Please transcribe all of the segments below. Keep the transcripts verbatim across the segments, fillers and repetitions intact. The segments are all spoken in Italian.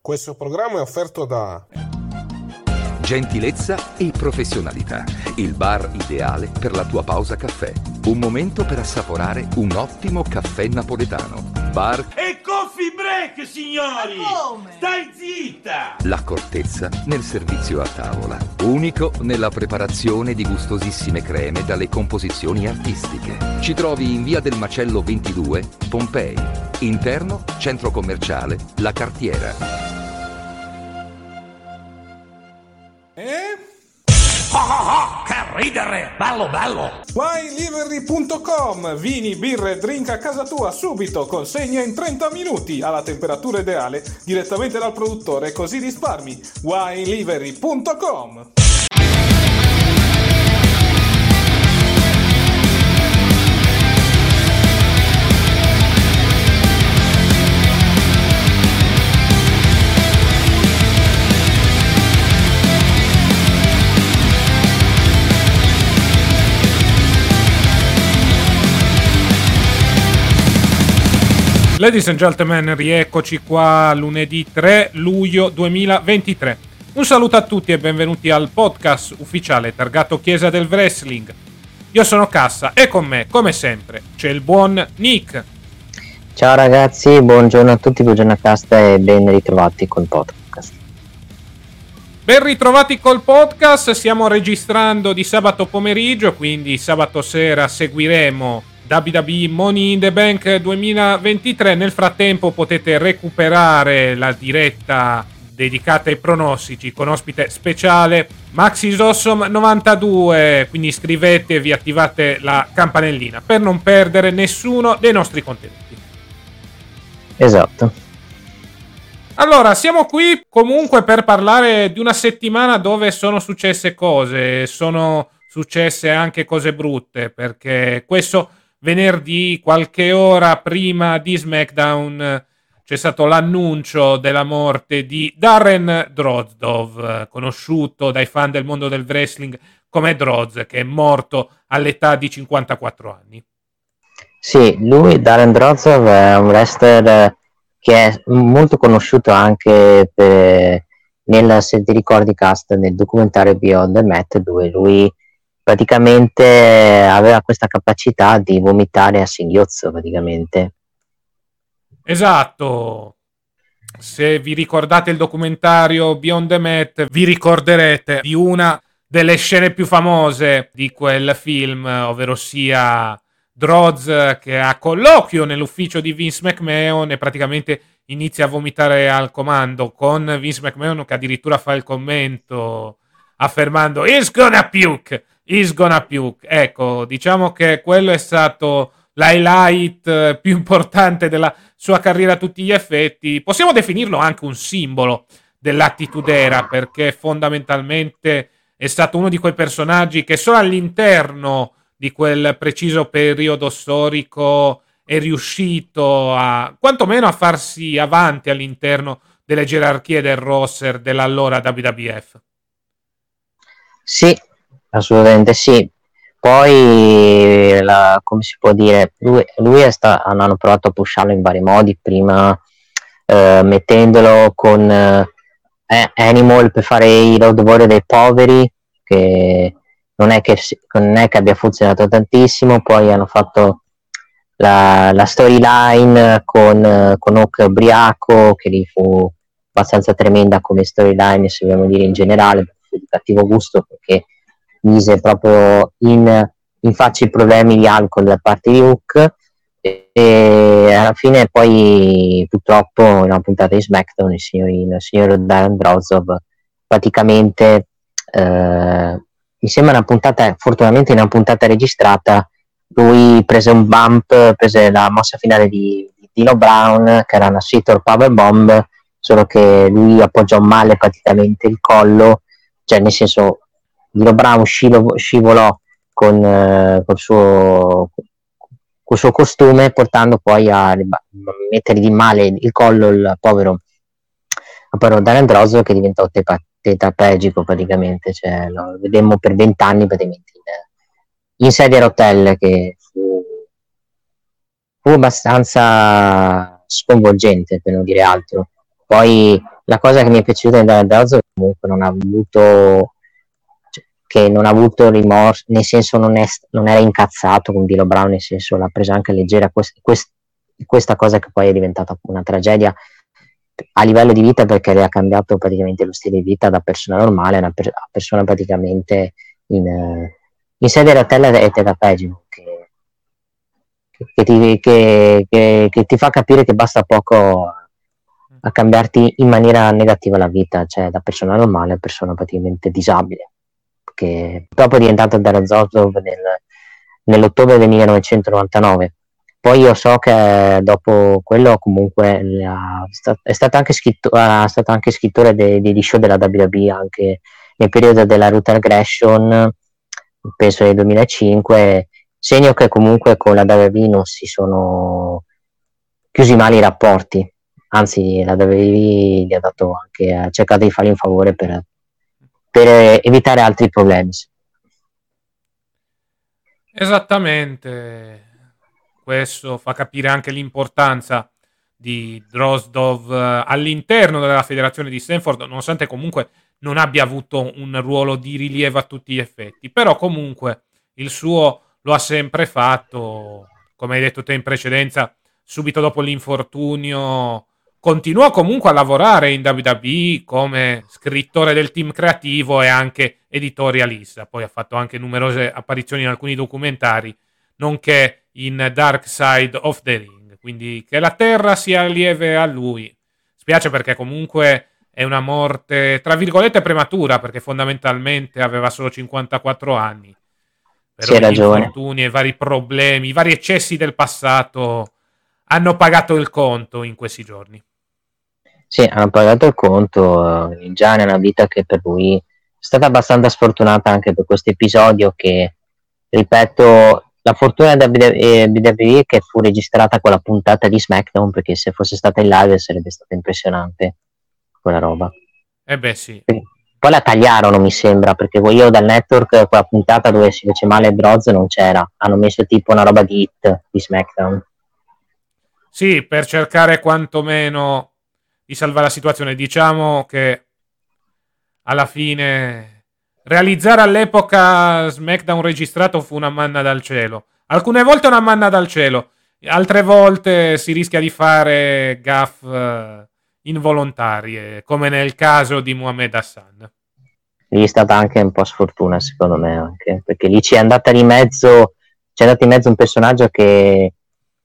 Questo programma è offerto da Gentilezza e professionalità. Il bar ideale per la tua pausa caffè. Un momento per assaporare un ottimo caffè napoletano. Bar e coffee break, signori! Stai zitta! L'accortezza nel servizio a tavola. Unico nella preparazione di gustosissime creme dalle composizioni artistiche. Ci trovi in via del Macello ventidue, Pompei. Interno, centro commerciale La Cartiera. Oh, oh, oh, che ridere! Bello, bello! wine livery punto com. Vini, birre e drink a casa tua subito, consegna in trenta minuti alla temperatura ideale direttamente dal produttore, così risparmi. wine livery punto com. Ladies and gentlemen, rieccoci qua lunedì tre luglio duemilaventitré. Un saluto a tutti e benvenuti al podcast ufficiale targato Chiesa del Wrestling. Io sono Cassa e con me, come sempre, c'è il buon Nick. Ciao ragazzi, buongiorno a tutti, buongiorno a Casta e ben ritrovati col podcast. Ben ritrovati col podcast, stiamo registrando di sabato pomeriggio, quindi sabato sera seguiremo W W E Money in the Bank duemilaventitré. Nel frattempo potete recuperare la diretta dedicata ai pronostici con ospite speciale Maxis Awesome novantadue, quindi iscrivetevi, attivate la campanellina per non perdere nessuno dei nostri contenuti. Esatto. Allora, siamo qui comunque per parlare di una settimana dove sono successe cose, sono successe anche cose brutte, perché questo venerdì, qualche ora prima di SmackDown, c'è stato l'annuncio della morte di Darren Drozdov, conosciuto dai fan del mondo del wrestling come Droz, che è morto all'età di cinquantaquattro anni. Sì, lui, Darren Drozdov, è un wrestler che è molto conosciuto anche per, nel, se ti ricordi Cast, nel documentario Beyond the Mat, dove lui praticamente aveva questa capacità di vomitare a singhiozzo, praticamente. Esatto. Se vi ricordate il documentario Beyond the Mat, vi ricorderete di una delle scene più famose di quel film, ovvero sia Droz che ha colloquio nell'ufficio di Vince McMahon e praticamente inizia a vomitare al comando, con Vince McMahon che addirittura fa il commento affermando "He's gonna puke! He's gonna puke". Ecco, diciamo che quello è stato l'highlight più importante della sua carriera a tutti gli effetti. Possiamo definirlo anche un simbolo dell'Attitude Era, perché fondamentalmente è stato uno di quei personaggi che solo all'interno di quel preciso periodo storico è riuscito a quantomeno a farsi avanti all'interno delle gerarchie del roster dell'allora W W F. Sì, assolutamente sì. Poi, la, come si può dire, lui, lui è sta, hanno provato a pusharlo in vari modi, prima eh, mettendolo con eh, Animal per fare i Road Warrior dei poveri, che non è che, non è che abbia funzionato tantissimo. Poi hanno fatto la, la storyline con, con Hawk ubriaco, che lì fu abbastanza tremenda come storyline, se vogliamo dire in generale, fu di cattivo gusto, perché mise proprio in, in faccia i problemi di alcol da parte di Hook, e, e alla fine poi purtroppo in una puntata di SmackDown il signor, il signor Darren Drozdov praticamente eh, mi sembra una puntata, fortunatamente in una puntata registrata, lui prese un bump, prese la mossa finale di, di Dino Brown, che era una Seator Powerbomb, solo che lui appoggiò male praticamente il collo, cioè nel senso Dino Brown scivolo, scivolò con eh, col suo col suo costume, portando poi a, a mettere di male il collo il povero povero Darren Drozdov, che diventò tepa, tetraplegico praticamente, cioè lo vedemmo per vent'anni praticamente in, in sedia a rotelle, che fu, fu abbastanza sconvolgente, per non dire altro. Poi la cosa che mi è piaciuta in Dazzo comunque non ha avuto cioè, che non ha avuto rimorso, nel senso non, è, non era incazzato con D'Lo Brown, nel senso l'ha presa anche leggera quest, quest, questa cosa che poi è diventata una tragedia a livello di vita, perché le ha cambiato praticamente lo stile di vita da persona normale a una per, a persona praticamente in, in sedia a rotella e tetrapegico, che, che, ti, che, che, che ti fa capire che basta poco a cambiarti in maniera negativa la vita, cioè da persona normale a persona praticamente disabile, che dopo è diventato Darázov nel, nell'ottobre del millenovecentonovantanove. Poi io so che dopo quello comunque è stato anche, scritto, è stato anche scrittore dei, dei show della W W E anche nel periodo della Root Aggression, penso nel duemilacinque, segno che comunque con la W W E non si sono chiusi male i rapporti, anzi la W W E gli ha dato anche, ha cercato di fargli un favore per, per evitare altri problemi. Esattamente. Questo fa capire anche l'importanza di Drozdov all'interno della federazione di Stanford, nonostante comunque non abbia avuto un ruolo di rilievo a tutti gli effetti. Però comunque il suo lo ha sempre fatto, come hai detto te in precedenza, subito dopo l'infortunio continuò comunque a lavorare in W W E come scrittore del team creativo e anche editorialista. Poi ha fatto anche numerose apparizioni in alcuni documentari, nonché in Dark Side of the Ring, quindi che la terra sia lieve a lui. Spiace perché comunque è una morte tra virgolette prematura, perché fondamentalmente aveva solo cinquantaquattro anni, però gli infortuni e i vari problemi, i vari eccessi del passato hanno pagato il conto in questi giorni. Sì, hanno pagato il conto. Già nella vita che per lui è stata abbastanza sfortunata anche per questo episodio che, ripeto, la fortuna da B W W E che fu registrata con la puntata di SmackDown, perché se fosse stata in live sarebbe stata impressionante quella roba. Eh beh sì. Poi la tagliarono mi sembra, perché io dal network quella puntata dove si fece male Droz non c'era, hanno messo tipo una roba di hit di SmackDown. Sì, per cercare quantomeno di salvare la situazione. Diciamo che alla fine realizzare all'epoca SmackDown registrato fu una manna dal cielo. Alcune volte una manna dal cielo, altre volte si rischia di fare gaff uh, involontarie, come nel caso di Muhammad Hassan. Lì è stata anche un po' sfortuna secondo me, anche perché lì ci è andata di mezzo, c'è andato in mezzo un personaggio che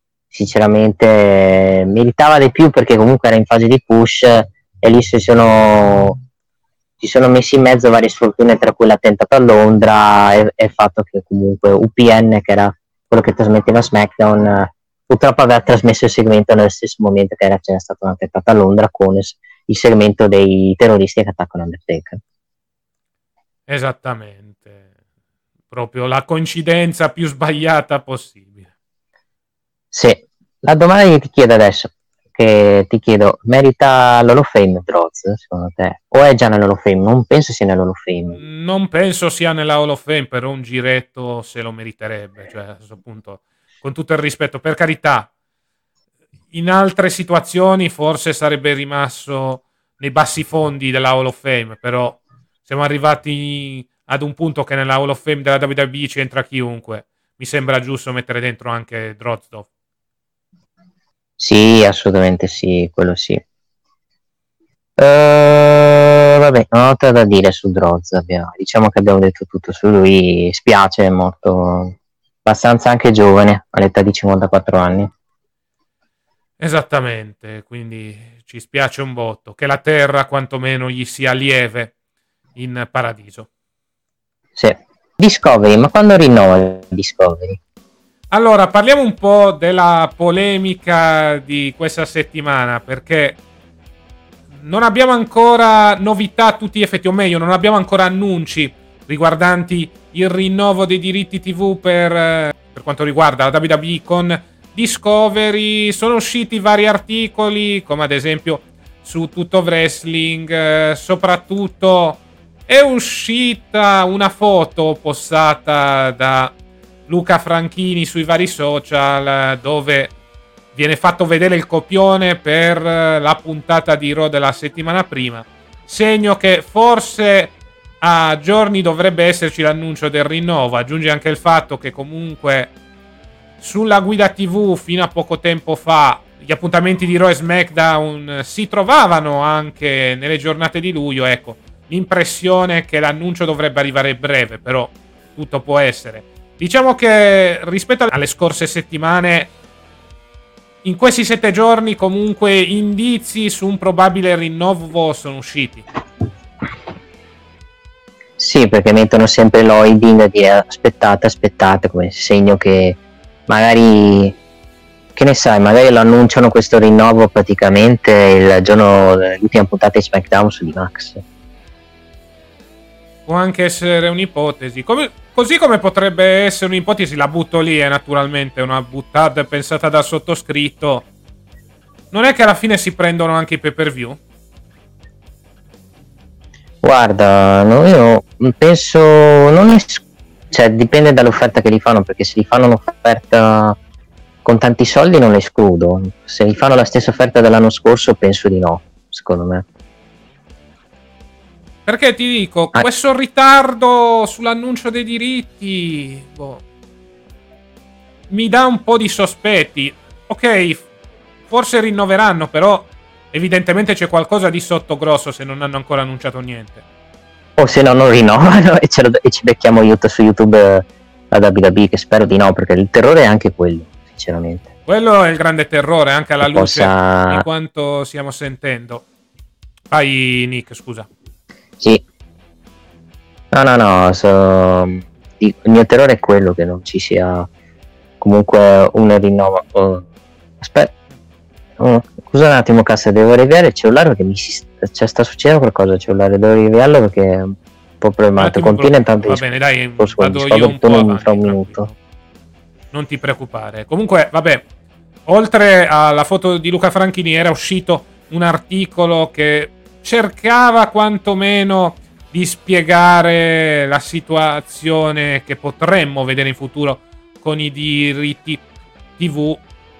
sinceramente meritava di più, perché comunque era in fase di push e lì si sono si sono messi in mezzo varie sfortune, tra cui l'attentato a Londra e, e il fatto che comunque U P N, che era quello che trasmetteva SmackDown, purtroppo aveva trasmesso il segmento nello stesso momento che era, c'era stato un attentato a Londra con il segmento dei terroristi che attaccano Undertaker. Esattamente, proprio la coincidenza più sbagliata possibile. Sì, la domanda che ti chiedo adesso, che ti chiedo, merita l'Hall of Fame Droz secondo te? O è già nell'Hall of Fame? Non penso sia nell'Hall of Fame. Non penso sia nella Hall of Fame, però un giretto se lo meriterebbe, cioè a questo punto, con tutto il rispetto, per carità, in altre situazioni forse sarebbe rimasto nei bassi fondi della Hall of Fame, però siamo arrivati ad un punto che nella Hall of Fame della W W E c'entra chiunque. Mi sembra giusto mettere dentro anche Drozdov. Sì, assolutamente sì, quello sì. Uh, vabbè, non ho altro da dire su Droz. Abbiamo, diciamo che abbiamo detto tutto su lui. Spiace, è morto abbastanza anche giovane, all'età di cinquantaquattro anni. Esattamente, quindi ci spiace un botto. Che la terra quantomeno gli sia lieve in paradiso. Sì. Discovery, ma quando rinnova Discovery? Allora, parliamo un po' della polemica di questa settimana, perché non abbiamo ancora novità a tutti gli effetti, o meglio, non abbiamo ancora annunci riguardanti il rinnovo dei diritti tivù per, per quanto riguarda la W W E con Discovery. Sono usciti vari articoli, come ad esempio su Tutto Wrestling, soprattutto è uscita una foto postata da Luca Franchini sui vari social dove viene fatto vedere il copione per la puntata di Raw della settimana prima, segno che forse a giorni dovrebbe esserci l'annuncio del rinnovo. Aggiunge anche il fatto che comunque sulla guida tivù fino a poco tempo fa gli appuntamenti di Raw e SmackDown si trovavano anche nelle giornate di luglio. Ecco, l'impressione è che l'annuncio dovrebbe arrivare breve, però tutto può essere. Diciamo che rispetto alle scorse settimane, in questi sette giorni comunque indizi su un probabile rinnovo sono usciti. Sì, perché mettono sempre loading di aspettate, aspettate, come segno che magari, che ne sai, magari lo annunciano questo rinnovo praticamente il giorno dell'ultima puntata di SmackDown su D-Max. Può anche essere un'ipotesi, come, così come potrebbe essere un'ipotesi, la butto lì, è naturalmente una buttata pensata dal sottoscritto. Non è che alla fine si prendono anche i pay per view? Guarda, no, io penso, non è, cioè dipende dall'offerta che li fanno, perché se li fanno un'offerta con tanti soldi non le escludo, se li fanno la stessa offerta dell'anno scorso penso di no, secondo me. Perché ti dico, ah. questo ritardo sull'annuncio dei diritti, boh, mi dà un po' di sospetti. Ok, forse rinnoveranno, però evidentemente c'è qualcosa di sotto grosso se non hanno ancora annunciato niente. O se no non rinnovano e, ce lo, e ci becchiamo aiuto su YouTube la W W E, che spero di no, perché il terrore è anche quello, sinceramente. Quello è il grande terrore, anche alla che luce possa... di quanto stiamo sentendo. Vai Nick, scusa. Sì. No, no, no, so... il mio terrore è quello, che non ci sia comunque un rinnovo. Oh. Aspetta. Oh. Scusa un attimo, cassa, devo riavviare il cellulare perché mi si... cioè, sta succedendo qualcosa al cellulare, devo riavviarlo perché è un po' problematico. Continua intanto. Va bene, dai, discorso, vado io un po' avanti, tra un minuto. Non ti preoccupare. Comunque, vabbè, oltre alla foto di Luca Franchini era uscito un articolo che cercava quantomeno di spiegare la situazione che potremmo vedere in futuro con i diritti tivù,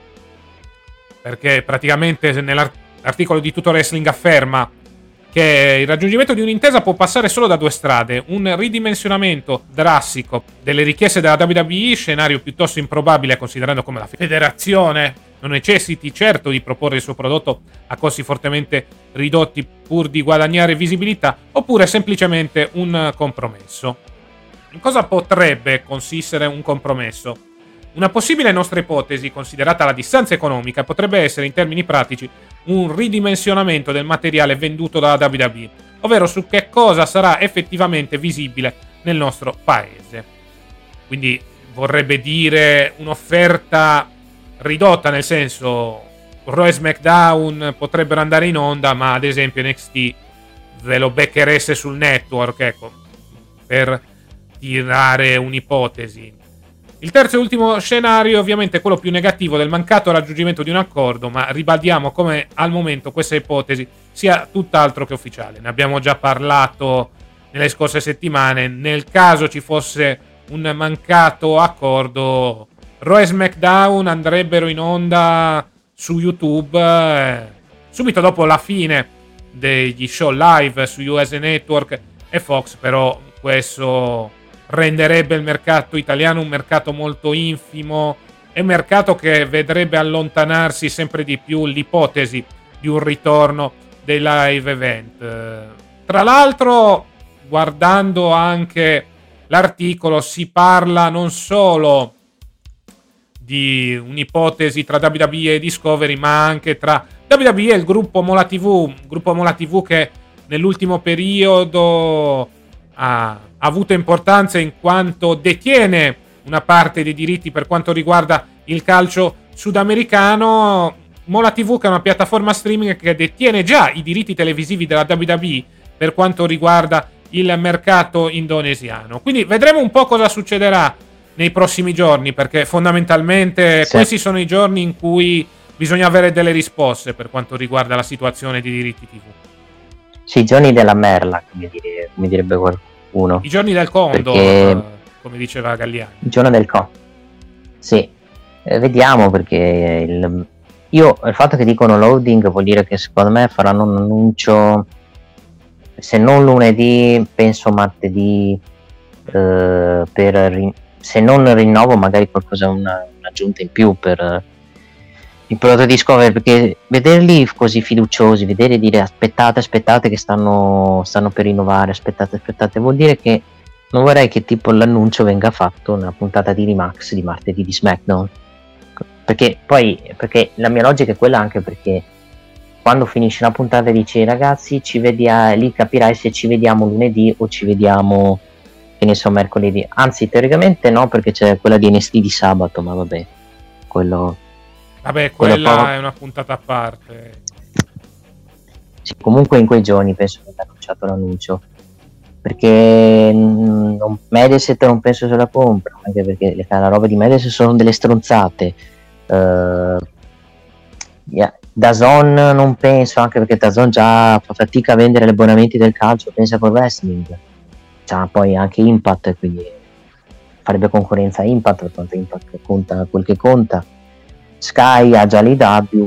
perché praticamente nell'articolo di Tutto Wrestling afferma che il raggiungimento di un'intesa può passare solo da due strade: un ridimensionamento drastico delle richieste della W W E, scenario piuttosto improbabile considerando come la federazione non necessiti certo di proporre il suo prodotto a costi fortemente ridotti pur di guadagnare visibilità, oppure semplicemente un compromesso. In cosa potrebbe consistere un compromesso? Una possibile nostra ipotesi, considerata la distanza economica, potrebbe essere in termini pratici un ridimensionamento del materiale venduto dalla W W E, ovvero su che cosa sarà effettivamente visibile nel nostro paese. Quindi vorrebbe dire un'offerta ridotta, nel senso Raw e SmackDown potrebbero andare in onda, ma ad esempio N X T ve lo becchereste sul network, ecco, per tirare un'ipotesi. Il terzo e ultimo scenario ovviamente è quello più negativo del mancato raggiungimento di un accordo, ma ribadiamo come al momento questa ipotesi sia tutt'altro che ufficiale. Ne abbiamo già parlato nelle scorse settimane. Nel caso ci fosse un mancato accordo, Raw e SmackDown andrebbero in onda su YouTube eh, subito dopo la fine degli show live su U S Network e Fox, però questo renderebbe il mercato italiano un mercato molto infimo e un mercato che vedrebbe allontanarsi sempre di più l'ipotesi di un ritorno dei live event. Tra l'altro, guardando anche l'articolo, si parla non solo di un'ipotesi tra W W E e Discovery, ma anche tra W W E e il gruppo Mola tivù, gruppo Mola tivù che nell'ultimo periodo ha, ha avuto importanza in quanto detiene una parte dei diritti per quanto riguarda il calcio sudamericano. Mola tivù, che è una piattaforma streaming che detiene già i diritti televisivi della W W E per quanto riguarda il mercato indonesiano. Quindi vedremo un po' cosa succederà nei prossimi giorni, perché fondamentalmente sì, questi sono i giorni in cui bisogna avere delle risposte per quanto riguarda la situazione di diritti tivù. Sì, i giorni della merla, come, dire, come direbbe qualcuno. I giorni del Condor, perché... come diceva Galliani. Il giorno del Condor. Sì, eh, vediamo, perché il... io il fatto che dicono loading vuol dire che secondo me faranno un annuncio, se non lunedì penso martedì, eh, per rin- se non rinnovo magari qualcosa, una, un'aggiunta in più per eh, il prodotto Discovery, perché vederli così fiduciosi, vedere dire aspettate aspettate che stanno, stanno per rinnovare, aspettate aspettate, vuol dire che non vorrei che tipo l'annuncio venga fatto una puntata di Remax di martedì di SmackDown, perché poi perché la mia logica è quella, anche perché quando finisce la puntata dici ragazzi ci vediamo, lì capirai se ci vediamo lunedì o ci vediamo, che ne so, mercoledì, anzi teoricamente no, perché c'è quella di N X T di sabato, ma vabbè, quello Vabbè, quello quella po- è una puntata a parte. sì, comunque in quei giorni penso che abbia annunciato l'annuncio, perché mh, non, Mediaset non penso se la compra, anche perché le, la roba di Mediaset sono delle stronzate. uh, yeah. DAZN non penso, anche perché DAZN già fa fatica a vendere gli abbonamenti del calcio, pensa col wrestling, c'ha poi anche Impact, quindi farebbe concorrenza a Impact, per quanto Impact conta quel che conta. Sky ha già l'I W,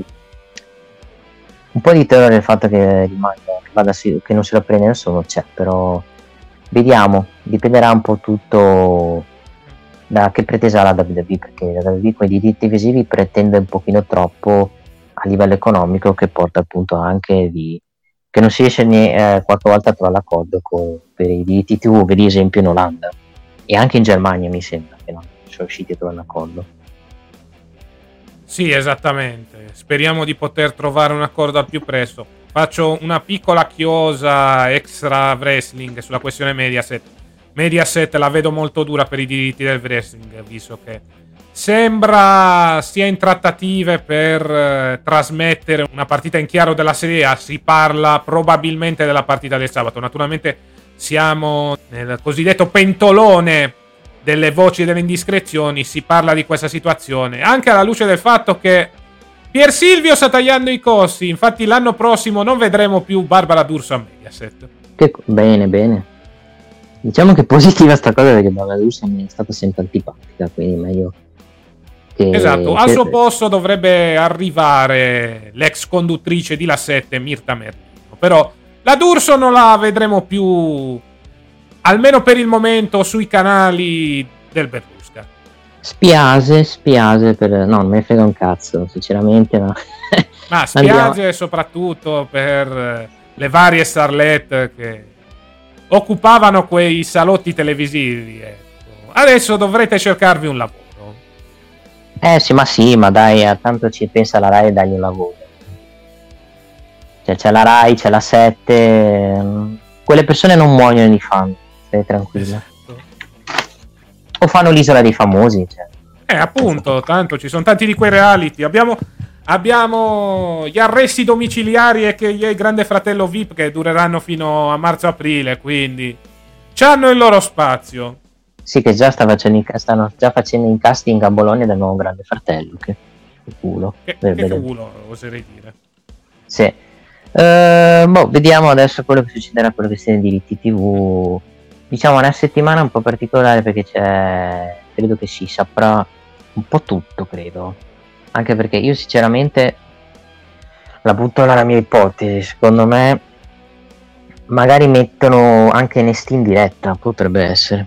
un po' di terrore del fatto che rimanga, che, vada, che non se lo prende nessuno c'è, però vediamo, dipenderà un po' tutto da che pretesa la W W E, perché la W W E con i diritti visivi pretende un pochino troppo a livello economico, che porta appunto anche di che non si riesce ne, eh, qualche volta a trovare l'accordo con, per i diritti tivù, per esempio in Olanda e anche in Germania mi sembra che non sono riusciti a trovare un accordo. Sì, esattamente. Speriamo di poter trovare un accordo al più presto. Faccio una piccola chiosa extra wrestling sulla questione Mediaset. Mediaset la vedo molto dura per i diritti del wrestling, visto che sembra sia in trattative per eh, trasmettere una partita in chiaro della Serie A. Si parla probabilmente della partita del sabato. Naturalmente siamo nel cosiddetto pentolone delle voci e delle indiscrezioni, si parla di questa situazione anche alla luce del fatto che Pier Silvio sta tagliando i costi, infatti l'anno prossimo non vedremo più Barbara D'Urso a Mediaset. Che, bene bene, diciamo che è positiva sta cosa, perché Barbara D'Urso mi è stata sempre antipatica, quindi meglio che, esatto, al che... suo posto dovrebbe arrivare l'ex conduttrice di La sette, Mirta Merlino, però la D'Urso non la vedremo più, almeno per il momento, sui canali del Berlusca. Spiace, spiace per... no, non me ne frega un cazzo, sinceramente, ma... Ma spiace soprattutto per le varie starlet che occupavano quei salotti televisivi, ecco. Adesso dovrete cercarvi un lavoro. Eh sì, ma sì, ma dai, tanto ci pensa la Rai e dagli un lavoro. Cioè c'è la Rai, c'è la sette, quelle persone non muoiono di fame, stai tranquilla. Esatto. O fanno l'isola dei famosi, cioè. Eh appunto, tanto ci sono tanti di quei reality. Abbiamo, abbiamo gli arresti domiciliari e che gli Grande Fratello V I P che dureranno fino a marzo-aprile, quindi c'hanno il loro spazio. Sì, che già sta facendo, stanno già facendo in casting a Bologna del nuovo Grande Fratello, che, che culo. Che, che culo, oserei dire. Sì. Uh, boh, vediamo adesso quello che succederà con la questione dei diritti tivù. Diciamo una settimana un po' particolare, perché c'è, credo che si saprà un po' tutto, credo, anche perché io sinceramente la butto nella mia ipotesi, secondo me magari mettono anche N X T in diretta, potrebbe essere.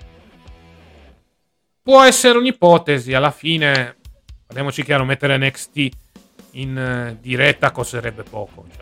Può essere un'ipotesi, alla fine parliamoci chiaro, mettere N X T in uh, diretta costerebbe poco, cioè,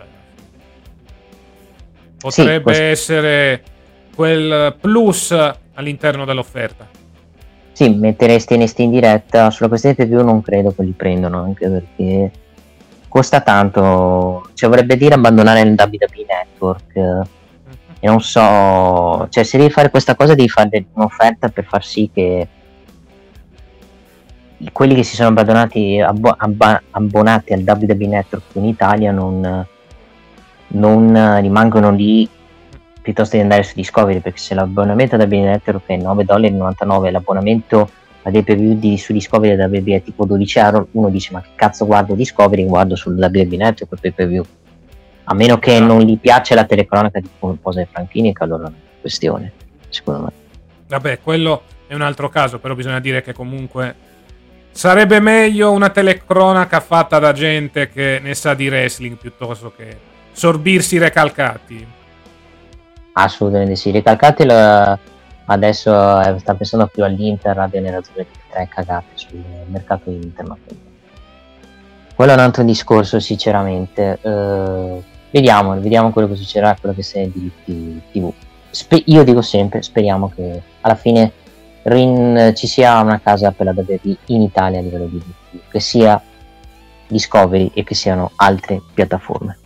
potrebbe sì, essere quel plus all'interno dell'offerta. Sì, metteresti N X T in diretta, sulla questione pay per view non credo che li prendano, anche perché costa tanto, cioè vorrebbe dire abbandonare il W W E Network, mm-hmm. E non so, cioè se devi fare questa cosa devi fare un'offerta per far sì che quelli che si sono abbonati, abbo- abba- abbonati al W W E Network in Italia non, non rimangono lì piuttosto di andare su Discovery, perché se l'abbonamento al W W E Network è nove virgola novantanove dollari, l'abbonamento a dei pay per view di, su Discovery da W W E è tipo dodici euro, uno dice ma che cazzo guardo Discovery, guardo sul W W E Network il pay per view, a meno che non gli piace la telecronaca di Posa e Franchini, che allora non è questione, secondo me. Vabbè, quello è un altro caso, però bisogna dire che comunque sarebbe meglio una telecronaca fatta da gente che ne sa di wrestling piuttosto che sorbirsi i recalcati. Assolutamente sì, Recalcati la... adesso eh, sta pensando più all'Inter, a generazione di tre cagate sul mercato di Inter, ma quello è un altro discorso sinceramente. Uh, vediamo, vediamo quello che succederà, quello che sei diritti tivù. Spe- io dico sempre, speriamo che alla fine rin- ci sia una casa per la W W E in Italia a livello di diritti, che sia Discovery e che siano altre piattaforme.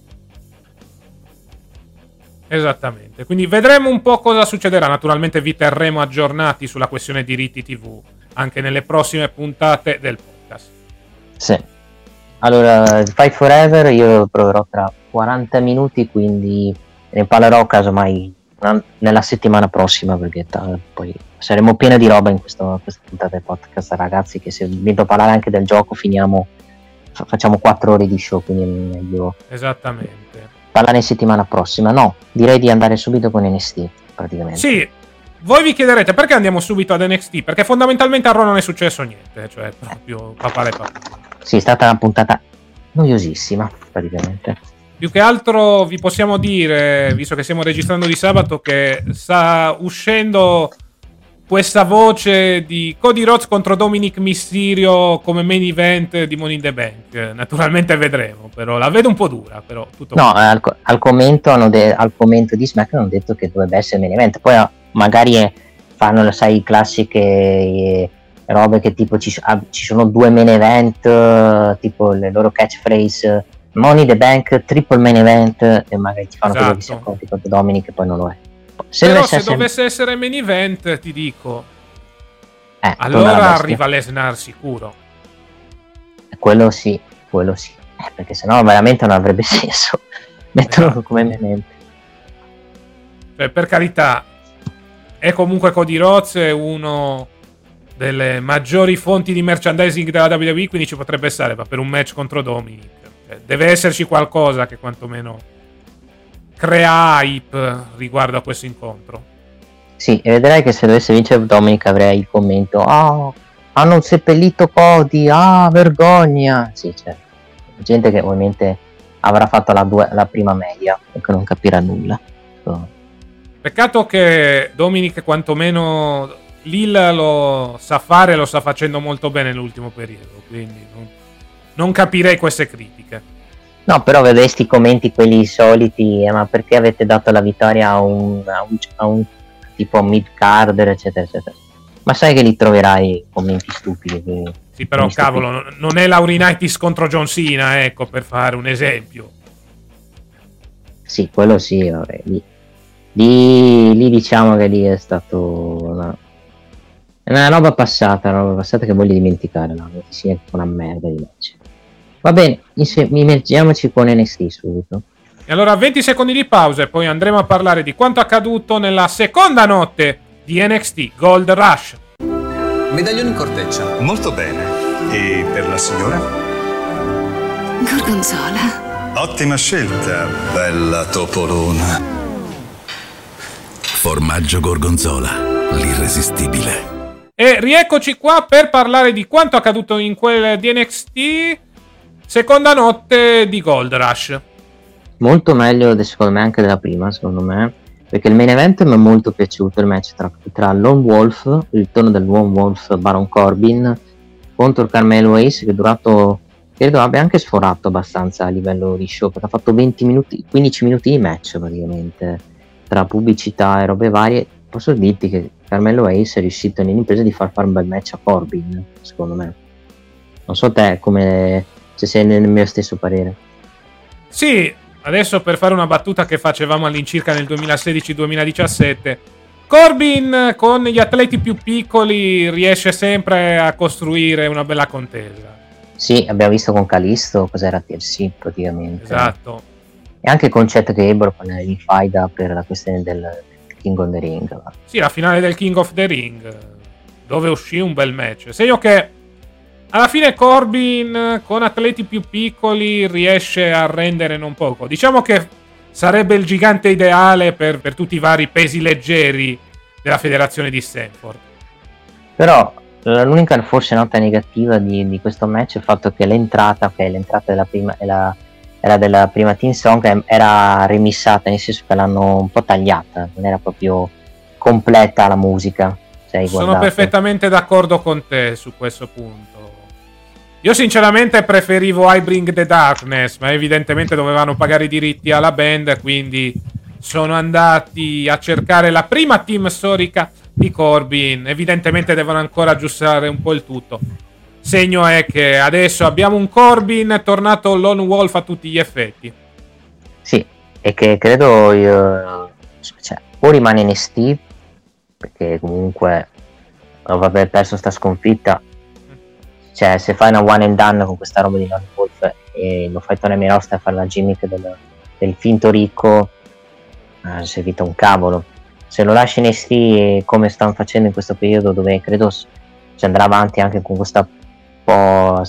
Esattamente, quindi vedremo un po' cosa succederà. Naturalmente vi terremo aggiornati sulla questione diritti tivù anche nelle prossime puntate del podcast. Sì. Allora, Fight Forever io proverò tra quaranta minuti, quindi ne parlerò casomai una, nella settimana prossima, perché ta, poi saremo pieni di roba in questo, questa puntata del podcast, ragazzi, che se invito a parlare anche del gioco finiamo, fa, facciamo quattro ore di show, quindi è meglio esattamente parlare settimana prossima. No, direi di andare subito con N X T praticamente. Sì, voi vi chiederete perché andiamo subito ad N X T, perché fondamentalmente a Raw non è successo niente, cioè proprio papale papale. Sì, è stata una puntata noiosissima praticamente. Più che altro vi possiamo dire, visto che stiamo registrando di sabato, che sta uscendo questa voce di Cody Rhodes contro Dominic Mysterio come main event di Money in the Bank. Naturalmente vedremo, però la vedo un po' dura, però tutto no, al, al commento hanno de- al commento di SmackDown hanno detto che dovrebbe essere main event, poi magari eh, fanno, sai, classiche eh, robe che tipo ci, ah, ci sono due main event, eh, tipo le loro catchphrase Money in the Bank, triple main event, e magari ti fanno esatto. quello che si accorti contro Dominic e poi non lo è. Se però dovesse se essere... dovesse essere main event, ti dico, eh, allora arriva Lesnar sicuro. Quello sì, quello sì, eh, perché sennò veramente non avrebbe senso metterlo esatto. come main event. Cioè, per carità, è comunque Cody Rhodes, è uno delle maggiori fonti di merchandising della W W E, quindi ci potrebbe stare, ma per un match contro Dominic cioè, deve esserci qualcosa che quantomeno crea hype riguardo a questo incontro. Sì, e vedrai che se dovesse vincere Dominic avrei il commento: oh, hanno seppellito Cody, ah, vergogna. Sì, certo, gente che ovviamente avrà fatto la, due, la prima media e che non capirà nulla. So. Peccato che Dominic quantomeno Lil lo sa fare, lo sta facendo molto bene nell'ultimo periodo, quindi non, non capirei queste critiche. No, però vedresti i commenti quelli soliti, eh, ma perché avete dato la vittoria a un, a un, a un tipo mid-carder, eccetera, eccetera. Ma sai che li troverai commenti stupidi. Quindi, sì, però cavolo, stupidi. Non è Laurinaitis contro John Cena, ecco, per fare un esempio. Sì, quello sì, vabbè, lì, lì, lì diciamo che lì è stato una, una roba passata, una roba passata che voglio dimenticare, no? Che sia una merda di match. Va bene, immergiamoci con N X T subito. E allora venti secondi di pausa e poi andremo a parlare di quanto accaduto nella seconda notte di N X T Gold Rush. Medaglione in corteccia. Molto bene. E per la signora? Gorgonzola. Ottima scelta, bella topolona. Formaggio Gorgonzola, l'irresistibile. E rieccoci qua per parlare di quanto accaduto in quel di N X T seconda notte di Gold Rush. Molto meglio secondo me anche della prima, secondo me, perché il main event mi è molto piaciuto, il match tra, tra Lone Wolf, il ritorno del Lone Wolf Baron Corbin contro Carmelo Hayes, che è durato, credo abbia anche sforato abbastanza a livello di show, perché ha fatto venti minuti, quindici minuti di match praticamente, tra pubblicità e robe varie. Posso dirti che Carmelo Hayes è riuscito nell'impresa di far fare un bel match a Corbin, secondo me. Non so te come, se sei nel mio stesso parere. Sì, adesso per fare una battuta che facevamo all'incirca nel duemilasedici duemiladiciassette, Corbin con gli atleti più piccoli riesce sempre a costruire una bella contesa. Sì, abbiamo visto con Kalisto cos'era T L C praticamente. Esatto. E anche con Chet Gable con il faida per la questione del King of the Ring. Sì, la finale del King of the Ring, dove uscì un bel match. Segno che alla fine Corbin con atleti più piccoli riesce a rendere non poco. Diciamo che sarebbe il gigante ideale per, per tutti i vari pesi leggeri della federazione di Stanford. Però l'unica forse nota negativa di, di questo match è il fatto che l'entrata, che è l'entrata della prima, è la, era della prima team song, era remissata, nel senso che l'hanno un po' tagliata, non era proprio completa la musica. Sono guardato. Perfettamente d'accordo con te su questo punto. Io sinceramente preferivo I Bring the Darkness, ma evidentemente dovevano pagare i diritti alla band, quindi sono andati a cercare la prima team storica di Corbin. Evidentemente devono ancora aggiustare un po' il tutto. Segno è che adesso abbiamo un Corbin tornato Lone Wolf a tutti gli effetti. Sì, e che credo io, cioè, o rimane in S T, perché comunque dopo aver perso sta sconfitta, cioè se fai una one and done con questa roba di Lone Wolf e lo fai tornare in roster a fare la gimmick del, del finto ricco, eh, si evita un cavolo. Se lo lasci in S T come stanno facendo in questo periodo, dove credo si andrà avanti anche con questa po'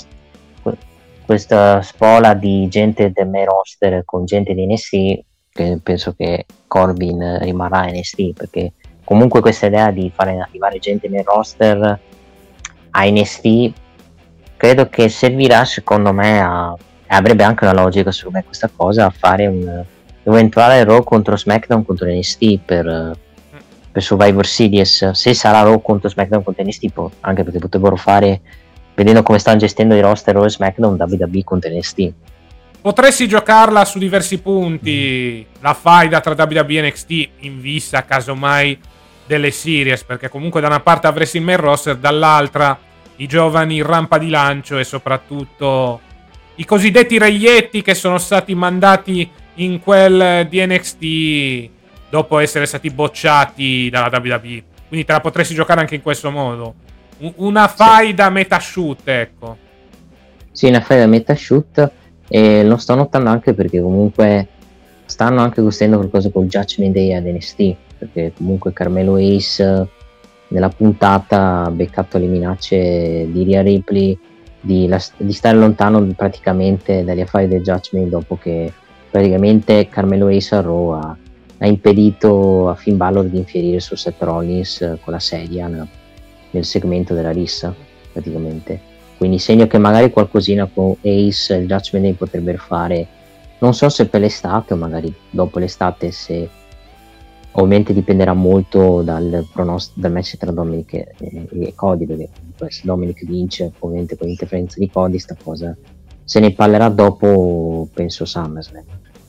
questa spola di gente del main roster con gente di N S T, che penso che Corbin rimarrà in N S T, perché comunque questa idea di fare arrivare gente nel roster a N S T credo che servirà, secondo me, a, avrebbe anche una logica secondo me questa cosa, a fare un eventuale Raw contro SmackDown contro N S T per, per Survivor Series, se sarà Raw contro SmackDown contro N S T, anche perché potrebbero fare, vedendo come stanno gestendo i roster Raw e SmackDown, W W E contro N S T. Potresti giocarla su diversi punti, la faida tra W W E e N X T in vista casomai delle series, perché comunque da una parte avresti il main roster, dall'altra i giovani in rampa di lancio e soprattutto i cosiddetti reietti che sono stati mandati in quel di N X T dopo essere stati bocciati dalla W W E. Quindi te la potresti giocare anche in questo modo, una faida sì. Meta shoot, ecco. Sì, una faida meta shoot, e lo sto notando anche perché comunque stanno anche costruendo qualcosa col Judgment Day ad N S T, perché comunque Carmelo Ace nella puntata ha beccato le minacce di Rhea Ripley di, la, di stare lontano praticamente dagli affari del Judgment, dopo che praticamente Carmelo Ace a Raw ha, ha impedito a Finn Balor di infierire su Seth Rollins con la sedia nel, nel segmento della rissa praticamente. Quindi segno che magari qualcosina con Ace e il Judgment Day potrebbero fare, non so se per l'estate o magari dopo l'estate, se ovviamente dipenderà molto dal, pronost- dal match tra Dominic e, e Cody, perché se Dominic vince ovviamente con l'interferenza di Cody, sta cosa se ne parlerà dopo, penso SummerSlam.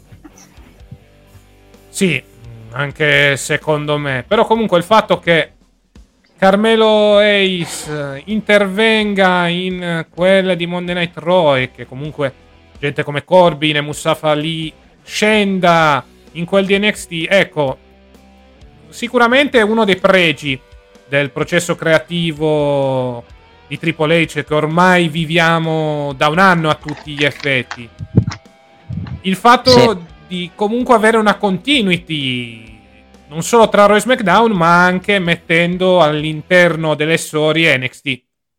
Sì, anche secondo me, però comunque il fatto che Carmelo Ace intervenga in quella di Monday Night Raw e che comunque gente come Corbin e Mustafa Ali scenda in quel di N X T, ecco, sicuramente è uno dei pregi del processo creativo di Triple H che ormai viviamo da un anno a tutti gli effetti. Il fatto sì. di comunque avere una continuity non solo tra Raw e SmackDown, ma anche mettendo all'interno delle storie N X T.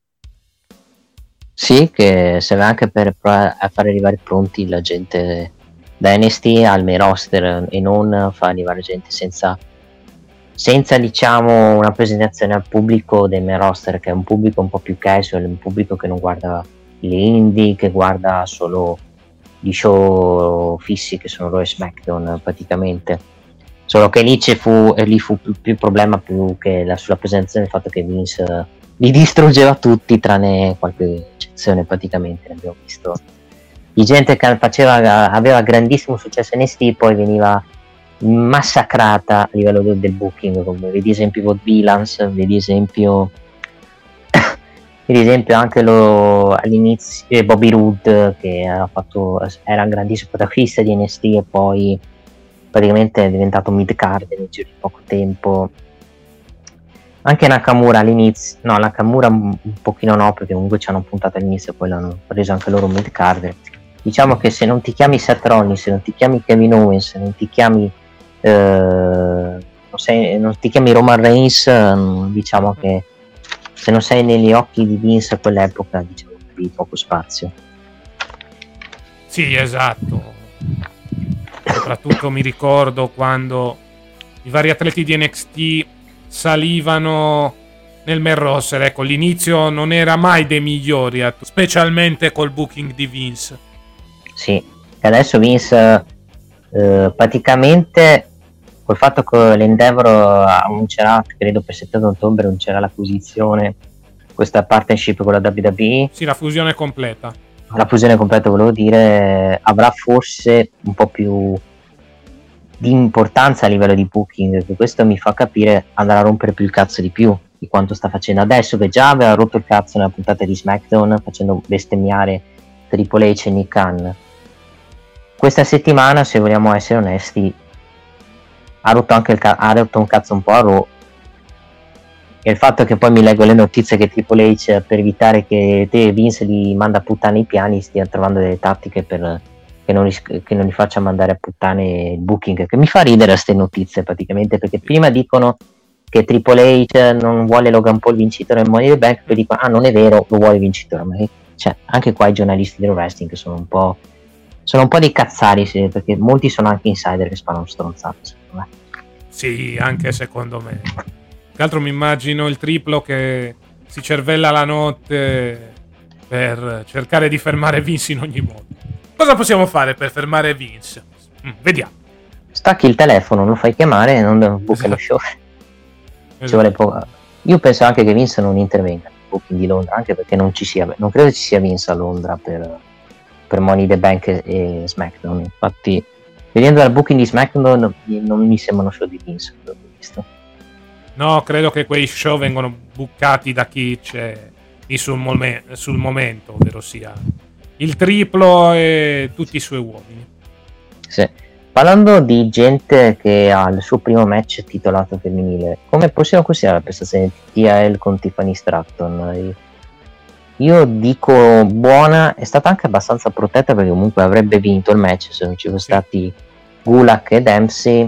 Sì, che serve anche per provare a far arrivare pronti la gente da N S T al main roster e non far arrivare gente senza senza diciamo una presentazione al pubblico del main roster, che è un pubblico un po' più casual, un pubblico che non guarda le indie, che guarda solo gli show fissi che sono Raw e SmackDown praticamente. Solo che lì ci fu e lì fu più, più problema più che la, sulla presenza del fatto che Vince uh, li distruggeva tutti tranne qualche eccezione praticamente. Abbiamo visto di gente che faceva, aveva grandissimo successo in N S T, poi veniva massacrata a livello del, del booking, come vedi esempio Vaude Villans, vedi esempio vedi esempio anche lo, all'inizio eh, Bobby Roode, che ha fatto, era un grandissimo protagonista di N S T e poi praticamente è diventato mid-card nel giro di poco tempo. Anche Nakamura all'inizio, no, Nakamura un, un pochino no, perché comunque ci hanno puntato all'inizio e poi l'hanno preso anche loro mid-card. Diciamo che se non ti chiami Seth Rollins, se non ti chiami Kevin Owens, se non ti chiami eh, non, sei, non ti chiami Roman Reigns, diciamo che se non sei negli occhi di Vince a quell'epoca, diciamo che hai poco spazio. Sì, esatto. Soprattutto mi ricordo quando i vari atleti di N X T salivano nel main roster. Ecco, l'inizio non era mai dei migliori, specialmente col booking di Vince. Sì, e adesso Vince eh, praticamente col fatto che l'Endeavor annuncerà, credo per settanta ottobre, annuncerà l'acquisizione, questa partnership con la W W E. Sì, la fusione completa. La fusione completa, volevo dire, avrà forse un po' più di importanza a livello di booking, che questo mi fa capire andrà a rompere più il cazzo di più di quanto sta facendo adesso, che già aveva rotto il cazzo nella puntata di SmackDown facendo bestemmiare Triple H e Nick Khan. Questa settimana, se vogliamo essere onesti, ha rotto anche il ca- ha rotto un cazzo un po' a Raw, e il fatto che poi mi leggo le notizie che Triple H, per evitare che te Vince gli manda a puttane i piani, stia trovando delle tattiche per che non, ris- che non li faccia mandare a puttane il booking, che mi fa ridere a ste notizie praticamente, perché prima dicono che Triple H non vuole Logan Paul vincitore del Money in the Bank, poi dicono ah non è vero, lo vuole vincitore. Ma che, cioè, anche qua i giornalisti del wrestling sono un po' sono un po' dei cazzari, sì, perché molti sono anche insider che sparano stronzate, secondo me. Sì, anche secondo me. Che altro mi immagino il triplo che si cervella la notte per cercare di fermare Vince in ogni modo. Cosa possiamo fare per fermare Vince? Mm, vediamo. Stacchi il telefono, lo fai chiamare e non buca esatto. Lo show. Esatto. Ci vuole po- Io penso anche che Vince non intervenga nel booking di Londra, anche perché non ci sia, non credo ci sia Vince a Londra per, per Money in the Bank e, e SmackDown. Infatti, vedendo dal booking di SmackDown non, non mi sembrano show di Vince, l'ho visto. No, credo che quei show vengono buccati da chi c'è lì sul, mom- sul momento, ovvero sia il triplo e tutti i suoi uomini. Sì. Parlando di gente che ha il suo primo match titolato femminile, come possiamo considerare la prestazione di T A L con Tiffany Stratton? Io dico buona, è stata anche abbastanza protetta perché comunque avrebbe vinto il match se non ci fossero stati Gulak e Dempsey,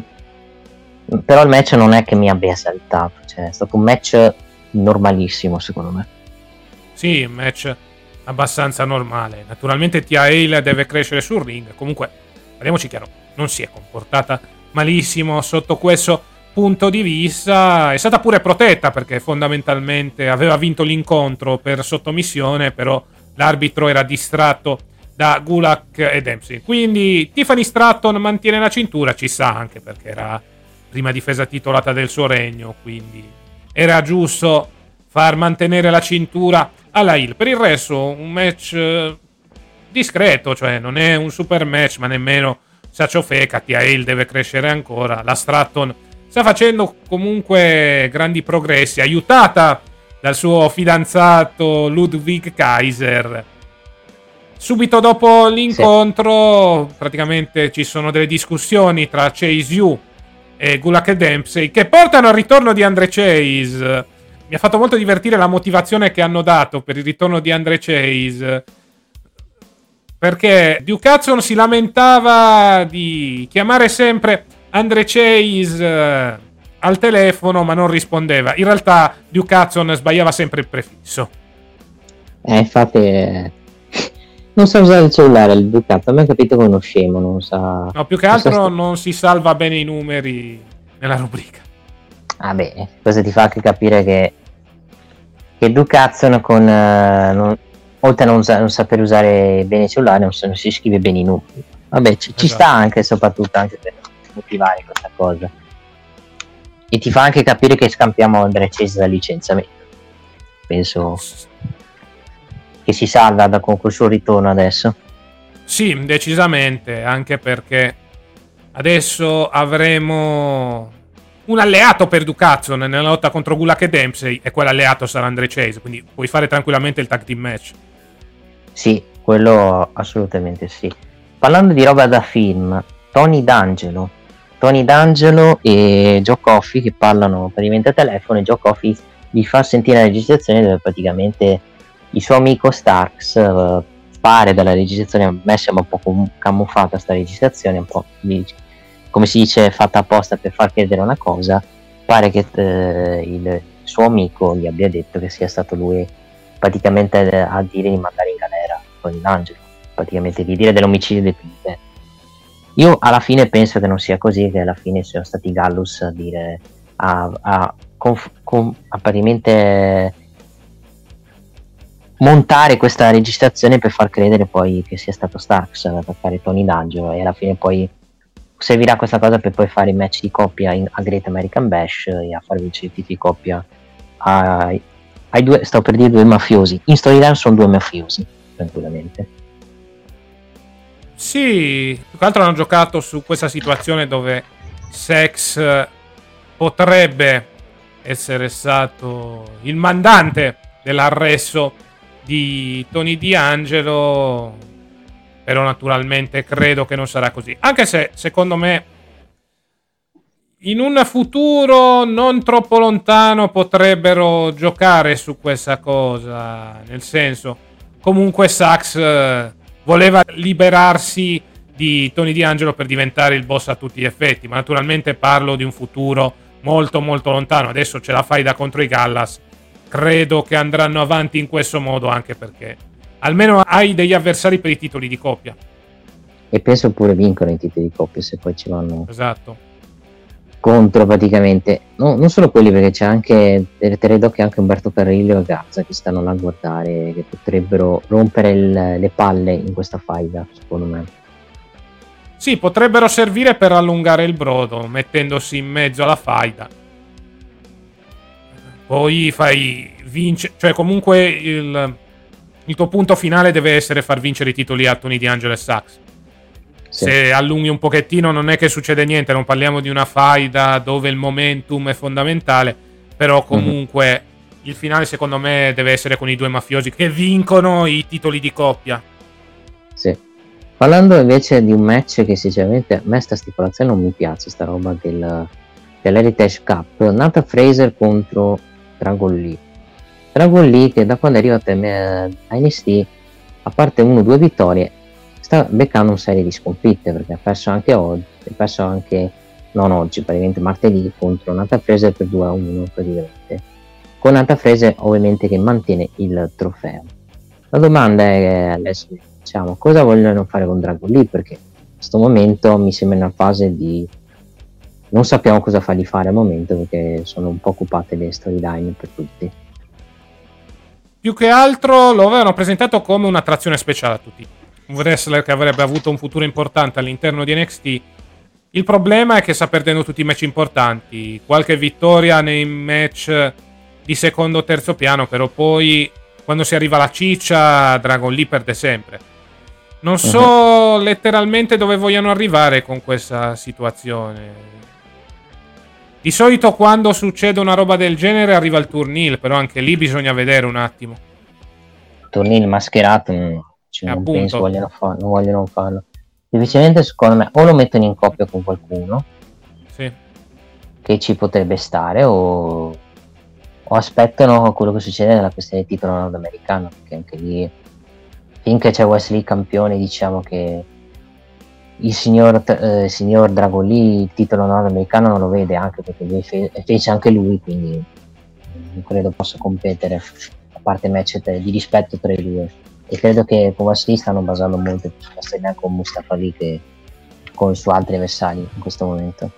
però il match non è che mi abbia saltato, cioè è stato un match normalissimo secondo me. Sì, un match abbastanza normale. Naturalmente T A L deve crescere sul ring, comunque parliamoci chiaro, non si è comportata malissimo sotto questo punto di vista. È stata pure protetta perché fondamentalmente aveva vinto l'incontro per sottomissione, però l'arbitro era distratto da Gulak e Dempsey. Quindi Tiffany Stratton mantiene la cintura, ci sta anche perché era prima difesa titolata del suo regno, quindi era giusto far mantenere la cintura alla heel. Per il resto un match discreto, cioè non è un super match ma nemmeno saciofeca. T A L deve crescere ancora, la Stratton sta facendo comunque grandi progressi, aiutata dal suo fidanzato Ludwig Kaiser. Subito dopo l'incontro, sì, praticamente ci sono delle discussioni tra Chase U e Gulak e Dempsey che portano al ritorno di Andre Chase. Mi ha fatto molto divertire la motivazione che hanno dato per il ritorno di Andre Chase, perché Duke Hudson si lamentava di chiamare sempre Andre Chase eh, al telefono ma non rispondeva. In realtà Duke Hudson sbagliava sempre il prefisso. Eh, infatti eh, non sa usare il cellulare il Duke Hudson, abbiamo capito che è uno scemo, non sa. No, più che altro non, st- non si salva bene i numeri nella rubrica. Ah beh, questo ti fa anche capire che che Duke Hudson con eh, non, oltre a non, non saper usare bene il cellulare non, non si scrive bene i numeri. Vabbè, ci, esatto. Ci sta anche, soprattutto anche per motivare questa cosa, e ti fa anche capire che scampiamo Andre Chase da licenziamento. Penso che si salva da, con quel suo ritorno adesso. Sì, decisamente, anche perché adesso avremo un alleato per Duke Hudson nella lotta contro Gulak e Dempsey, e quell'alleato sarà Andre Chase, quindi puoi fare tranquillamente il tag team match. Sì, quello assolutamente sì. Parlando di roba da film, Tony D'Angelo Tony D'Angelo e Joe Coffey che parlano praticamente a telefono, e Joe Coffey gli fa sentire la registrazione dove praticamente il suo amico Starks uh, pare dalla registrazione, a me sembra un po' camuffata sta registrazione, un po' come si dice fatta apposta per far credere una cosa. Pare che uh, il suo amico gli abbia detto che sia stato lui praticamente a dire di mandare in galera Tony D'Angelo, praticamente di dire dell'omicidio del Pete. Io alla fine penso che non sia così, che alla fine siano stati i Gallus a dire a, a conf- con, apparentemente montare questa registrazione per far credere poi che sia stato Starks ad attaccare Tony D'Angelo, e alla fine poi servirà questa cosa per poi fare i match di coppia in, a Great American Bash e a far vincere i titoli di coppia ai, ai due, stavo per dire due mafiosi, in storyline sono due mafiosi tranquillamente. Sì, più che altro hanno giocato su questa situazione dove Sex potrebbe essere stato il mandante dell'arresto di Tony D'Angelo, però naturalmente credo che non sarà così, anche se secondo me in un futuro non troppo lontano potrebbero giocare su questa cosa, nel senso, comunque Sax voleva liberarsi di Tony D'Angelo per diventare il boss a tutti gli effetti, ma naturalmente parlo di un futuro molto molto lontano. Adesso ce la fai da contro i Gallas, credo che andranno avanti in questo modo, anche perché almeno hai degli avversari per i titoli di coppia, e penso pure vincono i titoli di coppia se poi ci vanno esatto contro praticamente, no, non solo quelli, perché c'è anche credo che anche Umberto Carrillo e Garza che stanno là a guardare, che potrebbero rompere il, le palle in questa faida, secondo me. Sì, potrebbero servire per allungare il brodo mettendosi in mezzo alla faida, poi fai vincere, cioè comunque il, il tuo punto finale deve essere far vincere i titoli a Tony D'Angelo e Sax. Sì. Se allunghi un pochettino non è che succede niente, non parliamo di una faida dove il momentum è fondamentale, però comunque mm-hmm. il finale secondo me deve essere con i due mafiosi che vincono i titoli di coppia. Sì. Parlando invece di un match che sinceramente a me sta stipulazione non mi piace, sta roba del, dell'Heritage Cup, Nathan Fraser contro Dragon Lee. Dragon Lee che da quando è arrivato a N X T, a parte uno o due vittorie, sta beccando una serie di sconfitte, perché ha perso anche oggi, ha perso anche non oggi, praticamente martedì, contro Nathan Fraser per due a uno praticamente, con Nathan Fraser ovviamente che mantiene il trofeo. La domanda è adesso, diciamo, cosa vogliono fare con Dragon Lee, perché in questo momento mi sembra una fase di non sappiamo cosa fargli fare al momento, perché sono un po' occupate le storyline per tutti. Più che altro lo avevano presentato come un'attrazione speciale a tutti, un wrestler che avrebbe avuto un futuro importante all'interno di N X T. Il problema è che sta perdendo tutti i match importanti, qualche vittoria nei match di secondo o terzo piano, però poi quando si arriva alla ciccia Dragon Lee perde sempre. Non so uh-huh. letteralmente dove vogliano arrivare con questa situazione. Di solito quando succede una roba del genere arriva il turnil, però anche lì bisogna vedere un attimo. Turnil mascherato cioè, non penso vogliono farlo, non vogliono farlo. Semplicemente secondo me o lo mettono in coppia con qualcuno, sì, che ci potrebbe stare, o, o aspettano quello che succede nella questione del titolo nordamericano, perché anche lì finché c'è Wesley campione, diciamo che il signor, eh, signor Dragon Lee il titolo nordamericano non lo vede, anche perché lui fe- fece anche lui, quindi non credo possa competere, a parte match di rispetto tra i due. E credo che con Wesley stanno basando molto più sulla storia con Mustafa Lee che con i suoi altri avversari in questo momento.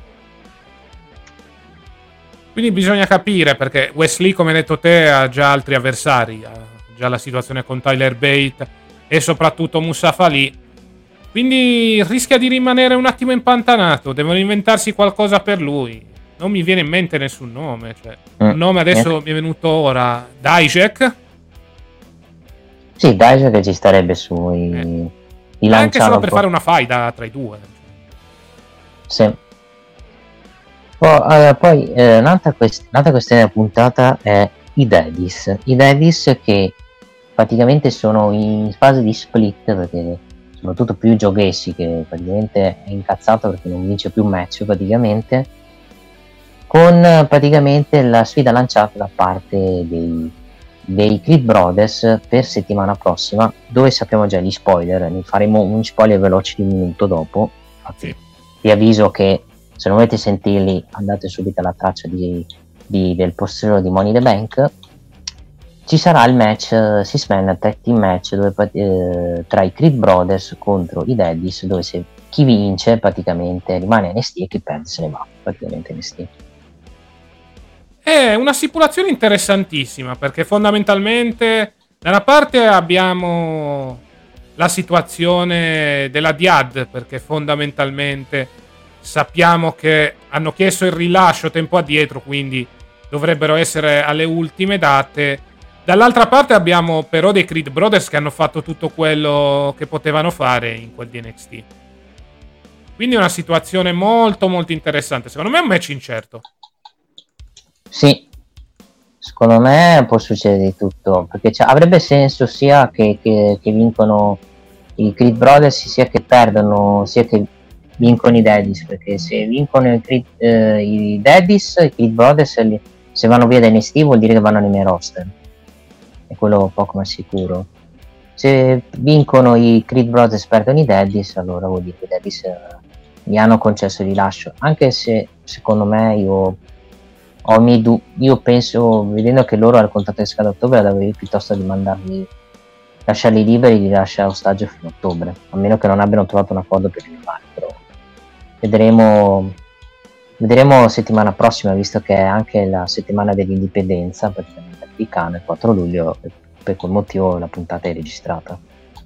Quindi bisogna capire, perché Wesley, come hai detto te, ha già altri avversari, ha già la situazione con Tyler Bate e soprattutto Mustafa Lee, quindi rischia di rimanere un attimo impantanato. Devono inventarsi qualcosa per lui. Non mi viene in mente nessun nome, cioè mm. un nome adesso eh. mi è venuto ora, Dijak. Sì, Dijak ci starebbe su i, eh. i anche solo per fare una faida tra i due. Sì. Oh, allora, poi eh, un'altra, quest- un'altra questione della puntata è i Daddies. I Daddies che praticamente sono in fase di split, perché soprattutto più Joe Gacy che praticamente è incazzato perché non vince più match praticamente, con praticamente la sfida lanciata da parte dei, dei Creed Brothers per settimana prossima, dove sappiamo già gli spoiler, ne faremo un spoiler veloce di un minuto dopo. Infatti, vi avviso che se non volete sentirli andate subito alla traccia di, di, del postero di Money in the Bank. Ci sarà il match uh, Six-Man Tag Team Match dove, uh, tra i Creed Brothers contro i Daddies, dove se chi vince praticamente rimane N X T e chi perde se ne va praticamente N X T. È una stipulazione interessantissima, perché fondamentalmente da una parte abbiamo la situazione della D I A D, perché fondamentalmente sappiamo che hanno chiesto il rilascio tempo addietro, quindi dovrebbero essere alle ultime date. Dall'altra parte abbiamo però dei Creed Brothers che hanno fatto tutto quello che potevano fare in quel D N X T. Quindi è una situazione molto molto interessante. Secondo me è un match incerto. Sì, secondo me può succedere di tutto, perché avrebbe senso sia che, che, che vincono i Creed Brothers, sia che perdono, sia che vincono i Daddies, perché se vincono i, Creed, eh, i Daddies, i Creed Brothers, li, se vanno via da N X T vuol dire che vanno nei miei roster, è quello poco ma sicuro. Se vincono i Creed Brothers e perdono i Daddies, allora vuol dire che i Daddies eh, gli hanno concesso il rilascio, anche se secondo me io ho mi du- io penso, vedendo che loro al contratto di scade a ottobre, dovrei piuttosto di mandarli, lasciarli liberi, di lasciare ostaggio fino a ottobre, a meno che non abbiano trovato un accordo per rinnovare. Però vedremo vedremo settimana prossima, visto che è anche la settimana dell'indipendenza per il americano, il quattro luglio, per quel motivo la puntata è registrata.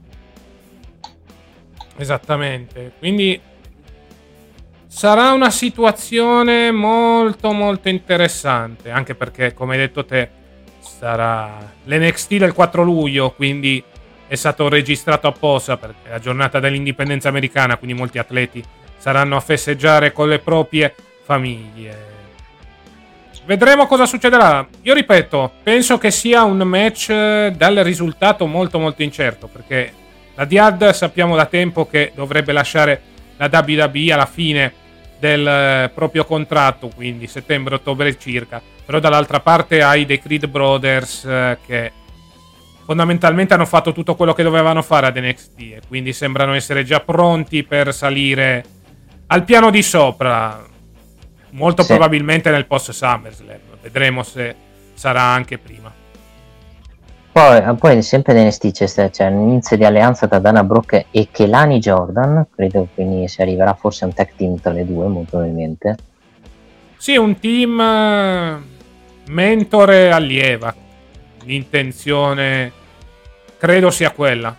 Esattamente, quindi sarà una situazione molto molto interessante, anche perché, come hai detto te, sarà l'N X T del quattro luglio, quindi è stato registrato apposta perché è la giornata dell'indipendenza americana, quindi molti atleti saranno a festeggiare con le proprie famiglie. Vedremo cosa succederà. Io ripeto, penso che sia un match dal risultato molto molto incerto, perché la D I A D sappiamo da tempo che dovrebbe lasciare la W W E alla fine del proprio contratto, quindi settembre-ottobre circa, però dall'altra parte hai dei Creed Brothers che fondamentalmente hanno fatto tutto quello che dovevano fare ad N X T e quindi sembrano essere già pronti per salire al piano di sopra, molto sì. Probabilmente nel post SummerSlam, vedremo se sarà anche prima. Poi, poi sempre da N X T c'è, c'è un inizio di alleanza tra Dana Brooke e Kelani Jordan, credo, quindi si arriverà forse a un tag team tra le due, molto probabilmente. Sì, un team mentore allieva, l'intenzione credo sia quella.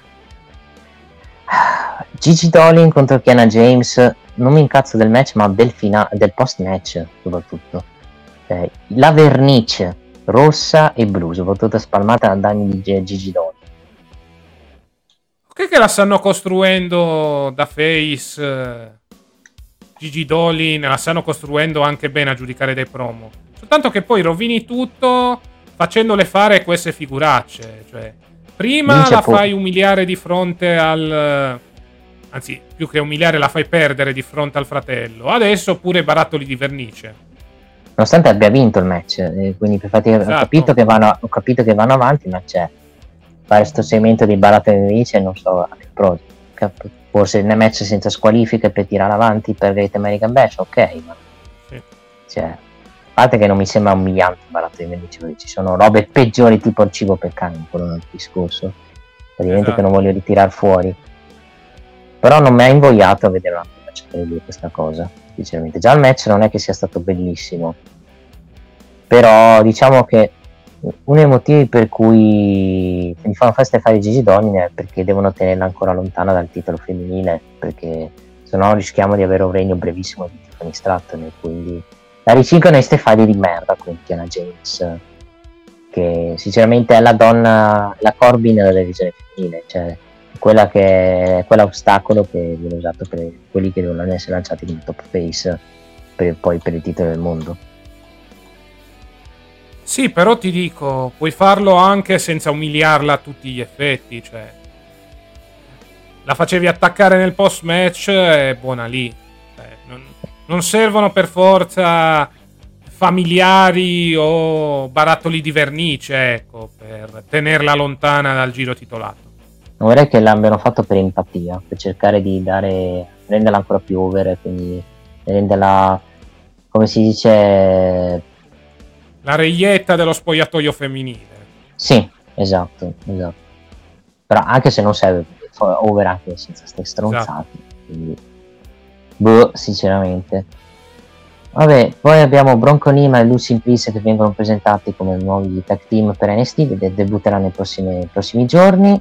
Gigi Dolin contro Kiana James, non mi incazzo del match ma del, fina- del post match soprattutto, eh, la vernice rossa e blu, soprattutto spalmata da danni di Gigi Dolin. Ok che la stanno costruendo da face, eh, Gigi Dolin, la stanno costruendo anche bene a giudicare dai promo, soltanto che poi rovini tutto facendole fare queste figuracce, cioè prima Vince la fai umiliare di fronte al, anzi più che umiliare la fai perdere di fronte al fratello, adesso pure barattoli di vernice. Nonostante abbia vinto il match, eh, quindi per fatti, esatto. ho, capito che vanno, ho capito che vanno avanti, ma c'è fare sto segmento di barattoli di vernice, non so, però, forse nel match senza squalifiche per tirare avanti per Great American Bash, ok, ma sì. Cioè, a parte che non mi sembra umiliante il barattolo di vernice, perché ci sono robe peggiori tipo il cibo per cani, quello è il discorso, ovviamente esatto. Che non voglio ritirare fuori, però non mi ha invogliato a vedere un altro match per dire questa cosa. Sinceramente, già il match non è che sia stato bellissimo, però diciamo che uno dei motivi per cui mi fanno festa fare Gigi Dolin è perché devono tenerla ancora lontana dal titolo femminile, perché sennò rischiamo di avere un regno brevissimo di Tiffany Stratton, e quindi la riciclano in ste faglie di merda con Kiana James, che sinceramente è la donna, la Corbin della divisione femminile, cioè quella che è quell'ostacolo che viene usato per quelli che devono essere lanciati come top face per, poi per il titolo del mondo. Sì, però ti dico, puoi farlo anche senza umiliarla a tutti gli effetti, cioè la facevi attaccare nel post match e buona lì, cioè, non, non servono per forza familiari o barattoli di vernice, ecco, per tenerla lontana dal giro titolato. Vorrei che l'abbiano fatto per empatia, per cercare di dare, renderla ancora più over, quindi renderla, come si dice, la reietta dello spogliatoio femminile. Sì, esatto, esatto. Però anche se non serve over anche senza ste stronzate, esatto. Quindi boh, sinceramente. Vabbè, poi abbiamo Bronco Nima e Lucy Priest che vengono presentati come nuovi tag team per N X T, che debutteranno nei prossimi, prossimi giorni.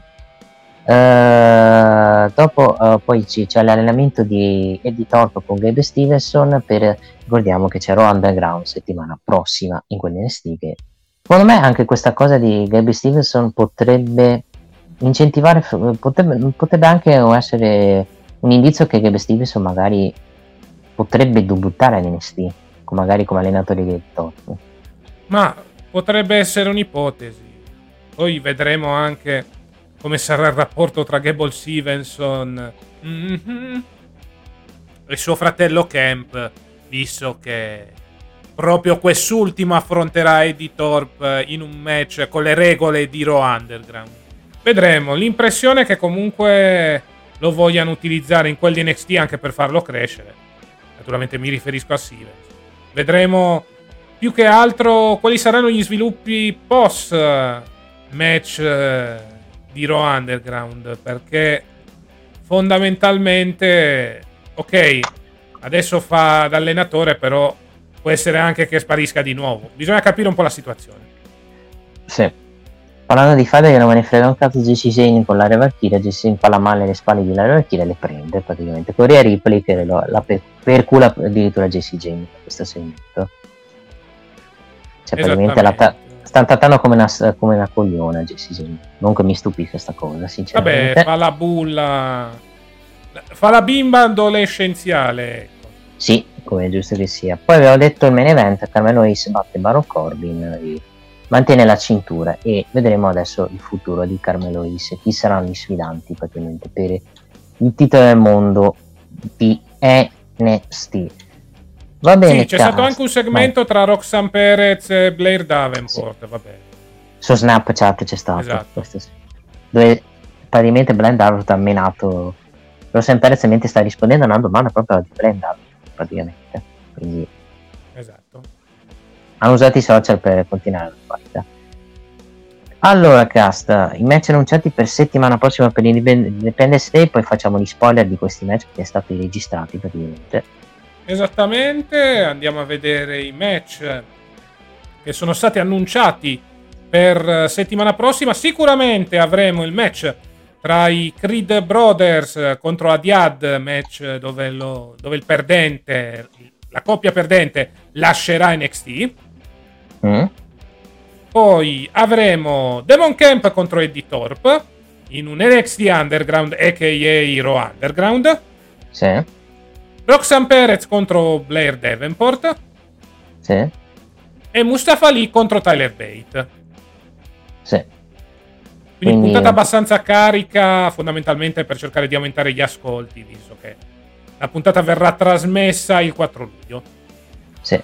Uh, dopo uh, poi c- c'è l'allenamento di Eddie Thorpe con Gabe Stevenson per, ricordiamo che c'è Raw Underground settimana prossima in quell'N X T, che secondo me anche questa cosa di Gabe Stevenson potrebbe incentivare, potrebbe, potrebbe anche essere un indizio che Gabe Stevenson magari potrebbe debuttare all'N X T, magari come allenatore di Eddie Thorpe. Ma potrebbe essere un'ipotesi, poi vedremo anche come sarà il rapporto tra Gable Stevenson mm-hmm, e suo fratello Camp, visto che proprio quest'ultimo affronterà Eddie Thorpe in un match con le regole di Raw Underground. Vedremo. L'impressione è che comunque lo vogliano utilizzare in quel di N X T anche per farlo crescere. Naturalmente mi riferisco a Stevens. Vedremo più che altro quali saranno gli sviluppi post match di Raw Underground, perché fondamentalmente ok, adesso fa da allenatore, però può essere anche che sparisca di nuovo. Bisogna capire un po' la situazione. Sì. Parlando di Fabio, che non me ne frega un cazzo, J C Jane con l'area Valkyria, J C impalla male le spalle di l'area Valkyria e le prende praticamente. Correa Ripley che lo, la per, percula addirittura J C Jane in questo segmento. Cioè praticamente la ta- sta trattando come una, come una cogliona J C Jane. Non che mi stupisca questa cosa, sinceramente. Vabbè, fa la bulla, fa la bimba adolescenziale, ecco. Sì, come è giusto che sia. Poi avevo detto il main event, Carmelo Hayes batte Baron Corbin e mantiene la cintura, e vedremo adesso il futuro di Carmelo Hayes, chi saranno gli sfidanti praticamente per il titolo del mondo di N X T. Va bene, sì, c'è cast. stato anche un segmento no. tra Roxanne Perez e Blair Davenport, sì. Vabbè. Su Snapchat c'è stato, esatto. Questo, dove praticamente Blair Davenport ha menato Roxanne Perez, mentre sta rispondendo a una domanda proprio di Blair Davenport praticamente, quindi esatto. Hanno usato i social per continuare la partita. Allora, cast, i match annunciati per settimana prossima per l'Independence Day, poi facciamo gli spoiler di questi match che sono stati registrati praticamente. Esattamente, andiamo a vedere i match che sono stati annunciati per settimana prossima. Sicuramente avremo il match tra i Creed Brothers contro Adiad, match dove, lo, dove il perdente, la coppia perdente lascerà N X T. Mm. Poi avremo Demon Camp contro Eddie Thorpe in un N X T Underground, a k a. Raw Underground. Sì. Roxanne Perez contro Blair Davenport. Sì. E Mustafa Ali contro Tyler Bate. Sì. Quindi, Quindi puntata abbastanza carica, fondamentalmente per cercare di aumentare gli ascolti, visto che la puntata verrà trasmessa il quattro luglio. Sì.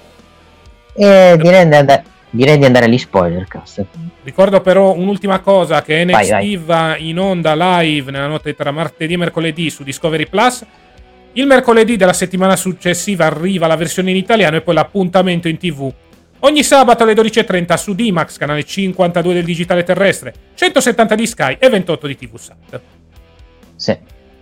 E direi di andare, direi di andare agli spoiler, cast. Ricordo però un'ultima cosa, che N X T vai, vai. va in onda live nella notte tra martedì e mercoledì su Discovery Plus. Il mercoledì della settimana successiva arriva la versione in italiano e poi l'appuntamento in tv ogni sabato alle dodici e trenta su D MAX, canale cinquantadue del digitale terrestre, centosettanta di Sky e ventotto di T V Sat. Sì.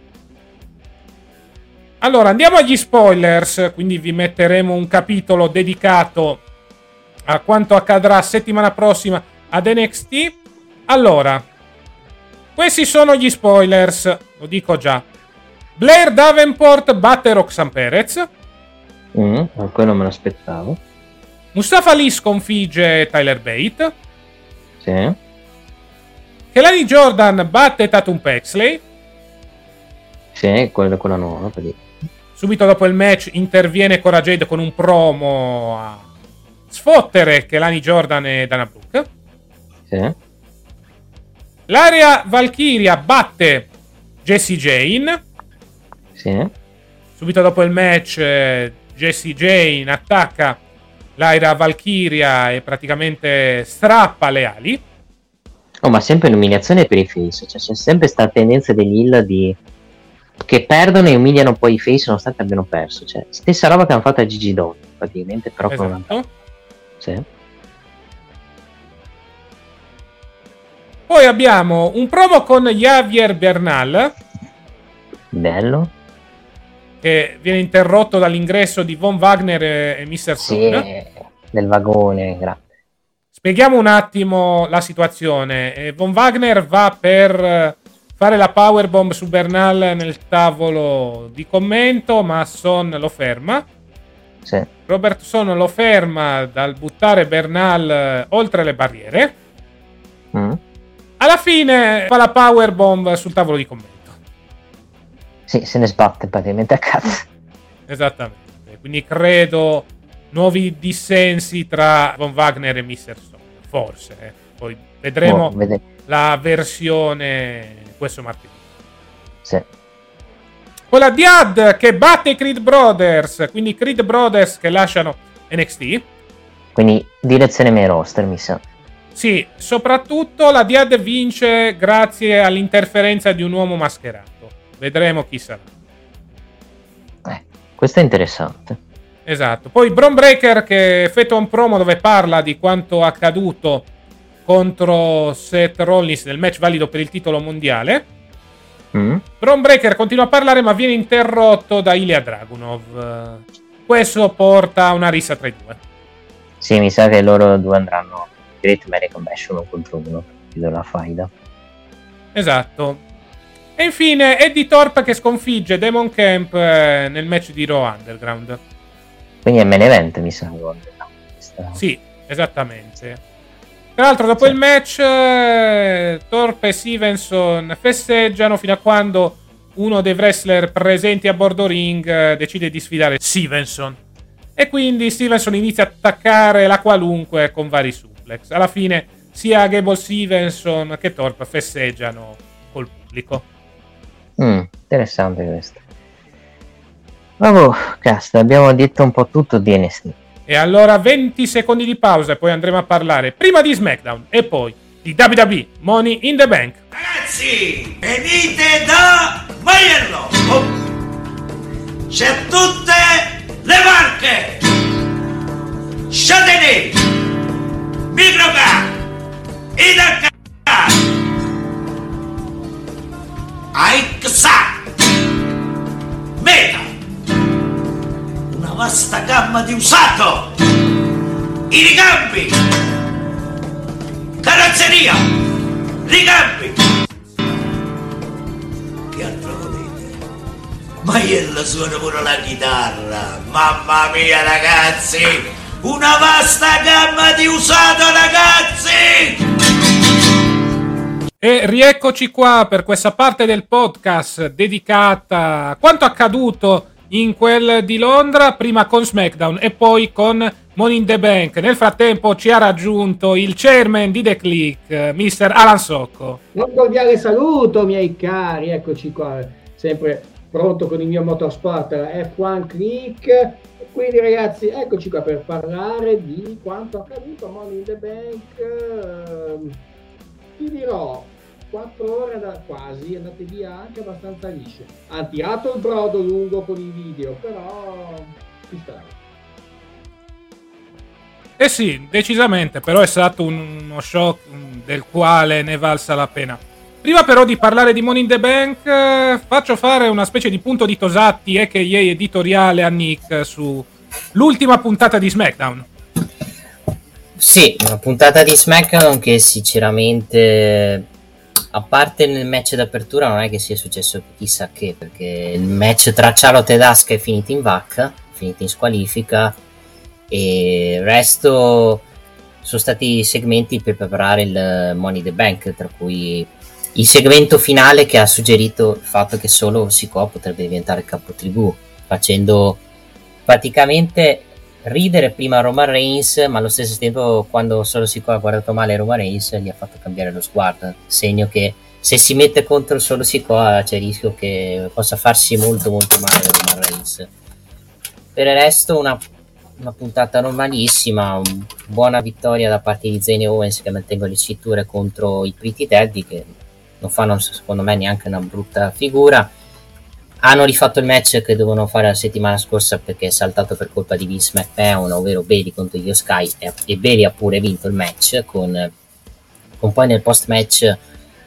Allora, andiamo agli spoilers, quindi vi metteremo un capitolo dedicato a quanto accadrà settimana prossima ad N X T. Allora, questi sono gli spoilers, lo dico già. Blair Davenport batte Roxanne Perez. Mm, ancora non me l'aspettavo. Mustafa Ali sconfigge Tyler Bate. Sì. Kelani Jordan batte Tatum Paxley. Sì, quella, quella nuova. Quindi. Subito dopo il match interviene Cora Jade con un promo a sfottere Kelani Jordan e Dana Brooke. Sì. L'area Valkyria batte Jessie Jane. Sì. Subito dopo il match eh, Jessie Jane attacca l'area Valkyria e praticamente strappa le ali. Oh, ma sempre l'umiliazione per i face, cioè c'è sempre sta tendenza degli heel di che perdono e umiliano poi i face nonostante abbiano perso, cioè stessa roba che hanno fatto a Gigi Dolan praticamente, però esatto. con una... Sì. Poi abbiamo un promo con Javier Bernal, bello, che viene interrotto dall'ingresso di Von Wagner e, e mister Stone. Sì, del vagone, grazie. Spieghiamo un attimo la situazione. Eh, Von Wagner va per fare la powerbomb su Bernal nel tavolo di commento, ma Son lo ferma. Sì. Robertson lo ferma dal buttare Bernal oltre le barriere. Mm. Alla fine fa la powerbomb sul tavolo di commento. Sì, se ne sbatte praticamente a cazzo. Esattamente. Quindi credo nuovi dissensi tra Von Wagner e mister Stone. Forse. Eh. Poi vedremo Oh, vede- la versione questo martedì. Sì. Con la Diad che batte i Creed Brothers. Quindi Creed Brothers che lasciano N X T. Quindi direzione main roster, mi sa. Sì, soprattutto la Diad vince grazie all'interferenza di un uomo mascherato. Vedremo chi sarà. Eh, questo è interessante. Esatto. Poi Bron Breakker che effettua un promo dove parla di quanto accaduto contro Seth Rollins nel match valido per il titolo mondiale. Mm. Bron Breakker continua a parlare ma viene interrotto da Ilya Dragunov. Questo porta a una rissa tra i due. Sì, mi sa che loro due andranno a Great American Bash uno contro uno. Chiudo la faida. Esatto. E infine Eddie Thorpe che sconfigge Damon Camp eh, nel match di Raw Underground. Quindi è main event, mi sa. Questa... Sì, esattamente. Tra l'altro dopo Sì. il match eh, Thorpe e Stevenson festeggiano fino a quando uno dei wrestler presenti a bordo ring eh, decide di sfidare Stevenson. E quindi Stevenson inizia a attaccare la qualunque con vari suplex. Alla fine sia Gable Stevenson che Thorpe festeggiano col pubblico. Mm, interessante questo. Vabbè, cazzo, abbiamo detto un po' tutto di N X T. E allora venti secondi di pausa e poi andremo a parlare prima di SmackDown e poi di W W E Money in the Bank. Ragazzi, venite da Maiello! Oh. C'è tutte le marche! Châtenay, Microcar, Idacar, Aixa, Meta, una vasta gamma di usato, i ricambi, carrozzeria, ricambi. Che altro volete? Maiello suona pure la chitarra, mamma mia ragazzi, una vasta gamma di usato ragazzi! E rieccoci qua per questa parte del podcast dedicata a quanto accaduto in quel di Londra, prima con SmackDown e poi con Money in the Bank. Nel frattempo ci ha raggiunto il chairman di The Click, mister Alan Socco. Un cordiale saluto, miei cari, eccoci qua, sempre pronto con il mio motorsport F uno Click. Quindi ragazzi, eccoci qua per parlare di quanto accaduto a Money in the Bank. Ti dirò, quattro ore da quasi, andate via anche abbastanza lisce. Ha tirato il brodo lungo con i video, però ci sta. Eh sì, decisamente, però è stato un- uno show del quale ne valsa la pena. Prima però di parlare di Money in the Bank, eh, faccio fare una specie di punto di Tosatti a k a editoriale a Nick su l'ultima puntata di SmackDown. Sì, una puntata di SmackDown che sinceramente, a parte nel match d'apertura, non è che sia successo chissà che, perché il match tra Charlotte ed Asuka è finito in vacca, finito in squalifica, e il resto sono stati segmenti per preparare il Money in the Bank, tra cui il segmento finale che ha suggerito il fatto che solo Sikoa potrebbe diventare il capo tribù, facendo praticamente ridere prima Roman Reigns, ma allo stesso tempo quando solo Sikoa ha guardato male Roman Reigns gli ha fatto cambiare lo sguardo, segno che se si mette contro solo Sikoa c'è il rischio che possa farsi molto molto male Roman Reigns. Per il resto una, una puntata normalissima, un, buona vittoria da parte di Zayn e Owens che mantengono le cinture contro i Pretty Teddy, che non fanno secondo me neanche una brutta figura. Hanno rifatto il match che dovevano fare la settimana scorsa perché è saltato per colpa di Vince McMahon, ovvero Bayley contro Io Sky, e, e Bayley ha pure vinto il match con, con poi nel post match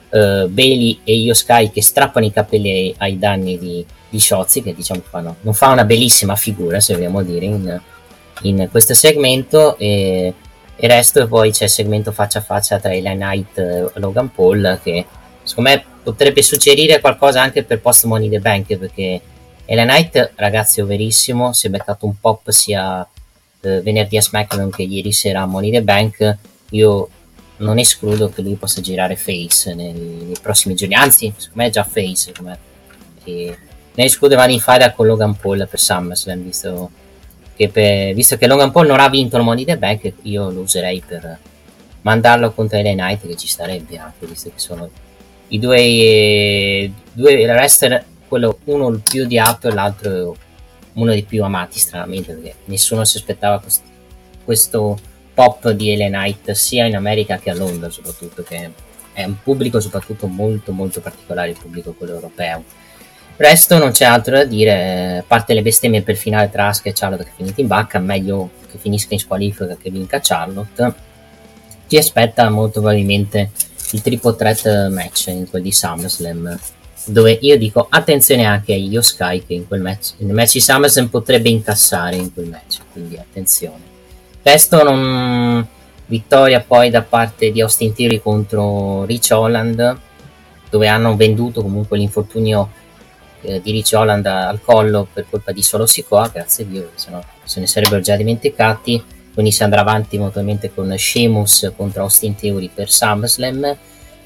uh, Bailey e Io Sky che strappano i capelli ai, ai danni di, di Shotzi, che diciamo fanno, non fa una bellissima figura, se vogliamo dire, in, in questo segmento, e il resto poi c'è il segmento faccia a faccia tra L A Knight e Logan Paul, che secondo me potrebbe suggerire qualcosa anche per post Money the Bank, perché L A Knight, ragazzi, overissimo, si è beccato un pop sia eh, venerdì a SmackDown che ieri sera a Money the Bank. Io non escludo che lui possa girare face nei, nei prossimi giorni, anzi secondo me è già face, e ne escludo vado in faida con Logan Paul per SummerSlam, visto che, per, visto che Logan Paul non ha vinto il Money the Bank, io lo userei per mandarlo contro L A Knight, che ci starebbe anche, visto che sono i due, due wrestler, quello uno il più odiato e l'altro uno dei più amati, stranamente, perché nessuno si aspettava quest- questo pop di L A Knight sia in America che a Londra, soprattutto, che è un pubblico soprattutto molto molto particolare, il pubblico quello europeo. Il resto non c'è altro da dire, a parte le bestemmie per il finale tra Asuka e Charlotte che è finita in bacca, meglio che finisca in squalifica che vinca Charlotte. Ci aspetta molto probabilmente il triple threat match in quel di SummerSlam, dove io dico attenzione anche a Io Sky, che in quel match, nel match di SummerSlam potrebbe incassare in quel match, quindi attenzione. Resto non... vittoria poi da parte di Austin Theory contro Rich Holland, dove hanno venduto comunque l'infortunio eh, di Rich Holland al collo per colpa di Solo Sikoa, grazie a Dio, se no se ne sarebbero già dimenticati. Quindi si andrà avanti moltamente con Sheamus contro Austin Theory per SummerSlam,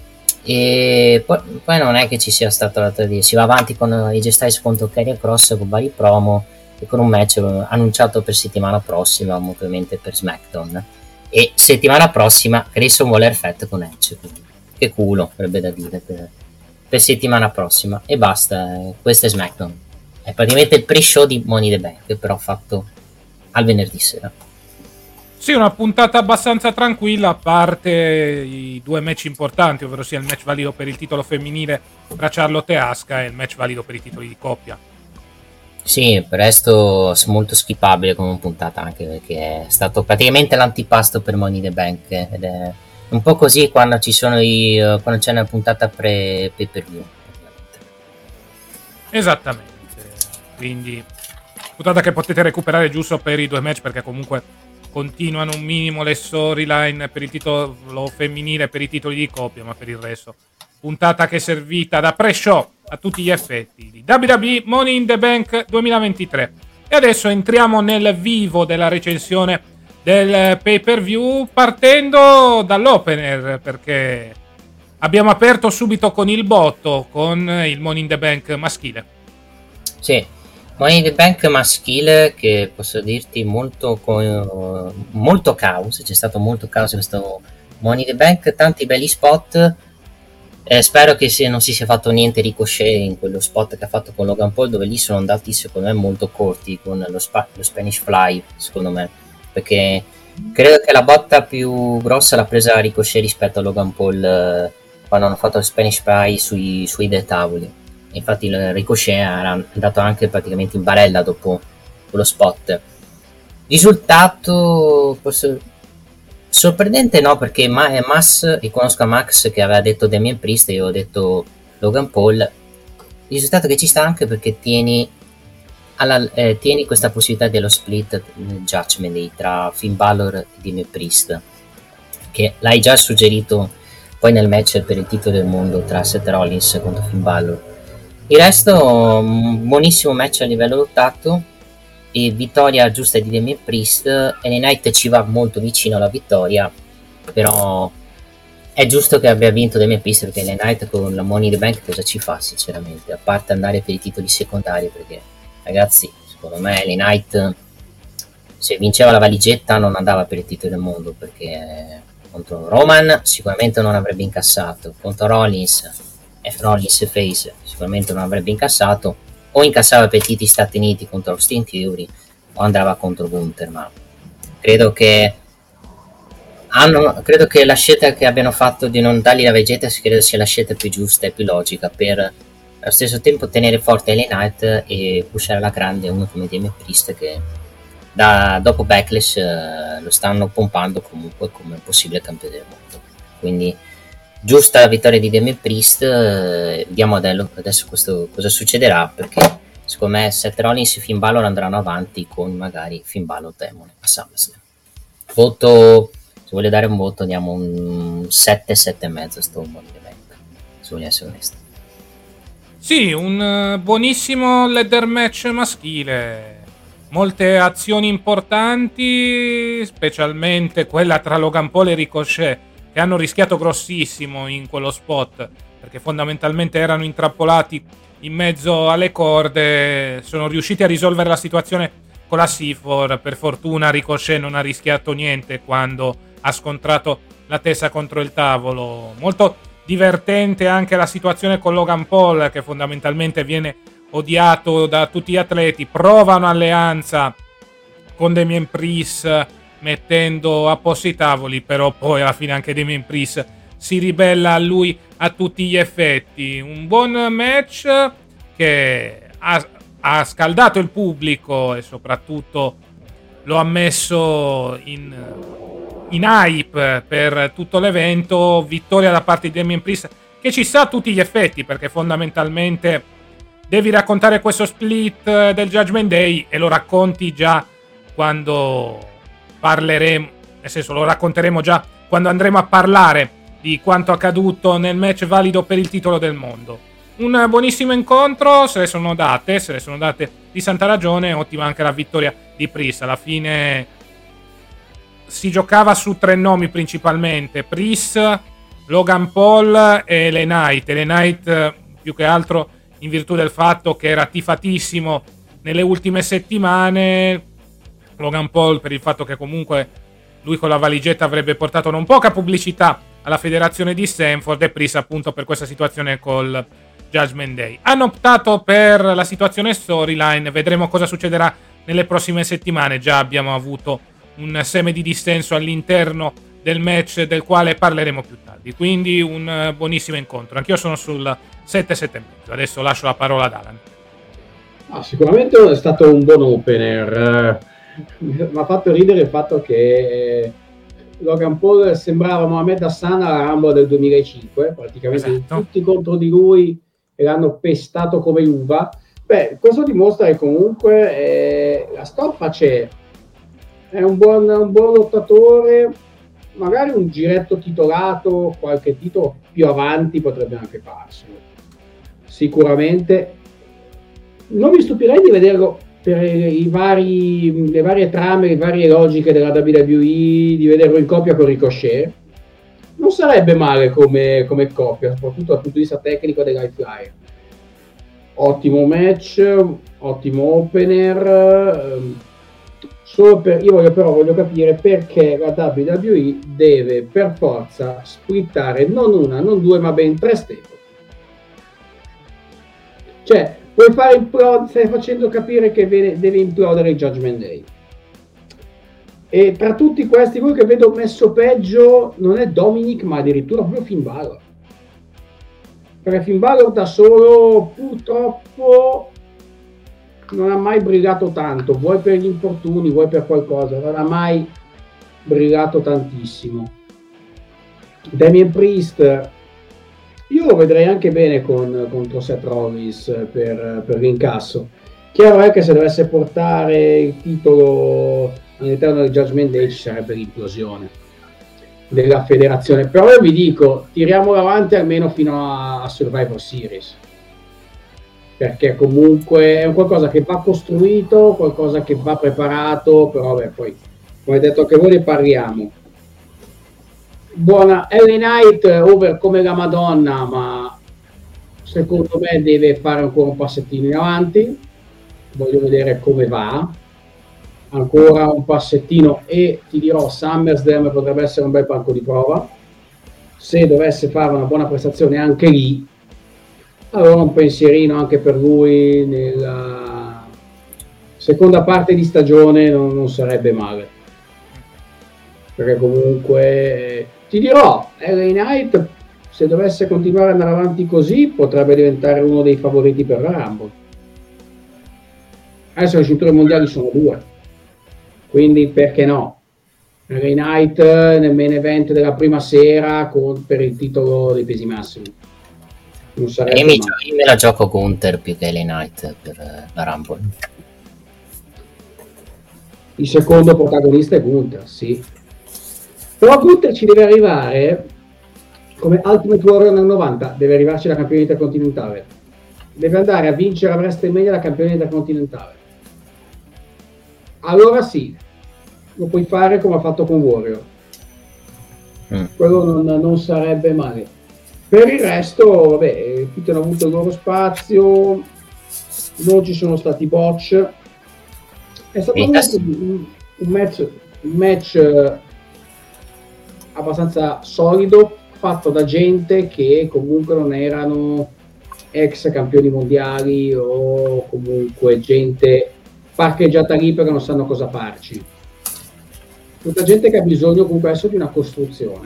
e poi, poi non è che ci sia stato da dire, si va avanti con A J Styles contro Karrion Kross con vari promo e con un match annunciato per settimana prossima, moltamente per SmackDown, e settimana prossima Grayson Waller Fett con Edge, quindi che culo, avrebbe da dire per, per settimana prossima, e basta. Questo è SmackDown, è praticamente il pre-show di Money the Bank, però fatto al venerdì sera. Sì, una puntata abbastanza tranquilla, a parte i due match importanti, ovvero sia il match valido per il titolo femminile tra Charlotte e Asuka e il match valido per i titoli di coppia. Sì, per il resto molto skippabile come puntata, anche perché è stato praticamente l'antipasto per Money the Bank, ed è un po' così quando ci sono i, quando c'è una puntata pre pay per view. Esattamente, quindi puntata che potete recuperare giusto per i due match, perché comunque continuano un minimo le storyline per il titolo femminile, per i titoli di coppia, ma per il resto puntata che è servita da pre-show a tutti gli effetti di W W E Money in the Bank duemilaventitré. E adesso entriamo nel vivo della recensione del pay per view, partendo dall'opener, perché abbiamo aperto subito con il botto, con il Money in the Bank maschile. Sì, Money in the Bank maschile, che posso dirti molto, co- molto caos, c'è stato molto caos in questo Money in the Bank, tanti belli spot. Eh, spero che se non si sia fatto niente Ricochet in quello spot che ha fatto con Logan Paul, dove lì sono andati secondo me molto corti con lo, spa- lo Spanish Fly, secondo me, perché credo che la botta più grossa l'ha presa Ricochet rispetto a Logan Paul eh, quando hanno fatto lo Spanish Fly sui, sui dei tavoli. Infatti il Ricochet era andato anche praticamente in barella dopo quello spot. Risultato posso... sorprendente no, perché Ma- Mas, riconosco a Max che aveva detto Damien Priest e io ho detto Logan Paul. Il risultato che ci sta anche perché tieni, alla, eh, tieni questa possibilità dello split Judgment Day tra Finn Balor e Damien Priest, che l'hai già suggerito poi nel match per il titolo del mondo tra Seth Rollins contro Finn Balor. Il resto un buonissimo match a livello lottato e vittoria giusta di Damien Priest. L A Knight ci va molto vicino alla vittoria, però è giusto che abbia vinto Damien Priest, perché L A Knight con la Money in the Bank cosa ci fa sinceramente, a parte andare per i titoli secondari, perché ragazzi secondo me L A Knight se vinceva la valigetta non andava per il titolo del mondo, perché contro Roman sicuramente non avrebbe incassato, contro Rollins e Rollins e Face sicuramente non avrebbe incassato, o incassava per i titoli Stati Uniti contro Austin Theory o andava contro Gunther. Ma credo che hanno, credo che la scelta che abbiano fatto di non dargli la vegeta credo sia la scelta più giusta e più logica, per allo stesso tempo tenere forte L A Knight e pushare alla grande uno come Damien Priest, che da, dopo Backlash eh, lo stanno pompando comunque come possibile campione del mondo. Quindi giusta la vittoria di Damien Priest, eh, vediamo adesso, adesso questo, cosa succederà, perché secondo me Seth Rollins e Finn Balor andranno avanti con magari Finn Balor demone a SummerSlam. Voto, se vuole dare un voto diamo un sette, sette e mezzo a sto Money in the Bank, se voglio essere onesto. Sì, un buonissimo ladder match maschile. Molte azioni importanti, specialmente quella tra Logan Paul e Ricochet, che hanno rischiato grossissimo in quello spot, perché fondamentalmente erano intrappolati in mezzo alle corde. Sono riusciti a risolvere la situazione con la C quattro. Per fortuna Ricochet non ha rischiato niente quando ha scontrato la testa contro il tavolo. Molto divertente anche la situazione con Logan Paul, che fondamentalmente viene odiato da tutti gli atleti. Prova un'alleanza con Damien Priest mettendo a posto i tavoli, però poi alla fine anche Damien Priest si ribella a lui a tutti gli effetti. Un buon match che ha, ha scaldato il pubblico e soprattutto lo ha messo in, in hype per tutto l'evento. Vittoria da parte di Damien Priest, che ci sta a tutti gli effetti, perché fondamentalmente devi raccontare questo split del Judgment Day e lo racconti già quando parleremo, nel senso lo racconteremo già quando andremo a parlare di quanto accaduto nel match valido per il titolo del mondo. Un buonissimo incontro, se le sono date, se le sono date di santa ragione. Ottima anche la vittoria di Priest. Alla fine si giocava su tre nomi principalmente: Priest, Logan Paul e L A Knight. L A Knight più che altro in virtù del fatto che era tifatissimo nelle ultime settimane. Logan Paul per il fatto che comunque lui con la valigetta avrebbe portato non poca pubblicità alla federazione di Stanford, e Priest appunto per questa situazione col Judgment Day. Hanno optato per la situazione storyline, vedremo cosa succederà nelle prossime settimane. Già abbiamo avuto un seme di dissenso all'interno del match, del quale parleremo più tardi, quindi un buonissimo incontro. Anch'io sono sul sette, sette e mezzo. Adesso lascio la parola ad Alan. Ah, sicuramente è stato un buon opener. Mi ha fatto ridere il fatto che Logan Paul sembrava Mohamed Hassan alla Rumble del duemilacinque, praticamente esatto. Tutti contro di lui e l'hanno pestato come uva. Beh, questo dimostra che comunque eh, la stoffa c'è, è un buon, un buon lottatore. Magari un giretto titolato, qualche titolo più avanti potrebbe anche farselo, sicuramente. Non mi stupirei di vederlo per i vari, le varie trame, le varie logiche della W W E, di vederlo in coppia con Ricochet. Non sarebbe male come, come coppia, soprattutto dal punto di vista tecnico dell'High Flyer. Ottimo match, ottimo opener. Solo per, io voglio però voglio capire perché la W W E deve per forza splittare non una, non due, ma ben tre stable. Cioè, vuoi fare implodere, stai facendo capire che deve, deve implodere il Judgment Day. E tra tutti questi, voi che vedo messo peggio non è Dominic, ma addirittura proprio Finn Balor. Perché Finn Balor da solo purtroppo non ha mai brillato tanto, vuoi per gli infortuni, vuoi per qualcosa, non ha mai brillato tantissimo. Damien Priest io lo vedrei anche bene con, contro Seth Rollins per, per l'incasso. Chiaro è che se dovesse portare il titolo all'interno del Judgment Day ci sarebbe l'implosione della federazione, però io vi dico, tiriamolo avanti almeno fino a, a Survivor Series, perché comunque è un qualcosa che va costruito, qualcosa che va preparato, però beh, poi come detto che voi ne parliamo. Buona L A Knight, over come la Madonna, ma secondo me deve fare ancora un passettino in avanti, voglio vedere come va, ancora un passettino, e ti dirò SummerSlam potrebbe essere un bel palco di prova, se dovesse fare una buona prestazione anche lì, allora un pensierino anche per lui nella seconda parte di stagione non, non sarebbe male, perché comunque ti dirò, L A Knight se dovesse continuare ad andare avanti così potrebbe diventare uno dei favoriti per la Rumble. Adesso le cinture mondiali sono due, quindi perché no? L A Knight nel main event della prima sera con, per il titolo dei pesi massimi. Non sarebbe io, mi, male. io me la gioco Gunther più che L A Knight per eh, la Rumble. Il secondo protagonista è Gunther, sì. Però Gunther ci deve arrivare come Ultimate Warrior nel novanta, deve arrivarci da campione intercontinentale. Deve andare a vincere a WrestleMania da campione intercontinentale. Allora sì, lo puoi fare come ha fatto con Warrior. Mm. Quello non, non sarebbe male. Per il resto, vabbè, tutti hanno avuto il loro spazio, non ci sono stati botch. È stato un, un match, un match eh, abbastanza solido, fatto da gente che comunque non erano ex campioni mondiali o comunque gente parcheggiata lì perché non sanno cosa farci. Tutta gente che ha bisogno comunque adesso di una costruzione.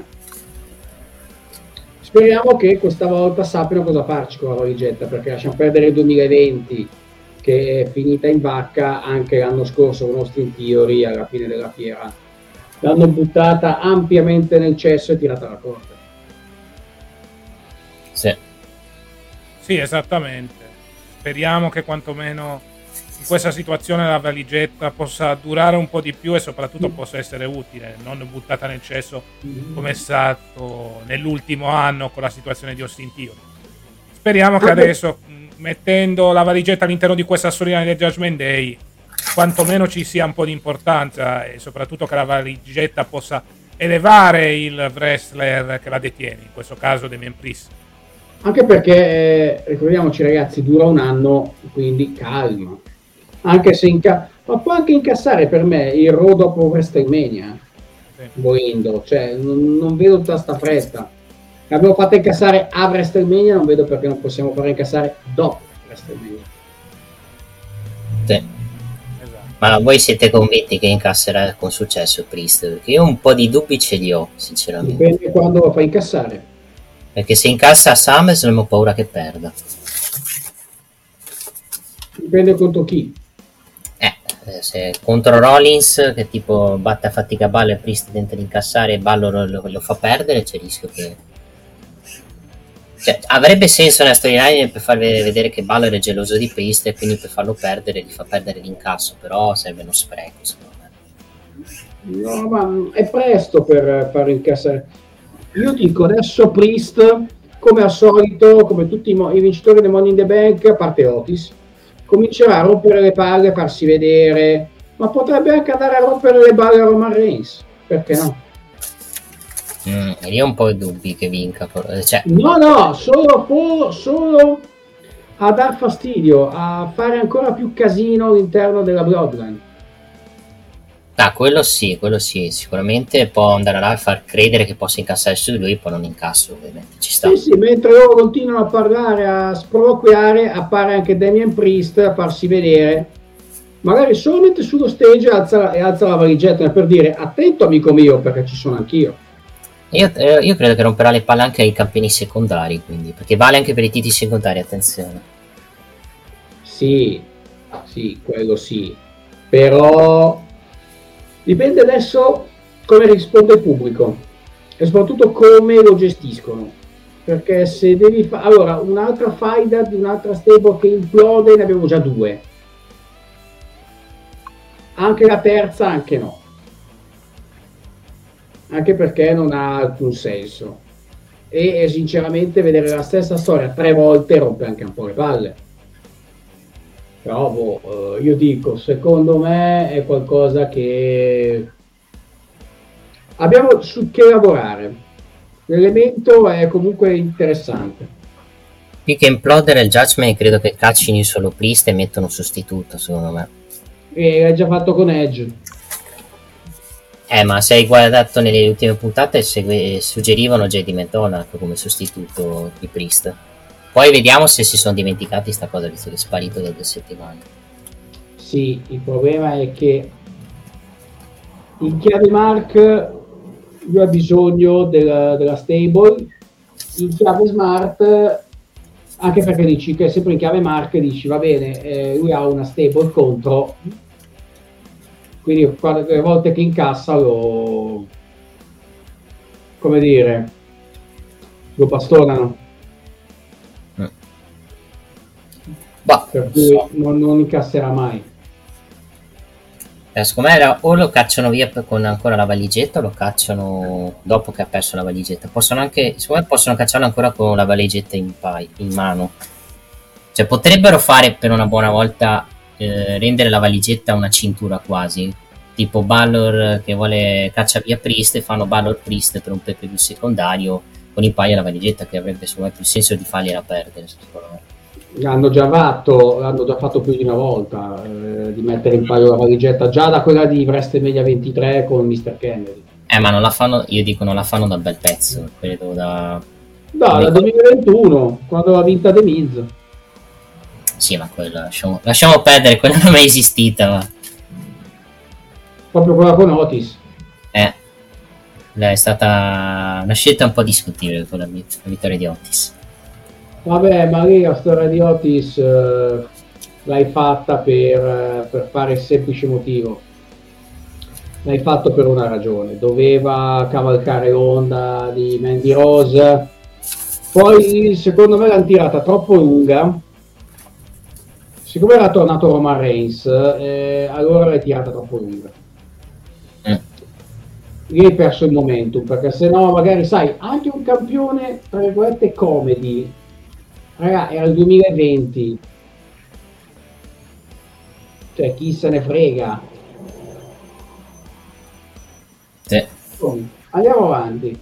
Speriamo che questa volta sappiano cosa farci con la valigetta, perché lasciamo perdere il duemilaventi che è finita in vacca. Anche l'anno scorso con Austin Theory alla fine della fiera l'hanno buttata ampiamente nel cesso e tirata la corda. Sì. Sì, esattamente. Speriamo che quantomeno in questa situazione la valigetta possa durare un po' di più e soprattutto possa essere utile, non buttata nel cesso come è stato nell'ultimo anno con la situazione di Austin Theory. Speriamo che adesso, mettendo la valigetta all'interno di questa storyline del Judgment Day, quantomeno ci sia un po' di importanza e soprattutto che la valigetta possa elevare il wrestler che la detiene, in questo caso Damian Priest. Anche perché, eh, ricordiamoci ragazzi, dura un anno, quindi calma. Anche se inca- ma può anche incassare per me il Raw dopo WrestleMania, sì. Volendo, cioè non, non vedo tutta sta fretta. L'abbiamo fatta incassare a WrestleMania, non vedo perché non possiamo fare incassare dopo WrestleMania. Sì. Esatto. Ma voi siete convinti che incasserà con successo Priest? Perché io un po' di dubbi ce li ho, sinceramente. Dipende quando lo fa incassare. Perché se incassa a SummerSlam ho paura che perda. Dipende contro chi. Eh, se contro Rollins, che tipo batte a fatica Ballo e Priest tenta di incassare e Ballo lo, lo, lo fa perdere, c'è il rischio che... Cioè, avrebbe senso nella storyline per far vedere che Ballo è geloso di Priest e quindi per farlo perdere gli fa perdere l'incasso, però serve uno spreco secondo me. No, ma è presto per far incassare. Io dico adesso Priest, come al solito, come tutti i, mo- i vincitori del Money in the Bank, a parte Otis, comincerà a rompere le palle, a farsi vedere, ma potrebbe anche andare a rompere le balle a Roman Reigns, perché no? Mm, io ho un po' di dubbi che vinca, cioè... no no, solo, solo a dar fastidio, a fare ancora più casino all'interno della Bloodline. Ah, quello sì, quello sì, sicuramente può andare là e far credere che possa incassare su di lui, poi non incasso ovviamente, ci sta. Sì, sì, mentre loro continuano a parlare, a sproloquiare, appare anche Damian Priest a farsi vedere, magari solamente sullo stage alza, e alza la valigetta per dire attento amico mio perché ci sono anch'io. Io, eh, io credo che romperà le palle anche ai campioni secondari, quindi, perché vale anche per i titoli secondari, attenzione. Sì, sì, quello sì, però... dipende adesso come risponde il pubblico e soprattutto come lo gestiscono, perché se devi fare allora un'altra faida di un'altra stable che implode, ne abbiamo già due, anche la terza anche no, anche perché non ha alcun senso e, e sinceramente vedere la stessa storia tre volte rompe anche un po' le palle. Però boh, io dico, secondo me è qualcosa che abbiamo su che lavorare. L'elemento è comunque interessante. Più che implodere il Judgment, credo che caccino solo Priest e mettono un sostituto, secondo me. E l'hai già fatto con Edge. Eh, ma se hai guardato nelle ultime puntate, segue, suggerivano J D McDonagh come sostituto di Priest. Poi vediamo se si sono dimenticati sta cosa, visto che è sparito da due settimane. Sì, il problema è che in chiave Mark lui ha bisogno della, della stable, in chiave Smart, anche perché dici che sempre in chiave Mark dici va bene, eh, lui ha una stable contro, quindi quando, le volte che incassa lo, come dire, lo bastonano. Mm. Bah, per cui so. non, non incasserà mai. Eh, secondo me era, o lo cacciano via con ancora la valigetta o lo cacciano dopo che ha perso la valigetta. Possono anche, secondo me possono cacciarlo ancora con la valigetta in, pai, in mano. Cioè potrebbero fare per una buona volta, eh, rendere la valigetta una cintura quasi, tipo Balor che vuole caccia via Priest, e fanno Balor Priest per un P P V secondario con in paio la valigetta, che avrebbe secondo me più senso di fargliela perdere, secondo me. L'hanno già fatto, l'hanno già fatto più di una volta, eh, di mettere in paio la valigetta, già da quella di WrestleMania ventitré con mister Kennedy. Eh, ma non la fanno, io dico non la fanno da bel pezzo, credo da... No, dal duemilaventuno, quando l'ha vinta The Miz. Sì, ma quella lasciamo, lasciamo perdere, quella non è mai esistita, ma... Proprio quella con Otis. Eh, è stata una scelta un po' discutibile quella la vittoria di Otis. Vabbè, ma lì la storia di Otis eh, l'hai fatta per, per fare il semplice motivo. L'hai fatto per una ragione. Doveva cavalcare l'onda di Mandy Rose. Poi, secondo me, l'hanno tirata troppo lunga. Siccome era tornato Roman Reigns, eh, allora l'hai tirata troppo lunga. Mm. Lì hai perso il momentum, perché se no, magari, sai, anche un campione, tra virgolette, comedy. Raga, era il duemilaventi, cioè chi se ne frega. Sì. Andiamo avanti.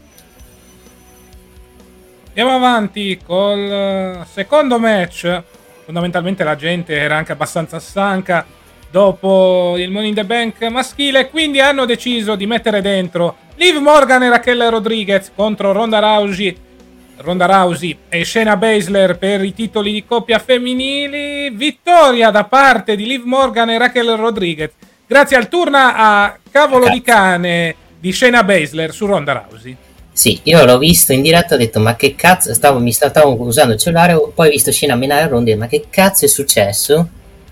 Andiamo avanti col secondo match. Fondamentalmente la gente era anche abbastanza stanca dopo il Money in the Bank maschile, quindi hanno deciso di mettere dentro Liv Morgan e Raquel Rodriguez contro Ronda Rousey Ronda Rousey e Shayna Baszler per i titoli di coppia femminili. Vittoria da parte di Liv Morgan e Raquel Rodriguez grazie al turn a cavolo di cane di Shayna Baszler su Ronda Rousey. Sì, io l'ho visto in diretta, ho detto ma che cazzo, stavo, mi stavo usando il cellulare, poi ho visto Shayna menare a Ronda, ma che cazzo è successo?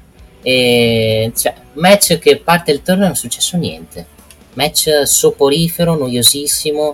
E cioè, match che parte il turn non è successo niente, match soporifero, noiosissimo.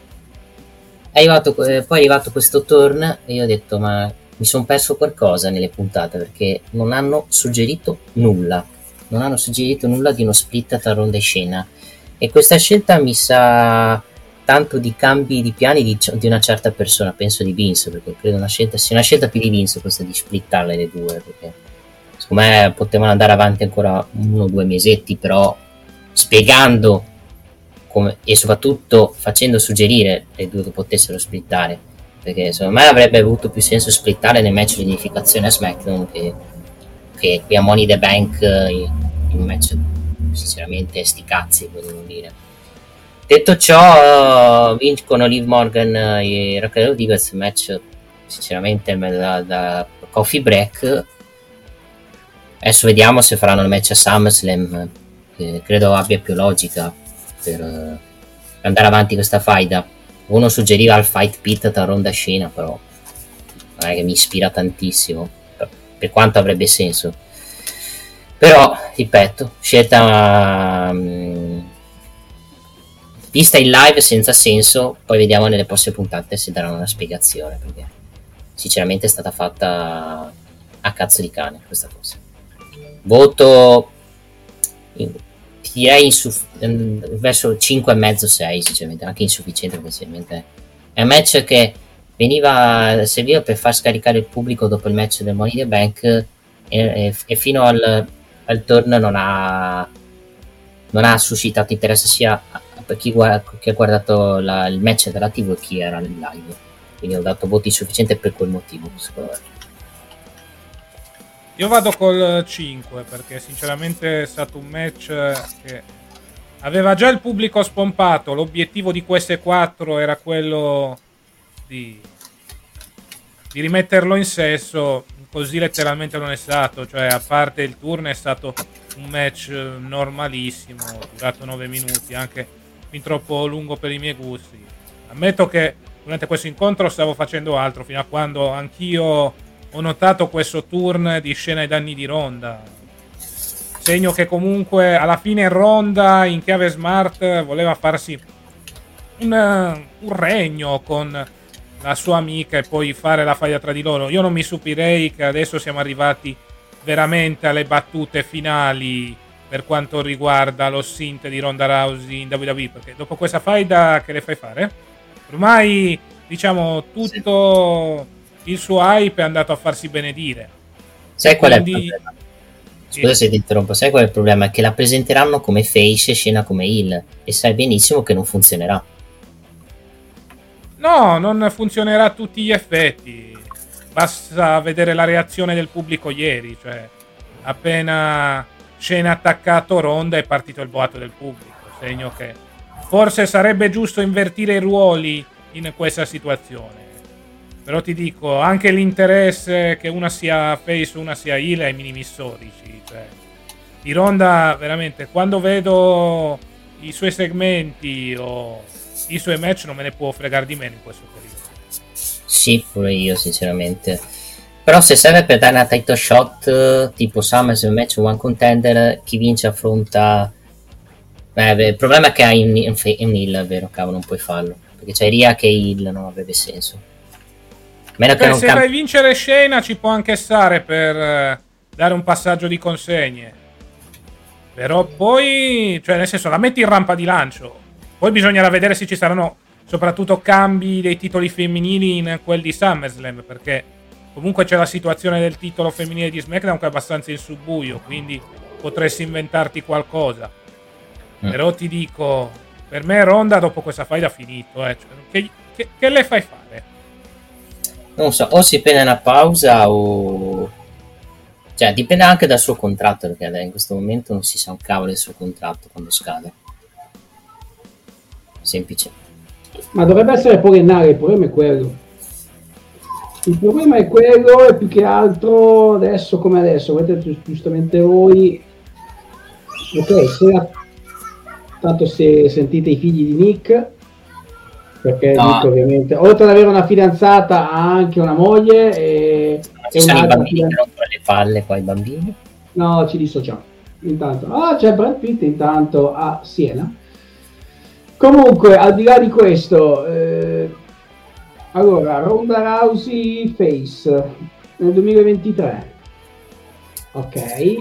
È arrivato, eh, poi è arrivato questo turn e io ho detto ma mi sono perso qualcosa nelle puntate, perché non hanno suggerito nulla, non hanno suggerito nulla di uno split tra Ronda e Shayna, e questa scelta mi sa tanto di cambi di piani di, di una certa persona, penso di Vince, perché credo una scelta sia una scelta più di Vince questa di splittarle le due, perché secondo me potevano andare avanti ancora uno o due mesetti, però spiegando come, e soprattutto facendo suggerire le due che potessero splittare, perché secondo me avrebbe avuto più senso splittare nei match di unificazione a SmackDown che, che qui a Money in the Bank in, in match sinceramente sti cazzi, voglio dire. Detto ciò, uh, vincono Liv Morgan e Raquel Rodriguez, match sinceramente da, da coffee break. Adesso vediamo se faranno il match a SummerSlam, che credo abbia più logica per, uh, per andare avanti questa faida. Uno suggeriva il fight pit tra Ronda e Shayna, però non è che mi ispira tantissimo, per, per quanto avrebbe senso. Però, ripeto, scelta... Um, vista in live senza senso, poi vediamo nelle prossime puntate se daranno una spiegazione, perché sinceramente è stata fatta a cazzo di cane questa cosa. Voto ti direi insuff- verso cinque e mezzo sei, sinceramente, anche insufficiente, perché sinceramente è un match che veniva serviva per far scaricare il pubblico dopo il match del Money in the Bank, e, e, e fino al, al turn non ha non ha suscitato interesse sia per chi, guarda, chi ha guardato la, il match della tivù e chi era in live, quindi ho dato voti sufficienti per quel motivo, secondo me. Io vado col cinque perché sinceramente è stato un match che aveva già il pubblico spompato. L'obiettivo di queste quattro era quello di, di rimetterlo in sesso, così letteralmente non è stato, cioè a parte il turn è stato un match normalissimo, durato nove minuti, anche fin troppo lungo per i miei gusti. Ammetto che durante questo incontro stavo facendo altro, fino a quando anch'io ho notato questo turn di scena ai danni di Ronda. segno che comunque alla fine Ronda in chiave smart voleva farsi un, un regno con la sua amica e poi fare la faida tra di loro. Io non mi stupirei che adesso siamo arrivati veramente alle battute finali per quanto riguarda lo synth di Ronda Rousey in W W E, perché dopo questa faida che le fai fare? Ormai diciamo tutto il suo hype è andato a farsi benedire. Sai qual Quindi... è il problema? Scusa se ti interrompo, sai qual è il problema? È che la presenteranno come face e scena come heel e sai benissimo che non funzionerà. No, non funzionerà a tutti gli effetti. Basta vedere la reazione del pubblico ieri, cioè appena Shane ha attaccato Ronda è partito il boato del pubblico, segno che forse sarebbe giusto invertire i ruoli in questa situazione. Però ti dico, anche l'interesse che una sia face o una sia heel ai minimi storici, cioè di Ronda veramente quando vedo i suoi segmenti o i suoi match non me ne può fregare di meno in questo periodo. Sì, pure io sinceramente. Però se serve per dare una title shot tipo SummerSlam match One Contender, chi vince affronta... Beh, beh, il problema è che hai un, un, un heel, è vero, cavolo, non puoi farlo. Perché c'è Ria che heel non avrebbe senso. Meno Beh, che non se cam- fai vincere Shayna ci può anche stare per eh, dare un passaggio di consegne. Però poi, cioè nel senso, la metti in rampa di lancio. Poi bisognerà vedere se ci saranno soprattutto cambi dei titoli femminili in quel di SummerSlam, perché comunque c'è la situazione del titolo femminile di SmackDown che è abbastanza in subbuio, quindi potresti inventarti qualcosa. Mm. Però ti dico, per me Ronda dopo questa faida ha finito, eh. Cioè, che, che, che le fai fare? Non so, o si prende una pausa o... Cioè, dipende anche dal suo contratto, perché in questo momento non si sa un cavolo del suo contratto quando scade. Semplice. Ma dovrebbe essere poliennale, il problema è quello. Il problema è quello e più che altro adesso come adesso, vedete giustamente voi, ok, se la... tanto se sentite i figli di Nick, perché no. Nick ovviamente, oltre ad avere una fidanzata ha anche una moglie e, ci e sono i bambini fidanzata... che rompono le palle qua i bambini. No, ci dissociamo. Intanto, ah, c'è Brad Pitt intanto a Siena. Comunque, al di là di questo, eh, allora, Ronda Rousey face nel duemilaventitré. Ok.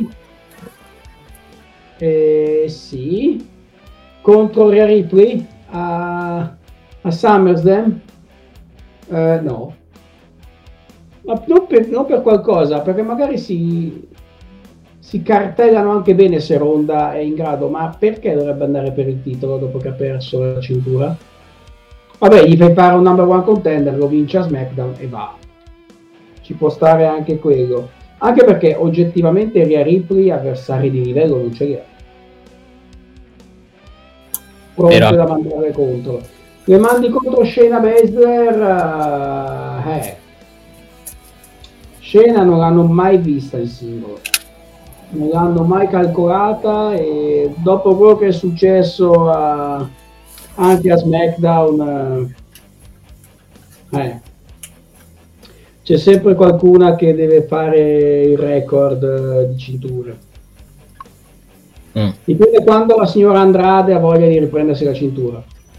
Eh, sì. Contro Rhea Ripley a, a SummerSlam. Eh, no. Ma non per, non per qualcosa, perché magari si... si cartellano anche bene se Ronda è in grado, ma perché dovrebbe andare per il titolo dopo che ha perso la cintura? Vabbè, gli fai fare un number one contender, lo vince a SmackDown e va. Ci può stare anche quello. Anche perché oggettivamente Rhea Ripley avversari di livello non ce li ha. Pronte Però... da mandare contro. Le mandi contro Shayna Baszler, uh, eh. Shayna non l'hanno mai vista in singolo. Non l'hanno mai calcolata e dopo quello che è successo a, anche a SmackDown eh, eh, c'è sempre qualcuna che deve fare il record eh, di cinture. Mm. Dipende quando la signora Andrade ha voglia di riprendersi la cintura.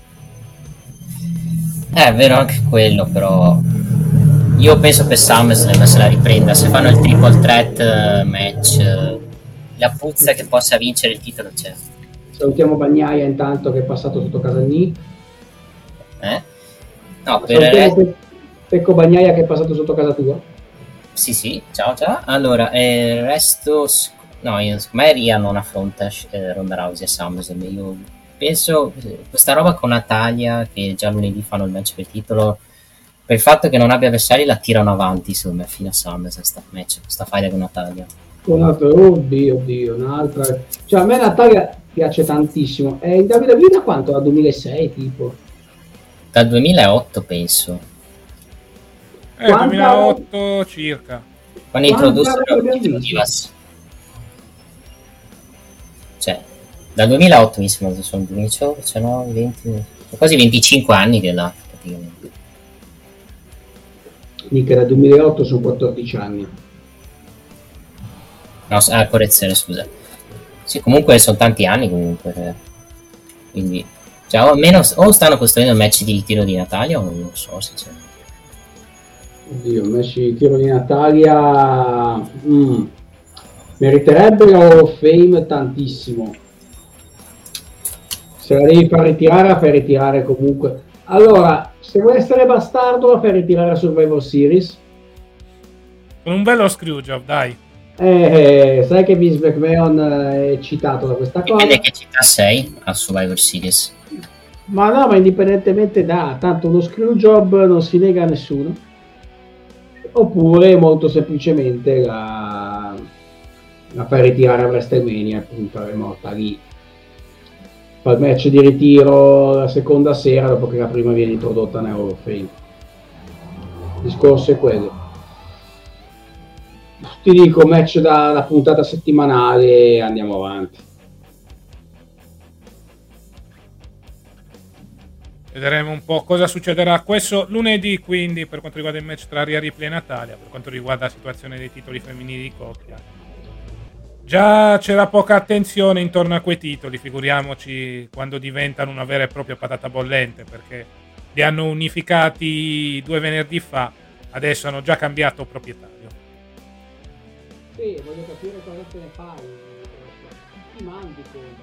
Eh, è vero anche quello, però io penso per SummerSlam se la riprenda, se fanno il triple threat match, la puzza che possa vincere il titolo c'è. Salutiamo Bagnaia intanto che è passato sotto casa Nick. Eh? No, per il resto... Pecco Bagnaia che è passato sotto casa tua. Sì, sì, ciao ciao. Allora, eh, il resto... No, io, secondo me Ria non affronta eh, Ronda Rousey a SummerSlam. Io penso questa roba con Natalia, che già lunedì fanno il match per il titolo, per il fatto che non abbia avversari la tirano avanti secondo me fino a SummerSlam sta match, sta fight con Natalia. Un'altra, oddio, oddio, un'altra. Cioè a me Natalia piace tantissimo. È in W W E da quanto? Dal duemilasei tipo? Dal duemilaotto penso. Eh, Quanta... duemilaotto circa. Quando introdussero Divas. Cioè, dal duemilaotto mi sembra che sono duemiladiciotto, diciannove, venti, quasi venticinque anni che è là praticamente. Mica dal duemilaotto sono quattordici anni. No, ah, correzione, scusa. Sì, comunque sono tanti anni comunque. Eh. Quindi, cioè, o almeno o stanno costruendo il match di ritiro di Natalia o non lo so, sinceramente. Oddio, il match di ritiro di Natalia mm, meriterebbe la Hall of Fame tantissimo. Se la devi far ritirare, la fai ritirare comunque. Allora, se vuoi essere bastardo, la fai ritirare a Survivor Series. Con un bello screwjob, dai. Eh, sai che Vince McMahon è eccitato da questa cosa. Dipende che città sei a Survivor Series. Ma no, ma indipendentemente da, tanto uno screwjob non si nega a nessuno. Oppure molto semplicemente la, la fai ritirare a WrestleMania, appunto, è morta lì. Fa il match di ritiro la seconda sera dopo che la prima viene introdotta nella Hall of Fame. Il discorso è quello. Ti dico, match da, da puntata settimanale, andiamo avanti. Vedremo un po' cosa succederà questo lunedì, quindi, per quanto riguarda il match tra Rhea Ripley e Natalia, per quanto riguarda la situazione dei titoli femminili di coppia. Già c'era poca attenzione intorno a quei titoli, figuriamoci quando diventano una vera e propria patata bollente, perché li hanno unificati due venerdì fa, adesso hanno già cambiato proprietario. Sì, voglio capire cosa te ne fai. Ti mandi contro.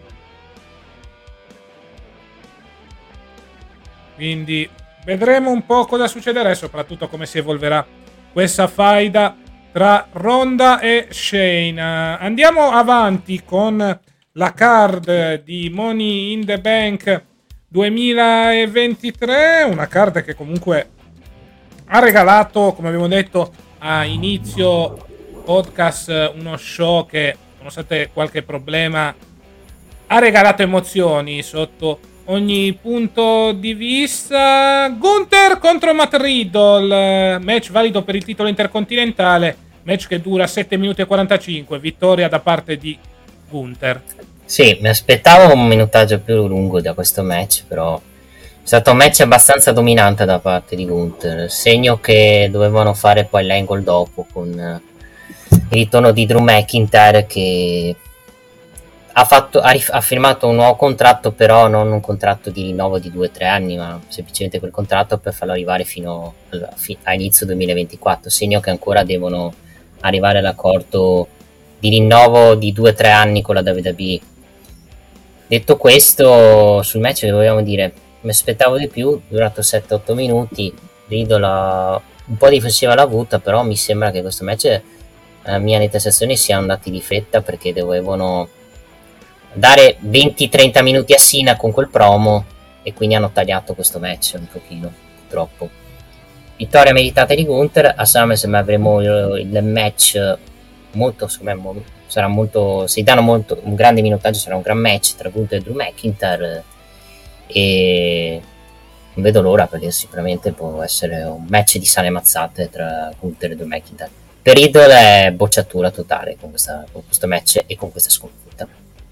Quindi vedremo un po' cosa succederà e soprattutto come si evolverà questa faida tra Ronda e Shayna. Andiamo avanti con la card di Money in the Bank duemilaventitré, una card che comunque ha regalato, come abbiamo detto a inizio podcast, uno show che, nonostante qualche problema, ha regalato emozioni sotto ogni punto di vista. Gunther contro Matt Riddle, match valido per il titolo intercontinentale, match che dura sette minuti e quarantacinque, vittoria da parte di Gunther. Sì, mi aspettavo un minutaggio più lungo da questo match, però è stato un match abbastanza dominante da parte di Gunther, segno che dovevano fare poi l'angle dopo con il ritorno di Drew McIntyre, che ha, fatto, ha, rif- ha firmato un nuovo contratto, però non un contratto di rinnovo di due o tre anni, ma semplicemente quel contratto per farlo arrivare fino al, fi- a inizio duemilaventiquattro, segno che ancora devono arrivare all'accordo di rinnovo di due o tre anni con la W W E. Detto questo, sul match dobbiamo dire, mi aspettavo di più, durato sette otto minuti, Riddle un po' di difensiva l'ha avuta, però mi sembra che questo match, la mia netta sensazione, siano andati di fretta perché dovevano dare venti trenta minuti a Cena con quel promo e quindi hanno tagliato questo match un pochino, purtroppo. Vittoria meritata di Gunther. A SummerSlam avremo il, il match molto, secondo me, sarà molto, se danno molto un grande minutaggio, sarà un gran match tra Gunther e Drew McIntyre e non vedo l'ora, perché sicuramente può essere un match di sane mazzate tra Gunther e Drew McIntyre. Per Riddle è bocciatura totale con, questa, con questo match e con questa sconfitta.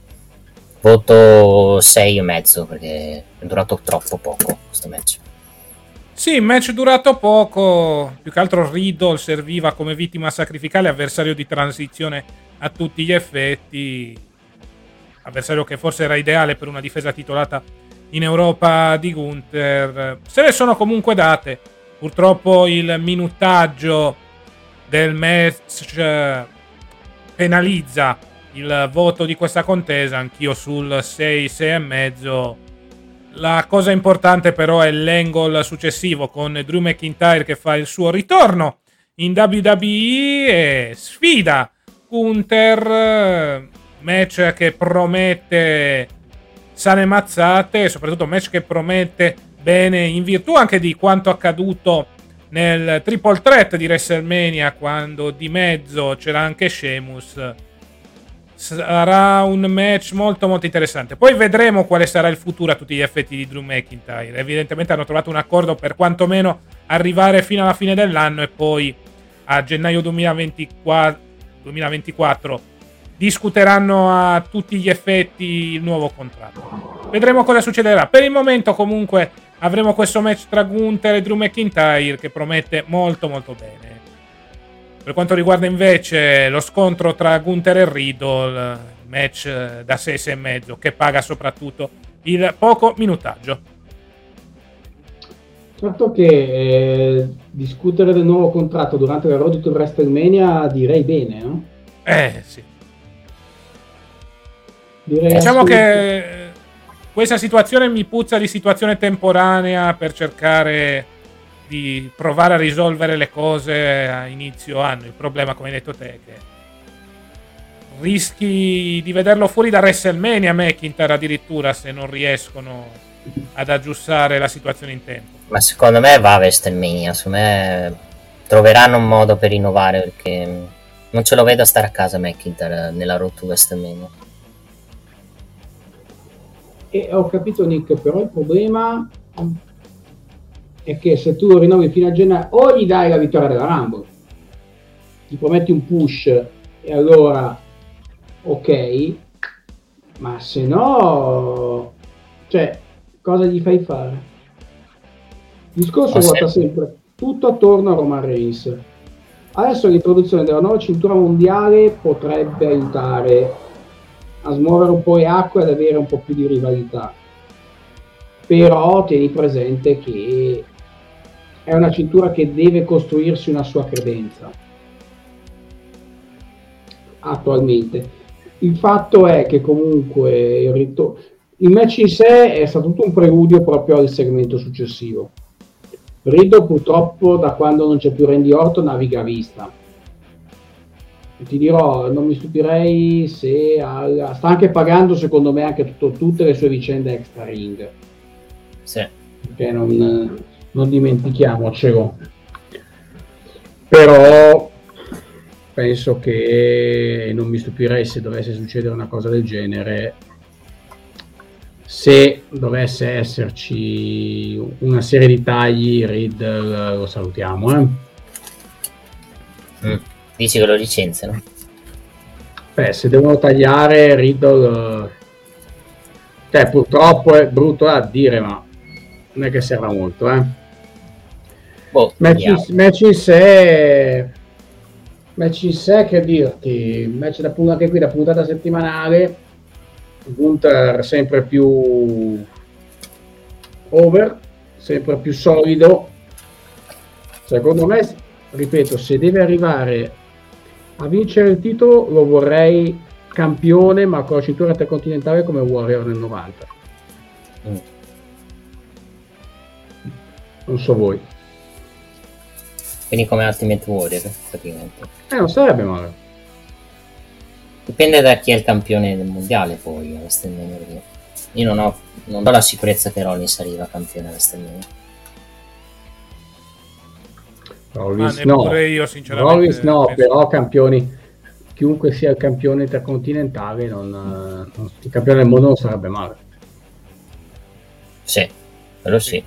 Voto sei e mezzo perché è durato troppo poco questo match. Sì, match durato poco, più che altro Riddle serviva come vittima sacrificale, avversario di transizione a tutti gli effetti, avversario che forse era ideale per una difesa titolata in Europa di Gunther. Se le sono comunque date, purtroppo il minutaggio del match penalizza il voto di questa contesa, anch'io sul sei, sei e mezzo. La cosa importante però è l'angle successivo con Drew McIntyre che fa il suo ritorno in W W E e sfida Gunther, match che promette sane mazzate e soprattutto match che promette bene in virtù anche di quanto accaduto nel triple threat di WrestleMania, quando di mezzo c'era anche Sheamus. Sarà un match molto molto interessante. Poi vedremo quale sarà il futuro a tutti gli effetti di Drew McIntyre. Evidentemente hanno trovato un accordo per quantomeno arrivare fino alla fine dell'anno e poi a gennaio duemilaventiquattro, duemilaventiquattro discuteranno a tutti gli effetti il nuovo contratto. Vedremo cosa succederà. Per il momento comunque avremo questo match tra Gunther e Drew McIntyre che promette molto molto bene. Per quanto riguarda invece lo scontro tra Gunther e Riddle, match eh, da sei sei e mezzo, che paga soprattutto il poco minutaggio. Certo che eh, discutere del nuovo contratto durante la Road to WrestleMania direi bene, no? Eh sì. Direi diciamo assolutamente. che questa situazione mi puzza di situazione temporanea per cercare di provare a risolvere le cose a inizio anno. Il problema, come hai detto te, è che rischi di vederlo fuori da WrestleMania McIntyre addirittura, se non riescono ad aggiustare la situazione in tempo. Ma secondo me va a WrestleMania, secondo me troveranno un modo per rinnovare, perché non ce lo vedo stare a casa McIntyre nella road to WrestleMania. E ho capito, Nick, però il problema è che se tu lo rinnovi fino a gennaio o gli dai la vittoria della Rumble, ti prometti un push e allora ok, ma se no, cioè, cosa gli fai fare? Il discorso Ma ruota se- sempre tutto attorno a Roman Reigns. Adesso l'introduzione della nuova cintura mondiale potrebbe aiutare a smuovere un po' le acque ed avere un po' più di rivalità, però tieni presente che è una cintura che deve costruirsi una sua credenza attualmente. Il fatto è che comunque il, rito- il match in sé è stato tutto un preludio proprio al segmento successivo. Riddle purtroppo da quando non c'è più Randy Orton naviga a vista. Ti dirò, non mi stupirei se al- sta anche pagando secondo me anche tutto- tutte le sue vicende extra ring, Sì. perché non, non dimentichiamocelo. Però penso che non mi stupirei se dovesse succedere una cosa del genere, se dovesse esserci una serie di tagli. Riddle lo salutiamo, eh. Mm. Dici che lo licenziano? Beh, se devono tagliare Riddle, eh, cioè purtroppo è brutto da dire, ma non è che serva molto, eh. Boh, Match in, vediamo. match in sé, match in sé, che dirti, match da puntata, anche qui da puntata settimanale, Gunther sempre più over, sempre più solido. Secondo me, ripeto, se deve arrivare a vincere il titolo lo vorrei campione, ma con la cintura intercontinentale come Warrior nel novanta. Mm. Non so voi. Quindi come Ultimate Warrior, praticamente. Eh, non sarebbe male. Dipende da chi è il campione del mondiale poi a WrestleMania. Perché io non ho, non ho la sicurezza che Rollins arriva campione a WrestleMania. Rollins Ma no, neppure io, sinceramente, Rollins no, penso- però campioni, chiunque sia il campione intercontinentale, non, non- il campione del mondo non sarebbe male. Sì, quello sì.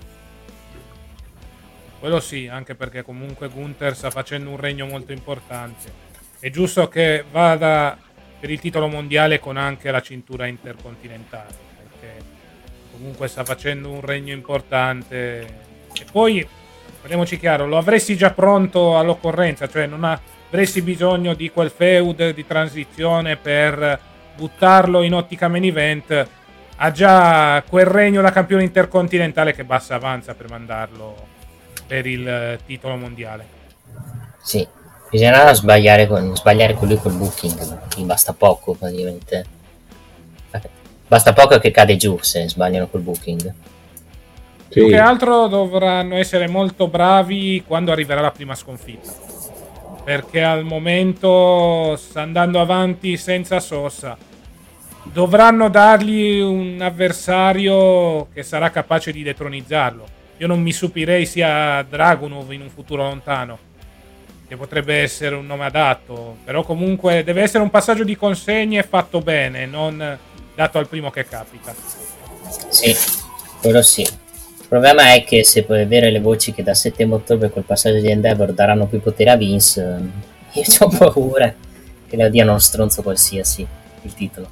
Quello sì, anche perché comunque Gunther sta facendo un regno molto importante. È giusto che vada per il titolo mondiale con anche la cintura intercontinentale, perché comunque sta facendo un regno importante. E poi, parliamoci chiaro, lo avresti già pronto all'occorrenza, cioè non avresti bisogno di quel feud di transizione per buttarlo in ottica main event. Ha già quel regno da campione intercontinentale che basta avanza per mandarlo per il titolo mondiale. Sì, bisogna sbagliare con, sbagliare con lui col booking, gli basta poco praticamente. Basta poco che cade giù se sbagliano col booking. Più che altro dovranno essere molto bravi quando arriverà la prima sconfitta, perché al momento sta andando avanti senza sosta. Dovranno dargli un avversario che sarà capace di detronizzarlo. Io non mi stupirei sia Dragunov in un futuro lontano, che potrebbe essere un nome adatto, però comunque deve essere un passaggio di consegne fatto bene, non dato al primo che capita. Sì, quello sì. Il problema è che se puoi avere le voci che da settembre ottobre col passaggio di Endeavor daranno più potere a Vince, io ho paura che le diano uno stronzo qualsiasi il titolo.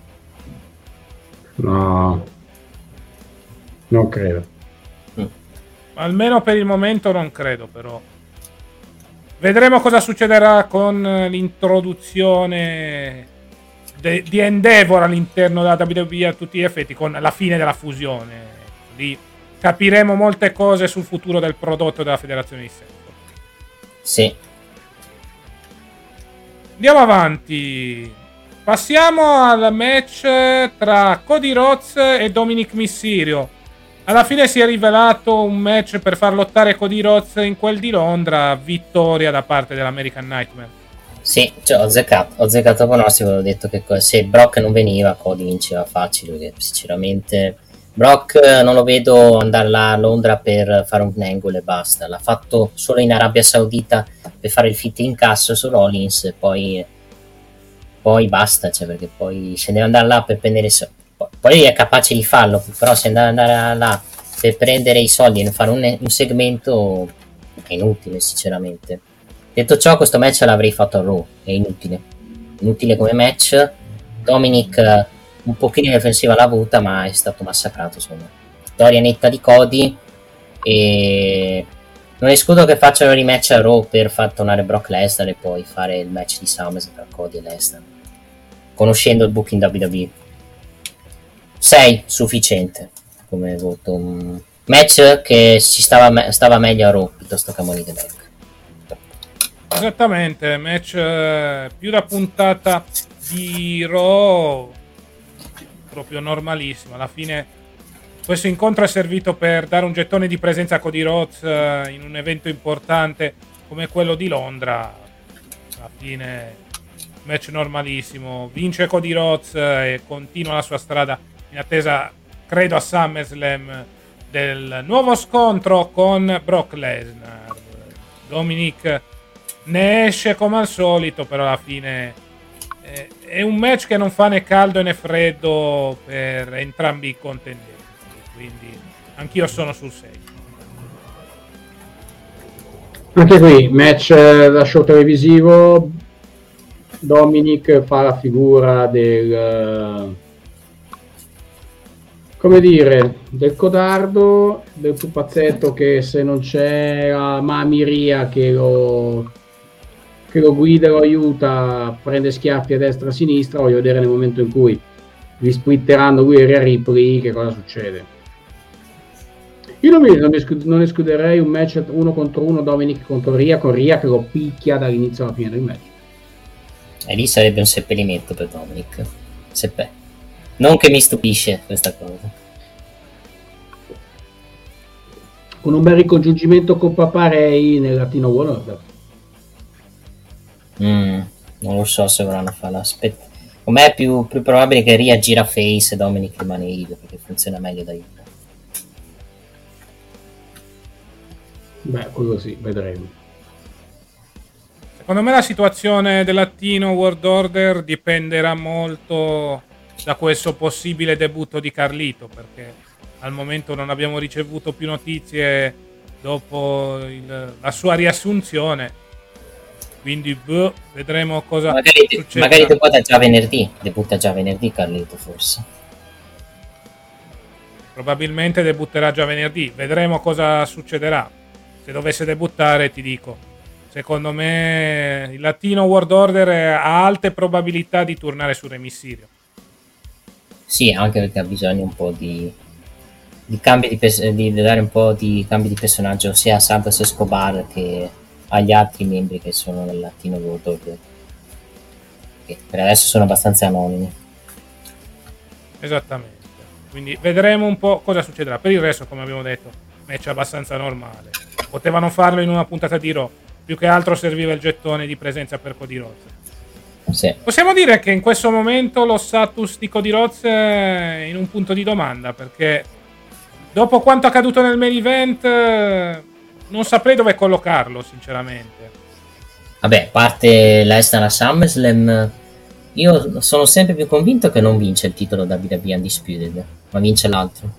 No, non credo. Almeno per il momento non credo, però. Vedremo cosa succederà con l'introduzione de- di Endeavor all'interno della W W E a tutti gli effetti, con la fine della fusione. Lì capiremo molte cose sul futuro del prodotto della federazione di Sanford. Sì. Andiamo avanti. Passiamo al match tra Cody Rhodes e Dominic Mysterio. Alla fine si è rivelato un match per far lottare Cody Rhodes in quel di Londra, vittoria da parte dell'American Nightmare. Sì, cioè, ho azzeccato, ho azzeccato Bonossi, avevo detto che se Brock non veniva, Cody vinceva facile, perché sinceramente Brock non lo vedo andare là a Londra per fare un angle e basta. L'ha fatto solo in Arabia Saudita per fare il fit in cassa su Rollins e poi, poi basta, cioè, perché poi se deve andare là per prendere i soldi, poi è capace di farlo, però se deve andare là per prendere i soldi e fare un, un segmento è inutile, sinceramente. Detto ciò, questo match l'avrei fatto a Raw, è inutile, inutile come match. Dominic un pochino di offensiva l'ha avuta, ma è stato massacrato, insomma. Vittoria netta di Cody, e non escludo che facciano rematch a Raw per far tornare Brock Lesnar e poi fare il match di SummerSlam tra Cody e Lesnar, conoscendo il booking W W E. sei sufficiente come voto, un match che ci stava, me- stava meglio a Raw piuttosto che a Money in the Bank. Esattamente, match eh, più da puntata di Raw, proprio normalissimo. Alla fine questo incontro è servito per dare un gettone di presenza a Cody Rhodes eh, in un evento importante come quello di Londra. Alla fine match normalissimo, vince Cody Rhodes eh, e continua la sua strada in attesa, credo, a SummerSlam del nuovo scontro con Brock Lesnar. Dominic ne esce come al solito, però alla fine eh, è un match che non fa né caldo né freddo per entrambi i contendenti, quindi anch'io sono sul sei. Anche qui match da show televisivo. Dominic fa la figura del, come dire, del codardo, del pupazzetto che se non c'è la mamiria che lo che lo guida, lo aiuta, prende schiaffi a destra e a sinistra. Voglio vedere nel momento in cui li splitteranno lui e Rhea Ripley che cosa succede. Io non, mi, non, esclu- non escluderei un match uno contro uno, Dominic contro Rhea, con Rhea che lo picchia dall'inizio alla fine del match. E lì sarebbe un seppellimento per Dominic. Seppe. Non che mi stupisce questa cosa. Con un bel ricongiungimento con Papa Ray nel Latino World. Mm, non lo so se vorranno farlo. Aspetta. Com'è è più, più probabile che Rhea gira face e Dominic rimane heel, perché funziona meglio da heel. Beh, quello sì, vedremo. Secondo me la situazione del Latino World Order dipenderà molto da questo possibile debutto di Carlito, perché al momento non abbiamo ricevuto più notizie dopo il, la sua riassunzione, quindi boh, vedremo cosa magari, succederà. Magari debutta già venerdì, debutta già venerdì Carlito forse. Probabilmente debutterà già venerdì, vedremo cosa succederà. Se dovesse debuttare ti dico, secondo me il Latino World Order ha alte probabilità di tornare su Rey Mysterio. Sì, anche perché ha bisogno un po' di, di cambi di, pers- di dare un po' di cambi di personaggio sia a Santos Escobar che agli altri membri che sono nel Latino World Order, che per adesso sono abbastanza anonimi. Esattamente, quindi vedremo un po' cosa succederà. Per il resto, come abbiamo detto, match abbastanza normale. Potevano farlo in una puntata di Raw, più che altro serviva il gettone di presenza per Cody Rhodes. Sì. Possiamo dire che in questo momento lo status di Cody Rhodes è in un punto di domanda, perché dopo quanto accaduto nel main event non saprei dove collocarlo, sinceramente. Vabbè, a parte Lesnar a SummerSlam, io sono sempre più convinto che non vince il titolo W W E Undisputed, ma vince l'altro.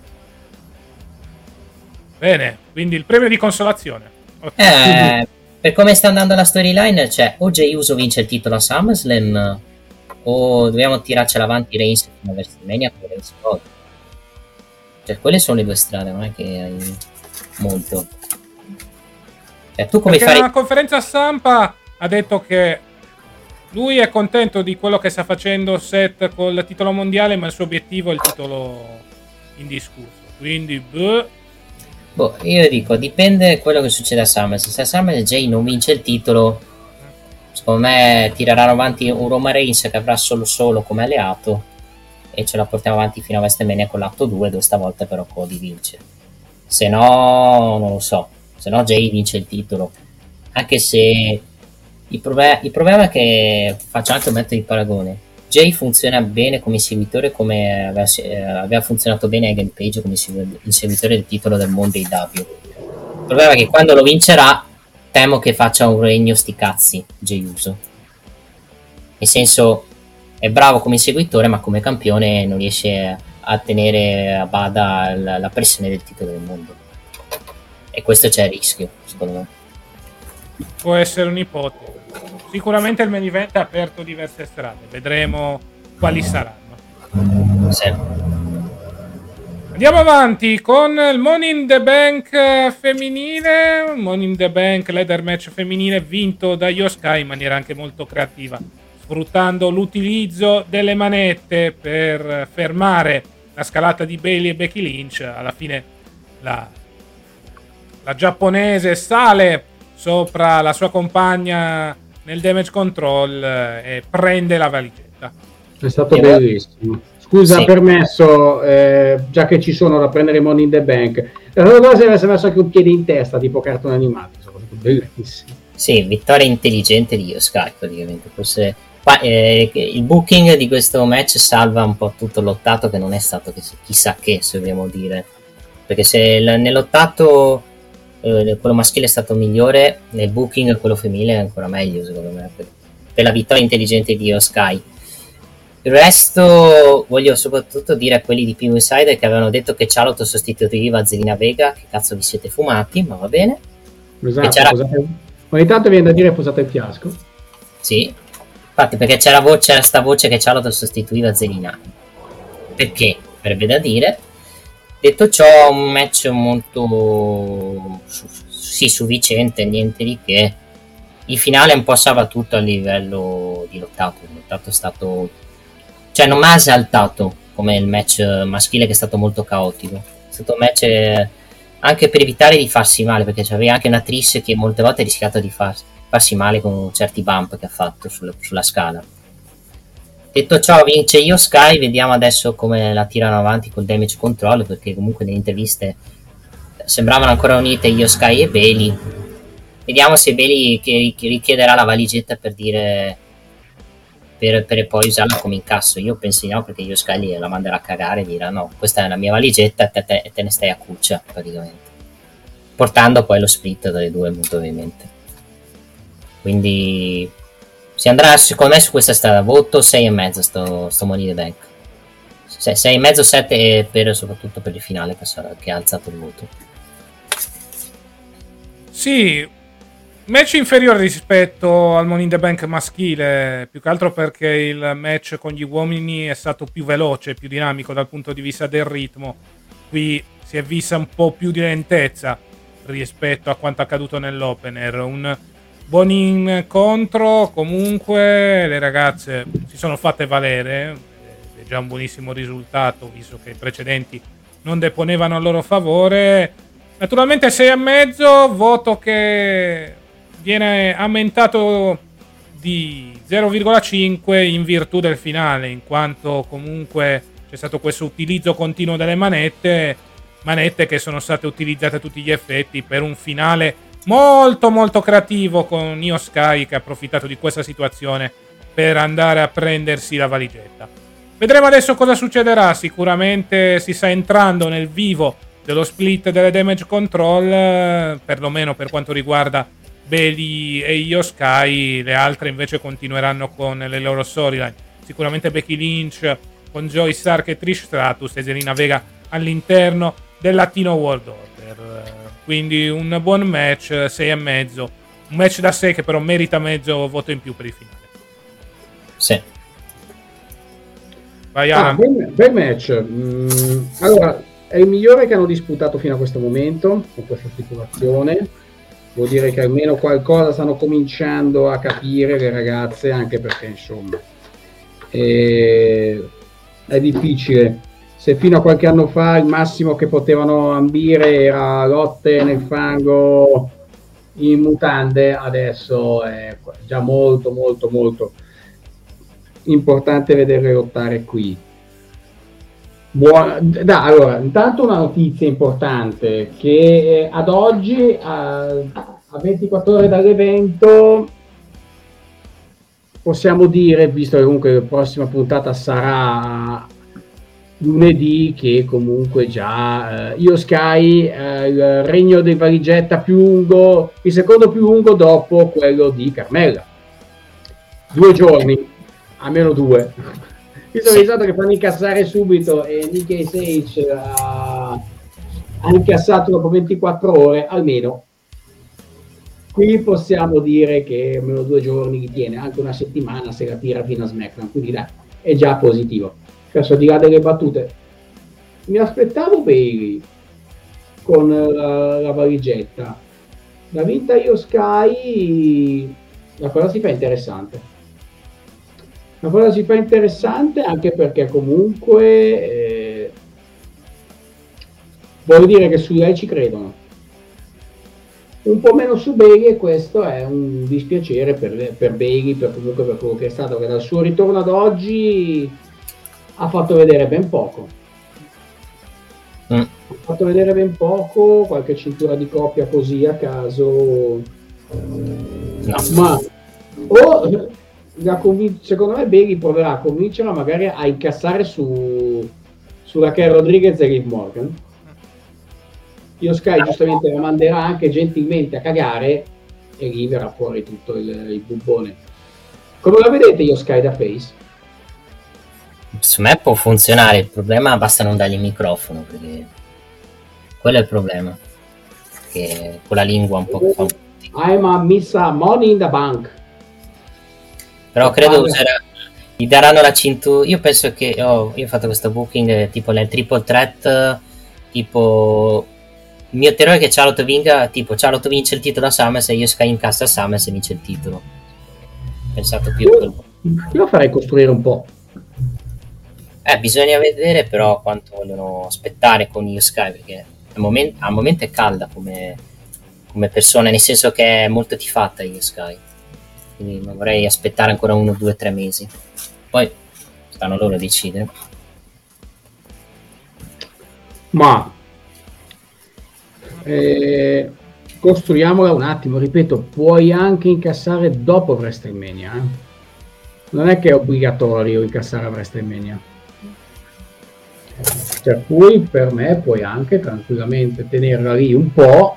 Bene, quindi il premio di consolazione. Eh, per come sta andando la storyline, cioè o Jey Uso vince il titolo a SummerSlam o dobbiamo tirarcela avanti Reigns fino a WrestleMania con Reigns Cody. Cioè quelle sono le due strade, non è che hai molto. Cioè tu come Perché fai? nella conferenza stampa ha detto che lui è contento di quello che sta facendo Seth col titolo mondiale, ma il suo obiettivo è il titolo indiscusso. Quindi, boh. Boh, io dico, dipende quello che succede a SummerSlam. Se a SummerSlam Jay non vince il titolo, secondo me tireranno avanti un Roman Reigns che avrà solo solo come alleato e ce la portiamo avanti fino a WrestleMania con l'atto due, dove stavolta però Cody vince. Se no, non lo so. Se no Jay vince il titolo. Anche se il, proble- il problema è che faccio anche un metodo di paragone. Jay funziona bene come inseguitore, come aveva, eh, aveva funzionato bene Hangman Page come inseguitore del titolo del Monday W. Il problema è che quando lo vincerà temo che faccia un regno sti cazzi Jey Uso. Nel senso, è bravo come inseguitore, ma come campione non riesce a tenere a bada la, la pressione del titolo del mondo. E questo c'è il rischio, secondo me. Può essere un'ipotesi. Sicuramente il main event ha aperto diverse strade, vedremo quali saranno. Sì. Andiamo avanti con il Money in the Bank femminile, Money in the Bank ladder match femminile vinto da Io Sky in maniera anche molto creativa, sfruttando l'utilizzo delle manette per fermare la scalata di Bayley e Becky Lynch. Alla fine la, la giapponese sale sopra la sua compagna nel damage control e prende la valigetta. È stato bellissimo. Scusa, sì. Permesso, eh, già che ci sono da prendere Money in the Bank, la cosa si è messo anche un piede in testa tipo cartone animato, sono bellissimo. Sì, vittoria intelligente di Io Sky praticamente. Forse eh, il booking di questo match salva un po' tutto l'ottato, che non è stato chissà che, se vogliamo dire, perché se nell'ottato eh, quello maschile è stato migliore, nel booking quello femminile è ancora meglio secondo me, per, per la vittoria intelligente di Io Sky. Il resto voglio soprattutto dire a quelli di P W Insider che avevano detto che Charlotte sostituiva Zelina Vega, che cazzo vi siete fumati, ma va bene. Esatto, c'era... posate... ogni tanto viene da dire posate il fiasco. Sì, infatti, perché c'era, vo- c'era sta voce che Charlotte sostituiva Zelina. Perché? Avrebbe da dire. Detto ciò, un match molto su- sì, sufficiente, niente di che. Il finale un po' salva tutto a livello di lottato. Il lottato è stato... cioè non mi ha esaltato come il match maschile, che è stato molto caotico. È stato un match eh, anche per evitare di farsi male, perché c'aveva anche una Trish che molte volte ha rischiato di far, farsi male con certi bump che ha fatto sulla, sulla scala. Detto ciò, vince Io Sky. Vediamo adesso come la tirano avanti col damage control, perché comunque nelle interviste sembravano ancora unite Io Sky e Bayley. Vediamo se Bayley richiederà la valigetta per dire Per, per poi usarla come incasso. Io penso di no, perché Io Sky la manderà a cagare e dirà no, questa è la mia valigetta e te, te, te ne stai a cuccia praticamente, portando poi lo split dalle due molto ovviamente. Quindi si andrà secondo me su questa strada. Voto sei e mezzo sto, sto Money in the Bank, sei e mezzo, sette per, soprattutto per il finale che, sarà, che ha alzato il voto. Sì, match inferiore rispetto al Money in the Bank maschile, più che altro perché il match con gli uomini è stato più veloce, più dinamico dal punto di vista del ritmo. Qui si è vista un po' più di lentezza rispetto a quanto accaduto nell'opener. Un buon incontro, comunque le ragazze si sono fatte valere, è già un buonissimo risultato visto che i precedenti non deponevano a loro favore. Naturalmente sei e mezzo, voto che viene aumentato di zero virgola cinque in virtù del finale, in quanto comunque c'è stato questo utilizzo continuo delle manette, manette che sono state utilizzate a tutti gli effetti per un finale molto molto creativo, con Io Sky che ha approfittato di questa situazione per andare a prendersi la valigetta. Vedremo adesso cosa succederà. Sicuramente si sta entrando nel vivo dello split delle damage control, perlomeno per quanto riguarda Bayley e Io Sky. Le altre invece continueranno con le loro storyline. Sicuramente Becky Lynch con Joey Stark e Trish Stratus e Zelina Vega all'interno del Latino World Order. Quindi un buon match, sei e mezzo, un match da sé che però merita mezzo voto in più per il finale. Sì. Vai ah, bel, bel match. Mm, allora, è il migliore che hanno disputato fino a questo momento con questa stipulazione. vuol dire che almeno qualcosa stanno cominciando a capire le ragazze, anche perché insomma è, è difficile. Se fino a qualche anno fa il massimo che potevano ambire era lotte nel fango in mutande, adesso è già molto molto molto importante vederle lottare qui. Buona, da, allora, intanto una notizia importante, che eh, ad oggi, a, a ventiquattro ore dall'evento, possiamo dire, visto che comunque la prossima puntata sarà lunedì, che comunque già eh, Io Sky, eh, il regno di valigetta più lungo, il secondo più lungo dopo quello di Carmella. Due giorni, almeno due. Io sono pensato che fanno incassare subito e Nikkei Sage ha, ha incassato dopo ventiquattro ore almeno. Qui possiamo dire che almeno due giorni li tiene, anche una settimana se la tira fino a SmackDown, quindi dai, è già positivo. Adesso, di là delle battute, mi aspettavo Bayley con la, la valigetta. La vinta Io Sky, la cosa si fa interessante. La cosa si fa interessante anche perché comunque eh, vuol dire che su lei ci credono. Un po' meno su Bayley, e questo è un dispiacere per, per Bayley, per comunque per quello che è stato, che dal suo ritorno ad oggi ha fatto vedere ben poco. Mm. Ha fatto vedere ben poco, qualche cintura di coppia così a caso. No. Ma o la convin- secondo me Bayley proverà a convincerla magari a incassare su sulla Raquel Rodriguez e Liv Morgan. Io Sky giustamente la manderà anche gentilmente a cagare e lì verrà fuori tutto il, il bubbone. Come la vedete Io Sky da face? Su me può funzionare, il problema basta non dargli il microfono, perché quello è il problema, che con la lingua un po' fa... I'm a missa money in the bank. Però credo userà, gli daranno la cintura. Io penso che oh, io ho fatto questo booking tipo nel triple threat, tipo il mio terrore è che Charlotte vinca, tipo Charlotte vince il titolo a Summers e Io Sky incassa a Summers e vince il titolo. Ho pensato più a quello. Io farei costruire un po'. Eh, bisogna vedere però quanto vogliono aspettare con Io Sky, perché al momento, al momento è calda come, come persona, nel senso che è molto tifata Io Sky, quindi non vorrei aspettare ancora uno, due, tre mesi, poi stanno loro a decidere. Ma eh, costruiamola un attimo, ripeto, puoi anche incassare dopo WrestleMania, eh? Non è che è obbligatorio incassare a WrestleMania. Per cui per me puoi anche tranquillamente tenerla lì un po',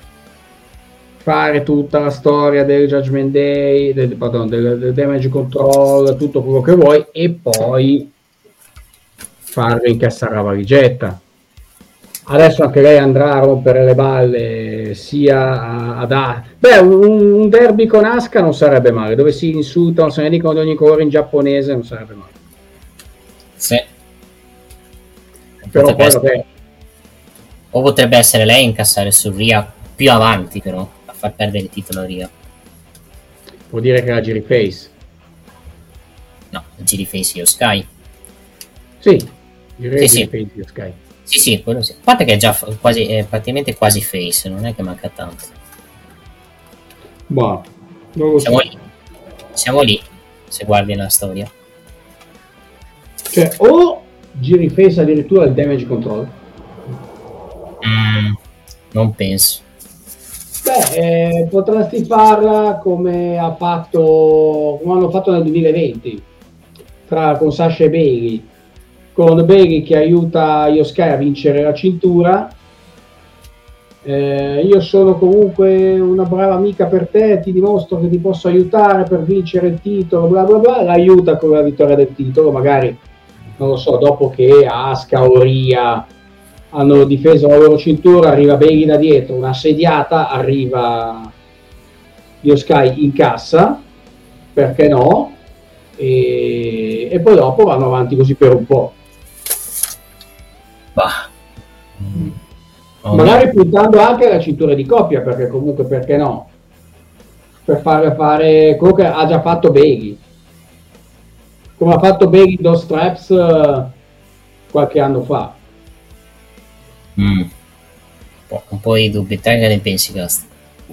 fare tutta la storia del Judgment Day, del, pardon, del, del Damage Control, tutto quello che vuoi, e poi farle incassare la valigetta. Adesso anche lei andrà a rompere le balle sia ad A. Beh, un, un derby con Asuka non sarebbe male, dove si insultano, se ne dicono di ogni colore in giapponese, non sarebbe male. Sì. Però potrebbe poi, essere, vabbè, o potrebbe essere lei incassare su Rhea più avanti, però a far perdere il titolo a Rhea. vuol dire che la giri face. No, giri face Io Sky. Sì, direi Sì, sì, sì. face Io Sky. Sì, sì, quello sì. A parte che è già f- quasi, è praticamente quasi face, non è che manca tanto. Boh, non lo Siamo so. lì. Siamo lì, se guardi la storia. Cioè, o giri face addirittura il Damage Control. Mm, non penso. Beh, eh, potresti farla come ha fatto, come hanno fatto nel duemilaventi tra, con Sasha e Bayley, con Bayley che aiuta Io Sky a vincere la cintura. Eh, io sono comunque una brava amica per te, ti dimostro che ti posso aiutare per vincere il titolo, bla bla bla, l'aiuta con la vittoria del titolo, magari non lo so, dopo che Asuka o Rhea hanno difeso la loro cintura, arriva Bayley da dietro, una sediata, arriva Io Sky in cassa, perché no, e, e poi dopo vanno avanti così per un po'. Bah. Oh, magari no. puntando anche alla cintura di coppia, perché comunque perché no? Per fare fare quello che ha già fatto Bailey, come ha fatto Bailey in Those Straps uh, qualche anno fa. Mm. Un, po', un po' di dubbi. Te che ne pensi, Gast?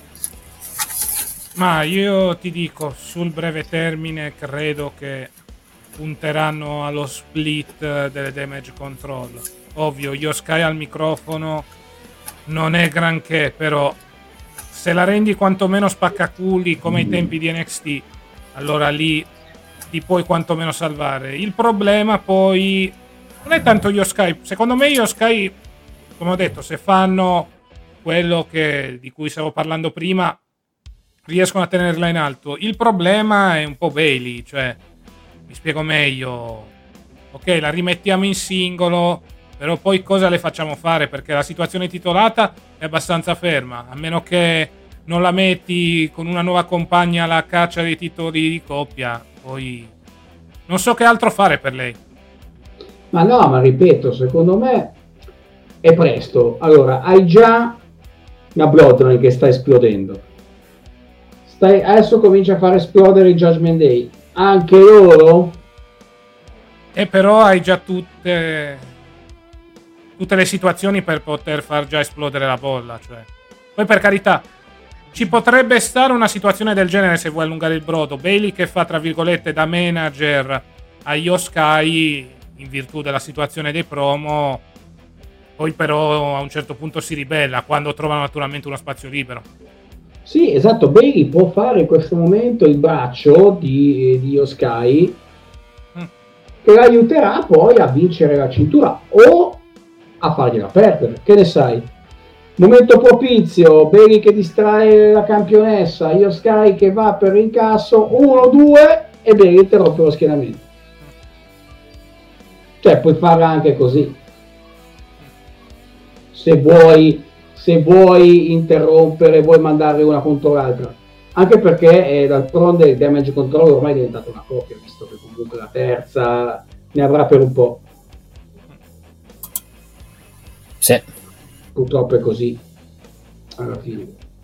Ma io ti dico, sul breve termine credo che punteranno allo split delle damage control. Ovvio, Io Sky al microfono non è granché, però se la rendi quantomeno spaccaculi come ai tempi di N X T, allora lì ti puoi quantomeno salvare. Il problema poi non è tanto Io Sky, secondo me Io Sky, come ho detto, se fanno quello che, di cui stavo parlando prima, riescono a tenerla in alto. Il problema è un po' Bailey, cioè, mi spiego meglio, ok, la rimettiamo in singolo, però poi cosa le facciamo fare? Perché la situazione titolata è abbastanza ferma, a meno che non la metti con una nuova compagna alla caccia dei titoli di coppia, poi non so che altro fare per lei. Ma no, ma ripeto, secondo me è presto. Allora, hai già una Bloodline che sta esplodendo. Stai, adesso comincia a far esplodere il Judgment Day. Anche loro? E però hai già tutte tutte le situazioni per poter far già esplodere la bolla, cioè. Poi per carità, ci potrebbe stare una situazione del genere se vuoi allungare il brodo. Bailey che fa, tra virgolette, da manager a Io Sky in virtù della situazione dei promo, poi però a un certo punto si ribella quando trova naturalmente uno spazio libero. Sì, esatto, Bailey può fare in questo momento il braccio di, di Io Sky mm. che l'aiuterà poi a vincere la cintura o a fargliela perdere, che ne sai? Momento propizio, Bailey che distrae la campionessa, Io Sky che va per l'incasso, uno, due e Bailey interrompe lo schienamento. Cioè puoi farla anche così. Se vuoi, se vuoi interrompere, vuoi mandare una contro l'altra. Anche perché eh, d'altronde il damage control ormai è diventato una coppia, visto che comunque la terza ne avrà per un po'. Sì. Purtroppo è così alla fine.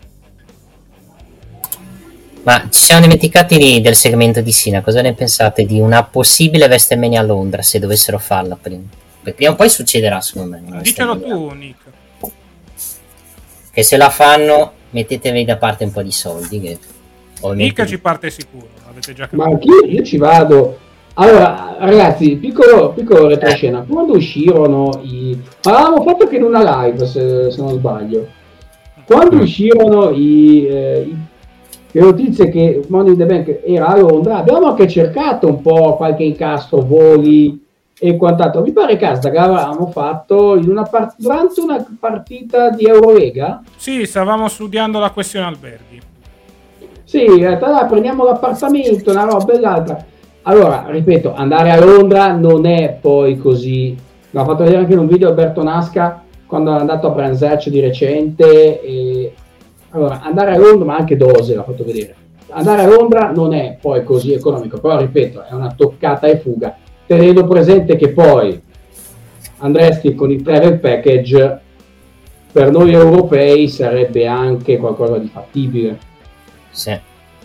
Ma ci siamo dimenticati di, del segmento di Sina. Cosa ne pensate di una possibile WrestleMania a Londra se dovessero farla prima? Perché prima o poi succederà, secondo me. Dicelo tu, Nick. Che se la fanno mettetevi da parte un po' di soldi che Nick ci parte sicuro, avete già capito. Ma anch'io io ci vado. Allora ragazzi, piccolo, piccolo retroscena, quando uscirono i... ma l'avevamo fatto anche in una live se, se non sbaglio, quando uscirono i, eh, i... le notizie che Money in the Bank era a Londra, abbiamo anche cercato un po' qualche incastro, voli e quant'altro. Mi pare che l'avevamo fatto in una part- durante una partita di Eurolega. Sì, stavamo studiando la questione alberghi. Sì, allora prendiamo l'appartamento, una roba e l'altra. Allora, ripeto, andare a Londra non è poi così. L'ho fatto vedere anche in un video Alberto Nasca quando è andato a Brands Hatch di recente. E... allora, andare a Londra, ma anche Dose l'ho fatto vedere. Andare a Londra non è poi così economico, però ripeto, è una toccata e fuga. Tenendo presente che poi andresti con il travel package, per noi europei sarebbe anche qualcosa di fattibile. Sì.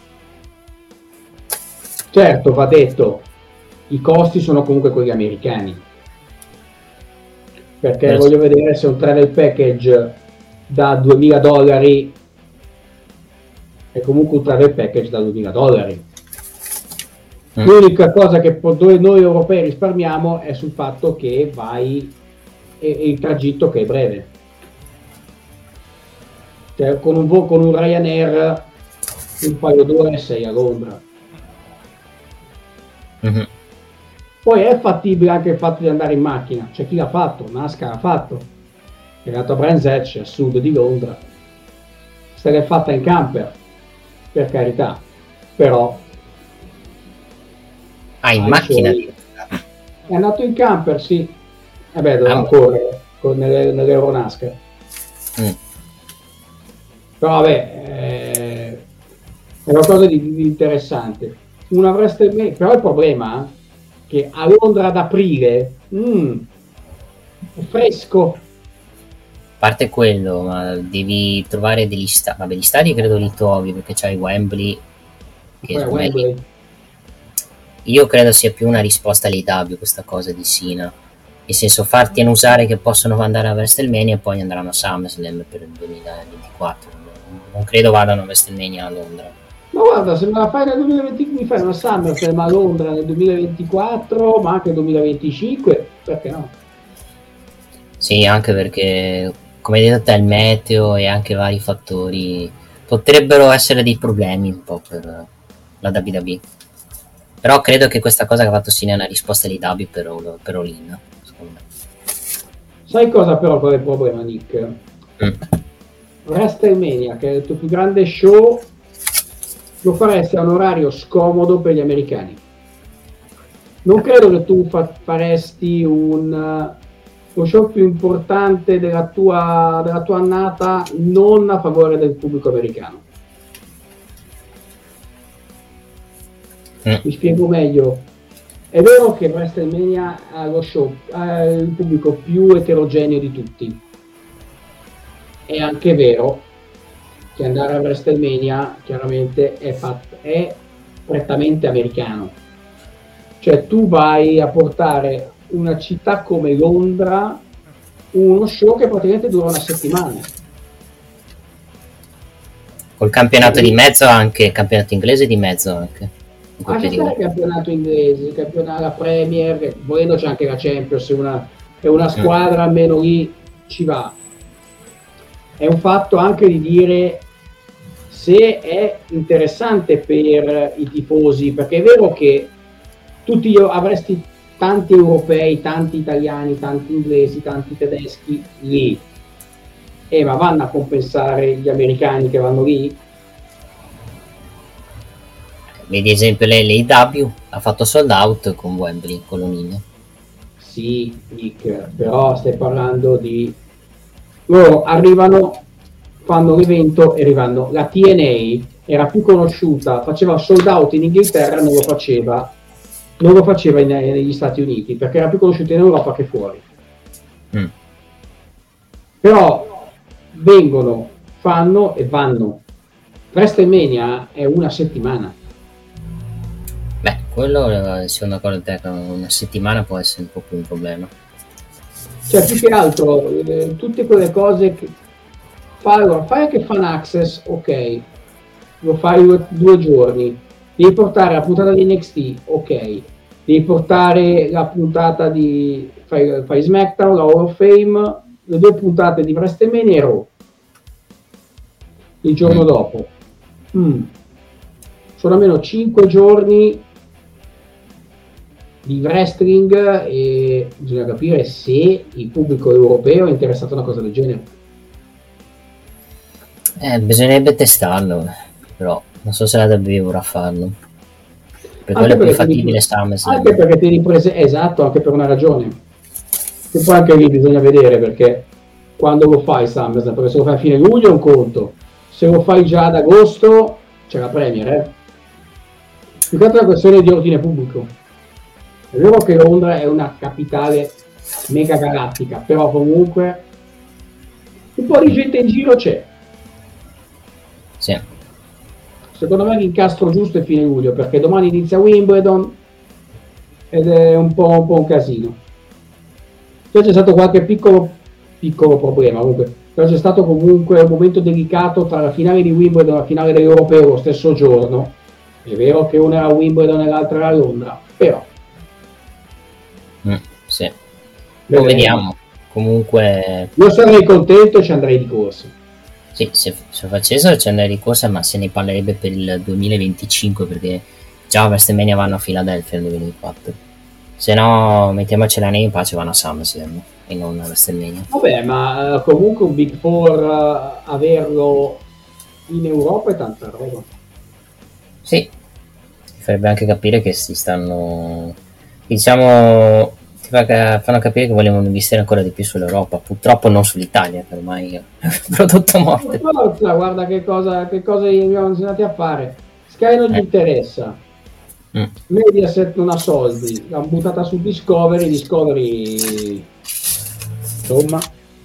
Certo, va detto, i costi sono comunque quelli americani, perché eh, voglio vedere se un travel package da duemila dollari è comunque un travel package da duemila dollari. Mm. L'unica cosa che noi europei risparmiamo è sul fatto che vai e, e il tragitto che è breve, cioè con un, vo- con un Ryanair un paio d'ore sei a Londra. Mm-hmm. Poi è fattibile anche il fatto di andare in macchina, c'è chi l'ha fatto, Nasca l'ha fatto, è andato a Brands Hatch a sud di Londra, se l'è fatta in camper, per carità, però ah, in macchina suoi... è andato in camper, sì, e beh, doveva ah, correre con, nelle, nell'Euronasca. Mm. Però vabbè, eh, è una cosa di, di interessante. Una WrestleMania, però il problema è che a Londra ad aprile mm, è fresco, parte quello, ma devi trovare degli stadi. Vabbè, gli stadi credo li trovi perché c'hai Wembley. Che Poi Wembley. Io credo sia più una risposta all'A E W questa cosa di Cena. Nel senso, farti annusare che possono andare a WrestleMania e poi andranno a SummerSlam per il duemilaventiquattro. Non credo vadano a WrestleMania a Londra. Ma guarda, se me la fai nel duemilaventi, mi fai una SummerSlam a Londra nel duemilaventiquattro, ma anche nel duemilaventicinque, perché no? Sì, anche perché, come hai detto te, il meteo e anche vari fattori potrebbero essere dei problemi un po' per la W W E. Però credo che questa cosa che ha fatto Cena è una risposta all'A E W per, per All-In, secondo me. Sai cosa però qual è il problema, Nick? Mm. WrestleMania, che è il tuo più grande show, lo faresti a un orario scomodo per gli americani. Non credo che tu fa- faresti un, lo show più importante della tua, della tua annata non a favore del pubblico americano. Mm. Mi spiego meglio. È vero che WrestleMania ha lo show, ha il pubblico più eterogeneo di tutti. È anche vero che andare a WrestleMania chiaramente è, fatto, è prettamente americano. Cioè tu vai a portare una città come Londra uno show che praticamente dura una settimana. Col campionato di mezzo anche, il campionato inglese di mezzo anche. Anche se il campionato inglese, il campionato, la Premier, che volendo c'è anche la Champions, è una, è una squadra, almeno lì ci va. È un fatto anche di dire se è interessante per i tifosi, perché è vero che tutti io avresti tanti europei, tanti italiani, tanti inglesi, tanti tedeschi lì, eh, ma vanno a compensare gli americani che vanno lì? Vedi esempio l'A E W ha fatto sold out con Wembley, con l'Onine. Sì, Nick, però stai parlando di... Loro arrivano, fanno l'evento e arrivano. La T N A era più conosciuta, faceva sold out in Inghilterra, non lo faceva, non lo faceva in, negli Stati Uniti, perché era più conosciuta in Europa che fuori. Mm. Però vengono, fanno e vanno. WrestleMania è una settimana. Beh, quello, se una cosa te, una settimana può essere un po' più un problema. Cioè, più che altro, eh, tutte quelle cose che fai, allora, fai anche fan access, ok, lo fai due, due giorni, devi portare la puntata di N X T, ok, devi portare la puntata di fai, fai SmackDown, la Hall of Fame, le due puntate di WrestleMania e Raw il giorno mm. dopo. Mm. Sono almeno cinque giorni di wrestling e bisogna capire se il pubblico europeo è interessato a una cosa del genere. Eh, bisognerebbe testarlo, però non so se la W W E vorrà farlo. Per quello è più fattibile SummerSlam. Anche perché ti riprese, esatto, anche per una ragione. Che poi anche lì bisogna vedere, perché quando lo fai SummerSlam, perché se lo fai a fine luglio è un conto, se lo fai già ad agosto c'è la Premier, eh. Più che altro è una questione di ordine pubblico. È vero che Londra è una capitale mega galattica, però comunque un po' di gente in giro c'è. Sì. Secondo me l'incastro giusto è fine luglio, perché domani inizia Wimbledon ed è un po' un, po' un casino. Poi c'è stato qualche piccolo piccolo problema, comunque. Però c'è stato comunque un momento delicato tra la finale di Wimbledon e la finale dell'Europeo lo stesso giorno. È vero che una era a Wimbledon e l'altra era a Londra, però mm, sì. Lo vediamo. Comunque io sarei contento e ci andrei di corsa. Sì, se, se facessero ci andrei di corsa, ma se ne parlerebbe per il duemilaventicinque, perché già a WrestleMania vanno a Filadelfia nel duemilaventiquattro. Se no, mettiamocela in pace, vanno a SummerSlam e non a WrestleMania. Vabbè, ma uh, comunque un Big Four uh, averlo in Europa è tanta roba. Sì, farebbe anche capire che si stanno, diciamo, ti fa, fanno capire che vogliono investire ancora di più sull'Europa, purtroppo non sull'Italia, che ormai è un prodotto morto. Forza, guarda che cosa, che cosa siamo andati a fare. Sky non gli eh. interessa, mm. Mediaset non ha soldi, l'hanno buttata su Discovery, Discovery insomma. E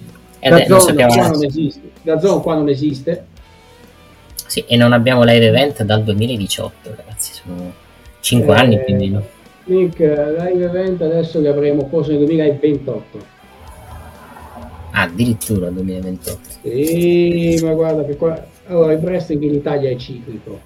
E da non zone sappiamo qua la- non esiste, da zone qua non esiste. Sì, e non abbiamo live event dal duemiladiciotto, ragazzi, sono cinque Eh, anni più o meno. Nick, live event adesso li avremo forse nel duemilaventotto. Ah, addirittura duemilaventotto. Sì, ma guarda che qua... Allora, il wrestling in Italia è ciclico.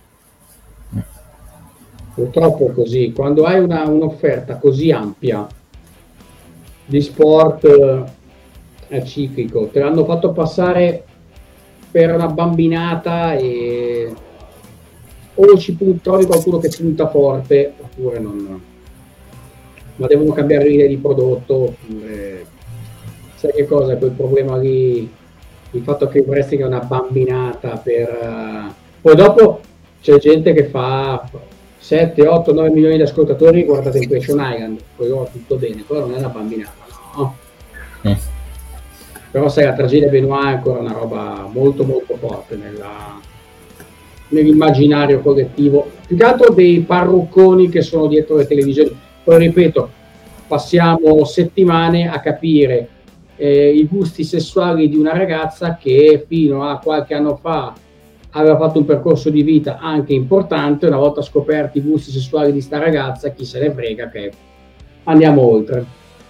Purtroppo è così. Quando hai una, un'offerta così ampia di sport, eh, è ciclico. Te l'hanno fatto passare per una bambinata e o ci pu- trovi qualcuno che punta forte oppure non, ma devono cambiare l'idea di prodotto, oppure sai che cosa, quel problema lì, il fatto che il wrestling è una bambinata per eh, poi dopo c'è gente che fa sette, otto, nove milioni di ascoltatori, guarda Temptation Island, poi oh, tutto bene, però non è una bambinata, no? Mm. Però sai, la tragedia Benoit è ancora una roba molto molto forte nella, nell'immaginario collettivo, più che altro dei parrucconi che sono dietro le televisioni. Poi ripeto, passiamo settimane a capire eh, i gusti sessuali di una ragazza che fino a qualche anno fa aveva fatto un percorso di vita anche importante. Una volta scoperti i gusti sessuali di sta ragazza, chi se ne frega, che andiamo oltre.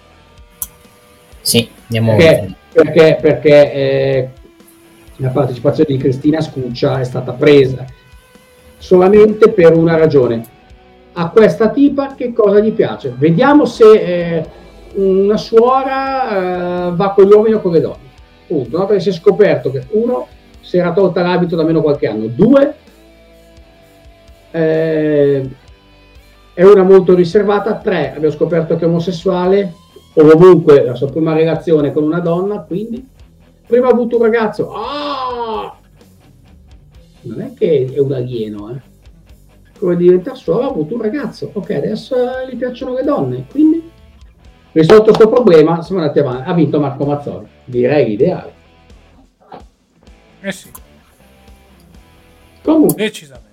Sì, andiamo Perché, oltre. perché, perché eh, la partecipazione di Cristina Scuccia è stata presa solamente per una ragione: a questa tipa che cosa gli piace, vediamo se eh, una suora eh, va con gli uomini o con le donne, punto, no? Perché si è scoperto che uno si era tolta l'abito da meno qualche anno, due eh, è una molto riservata, tre abbiamo scoperto che è omosessuale o comunque la sua prima relazione con una donna, quindi prima ha avuto un ragazzo, ah! Non è che è un alieno, eh. Come diventa suora, ha avuto un ragazzo, ok, adesso eh, gli piacciono le donne, quindi risolto questo problema siamo andati avanti, ha vinto Marco Mazzoli, direi l'ideale. Eh sì, Comunque, decisamente.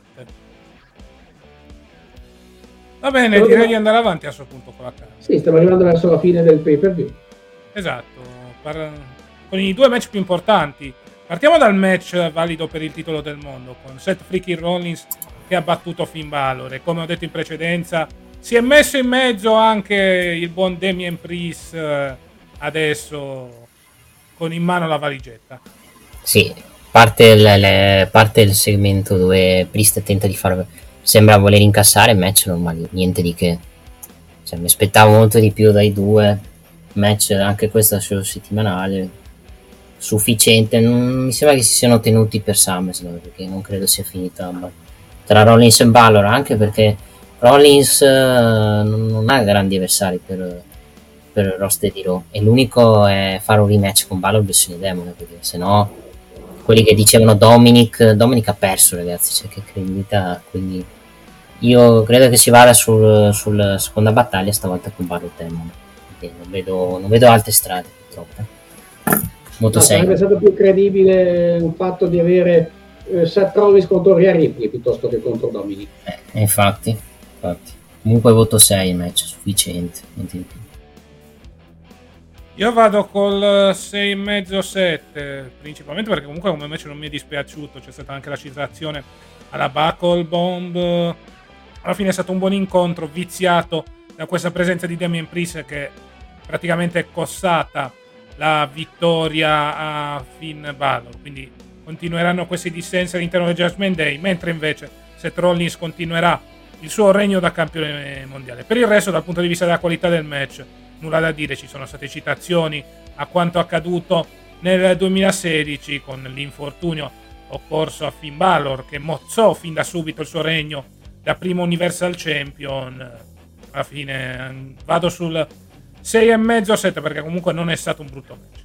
Va bene, Però direi dobbiamo- di andare avanti a questo punto con la carta. sì, stiamo arrivando verso la fine del pay per view. Esatto, par- con i due match più importanti. Partiamo dal match valido per il titolo del mondo, con Seth Freaking Rollins che ha battuto Finn Balor, e come ho detto in precedenza si è messo in mezzo anche il buon Damien Priest, eh, adesso con in mano la valigetta. Sì, parte il, le- parte il segmento dove Priest tenta di far, sembra voler incassare, match normale, niente di che. Cioè, mi aspettavo molto di più dai due, match anche questa show settimanale sufficiente. Non mi sembra che si siano tenuti per SummerSlam, perché non credo sia finita ma- tra Rollins e Balor, anche perché Rollins eh, non, non ha grandi avversari per, per il roster di Raw, e l'unico è fare un rematch con Balor versione demone, perché se no quelli che dicevano Dominic Dominic ha perso, ragazzi, cioè che credibilità. Quindi io credo che si vada sul, sulla seconda battaglia stavolta con Balor demone, perché non vedo, non vedo altre strade purtroppo. Molto No, sarebbe serio. stato più credibile il fatto di avere eh, Seth Rollins contro Rhea Ripley piuttosto che contro Dominic. Eh, infatti, infatti. Comunque voto sei il match, sufficiente, niente di più. Io vado col sei e mezzo sette, principalmente perché comunque come match non mi è dispiaciuto, c'è stata anche la citazione alla Buckle Bomb. Alla fine è stato un buon incontro, viziato da questa presenza di Damien Priest che praticamente è costata la vittoria a Finn Balor, quindi continueranno questi dissensi all'interno del Judgment Day, mentre invece Seth Rollins continuerà il suo regno da campione mondiale. Per il resto, dal punto di vista della qualità del match, nulla da dire. Ci sono state citazioni a quanto accaduto nel duemilasedici con l'infortunio occorso a Finn Balor, che mozzò fin da subito il suo regno da primo Universal Champion. Alla fine vado sul sei e mezzo sette, perché comunque non è stato un brutto match.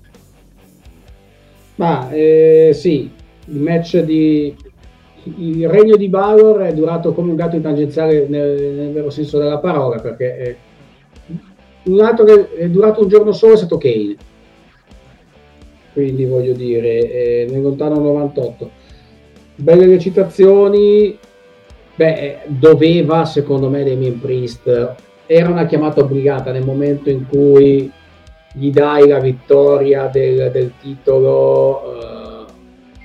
Ma eh, sì, il match di il regno di Balor è durato come un gatto in tangenziale nel, nel vero senso della parola, perché eh, un altro che è durato un giorno solo è stato Kane, quindi voglio dire eh, nel lontano novantotto. Belle recitazioni. Beh, doveva, secondo me, Damien Priest, era una chiamata obbligata nel momento in cui gli dai la vittoria del, del titolo, uh,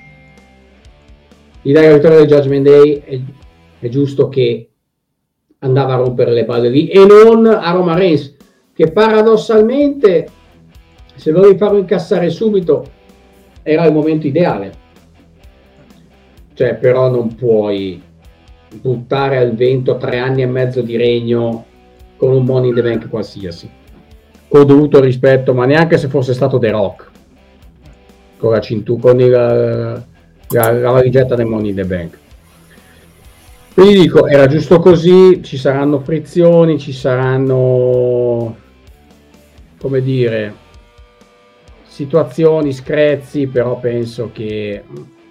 gli dai la vittoria del Judgment Day, è, è giusto che andava a rompere le palle lì, e non a Roman Reigns, che paradossalmente, se volevi farlo incassare subito, era il momento ideale. Cioè, però non puoi buttare al vento tre anni e mezzo di regno con un Money in the Bank qualsiasi, con dovuto rispetto, ma neanche se fosse stato The Rock con la cintura, con il, la, la valigetta del Money in the Bank. Quindi dico, era giusto così, ci saranno frizioni, ci saranno, come dire, situazioni, screzi, però penso che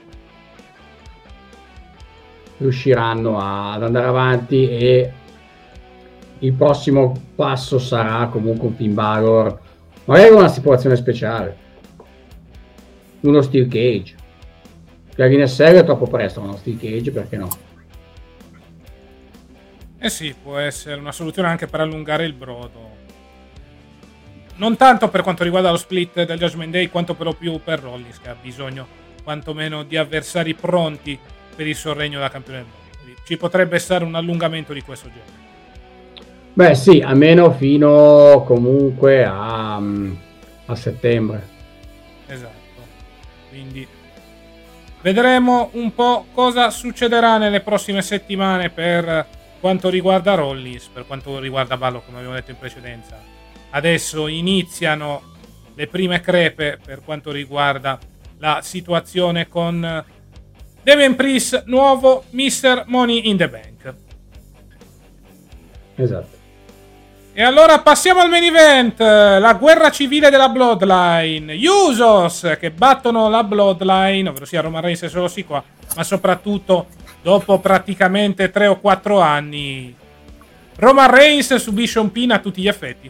riusciranno a, ad andare avanti, e il prossimo passo sarà comunque un Finn Balor, magari una situazione speciale, uno Steel Cage. La linea serie è troppo presto, uno Steel Cage, perché no? Eh sì, può essere una soluzione anche per allungare il brodo. Non tanto per quanto riguarda lo split del Judgment Day, quanto però più per Rollins, che ha bisogno quantomeno di avversari pronti per il suo regno da campione del mondo. Quindi ci potrebbe essere un allungamento di questo genere. Beh sì, almeno fino comunque a, a settembre. Esatto. Quindi vedremo un po' cosa succederà nelle prossime settimane per quanto riguarda Rollins, per quanto riguarda Balor, come abbiamo detto in precedenza. Adesso iniziano le prime crepe per quanto riguarda la situazione con Damian Priest, nuovo mister Money in the Bank. Esatto. E allora passiamo al main event, la guerra civile della Bloodline. Gli Usos che battono la Bloodline, ovvero sia Roman Reigns e Solo Sikoa, ma soprattutto dopo praticamente tre o quattro anni Roman Reigns subisce un pin a tutti gli effetti.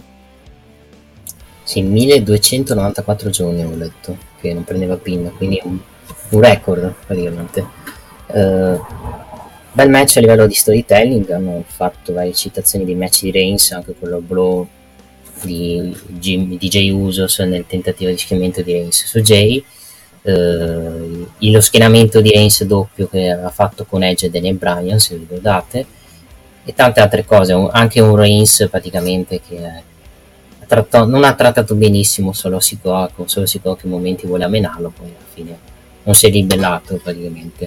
Sì, milleduecentonovantaquattro giorni ho letto che non prendeva pin, quindi un, un record praticamente. Uh, bel match a livello di storytelling, hanno fatto varie citazioni di match di Reigns, anche quello blow di Jim, D J Usos nel tentativo di schienamento di Reigns su Jay, uh, lo schienamento di Reigns doppio che ha fatto con Edge e Daniel Bryan, se vi ricordate, e tante altre cose, anche un Reigns praticamente che è Trattò, non ha trattato benissimo Solo Sikoa, con Solo Sikoa che in momenti vuole amenarlo, poi alla fine non si è ribellato praticamente.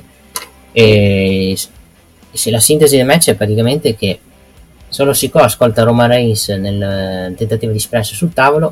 E, e se la sintesi del match è praticamente che Solo Sikoa ascolta Roman Reigns nel tentativo di splash sul tavolo,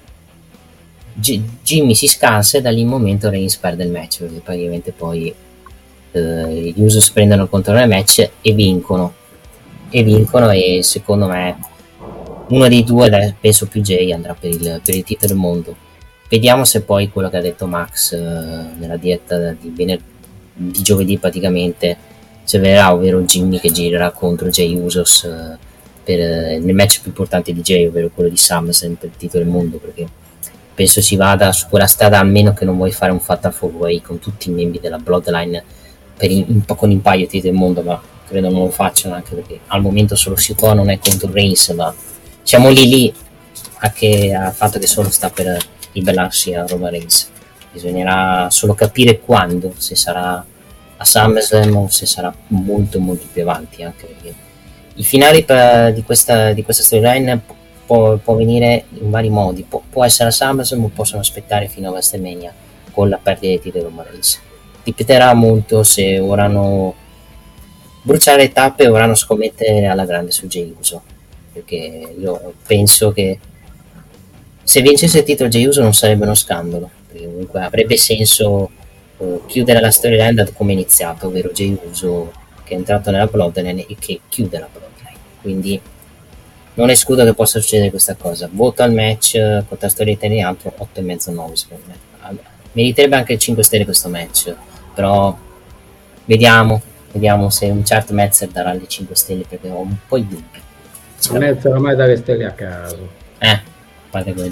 G- Jimmy si scansa e da lì in momento Reigns perde il match, perché praticamente poi eh, gli Usos prendono il controllo del match e vincono e vincono e secondo me uno dei due, penso più Jay, andrà per il, per il titolo del mondo. Vediamo se poi quello che ha detto Max eh, nella diretta di, vener- di giovedì praticamente se verrà, ovvero Jimmy che girerà contro Jay Usos eh, per, eh, nel match più importante di Jay, ovvero quello di SummerSlam per il titolo del mondo, perché penso si vada su quella strada, almeno che non vuoi fare un fatal four way con tutti i membri della Bloodline per in, un po' con in paio titolo del mondo, ma credo non lo facciano, anche perché al momento Solo Sikoa non è contro Reigns, ma siamo lì lì a che al fatto che solo sta per ribellarsi a Roman Reigns. Bisognerà solo capire quando, se sarà a SummerSlam o se sarà molto molto più avanti, anche perché i finali per, di questa di questa storyline può, può venire in vari modi, può, può essere a SummerSlam o possono aspettare fino a WrestleMania con la perdita dei titoli di Roman Reigns. Dipenderà molto se vorranno bruciare le tappe o vorranno scommettere alla grande su Jey Uso, perché io penso che se vincesse il titolo Jey Uso non sarebbe uno scandalo, perché comunque avrebbe senso uh, chiudere la storyline da come è iniziato, ovvero Jey Uso che è entrato nella Bloodline e che chiude la Bloodline. Quindi non escludo che possa succedere questa cosa. Voto al match uh, con la storyline alto otto e mezzo nove secondo me. Allora, meriterebbe anche il cinque stelle questo match, però vediamo vediamo se un certo Metzer darà le cinque stelle, perché ho un po' di dubbi. Non è ormai dalle stelle a caso. Eh, fate quello.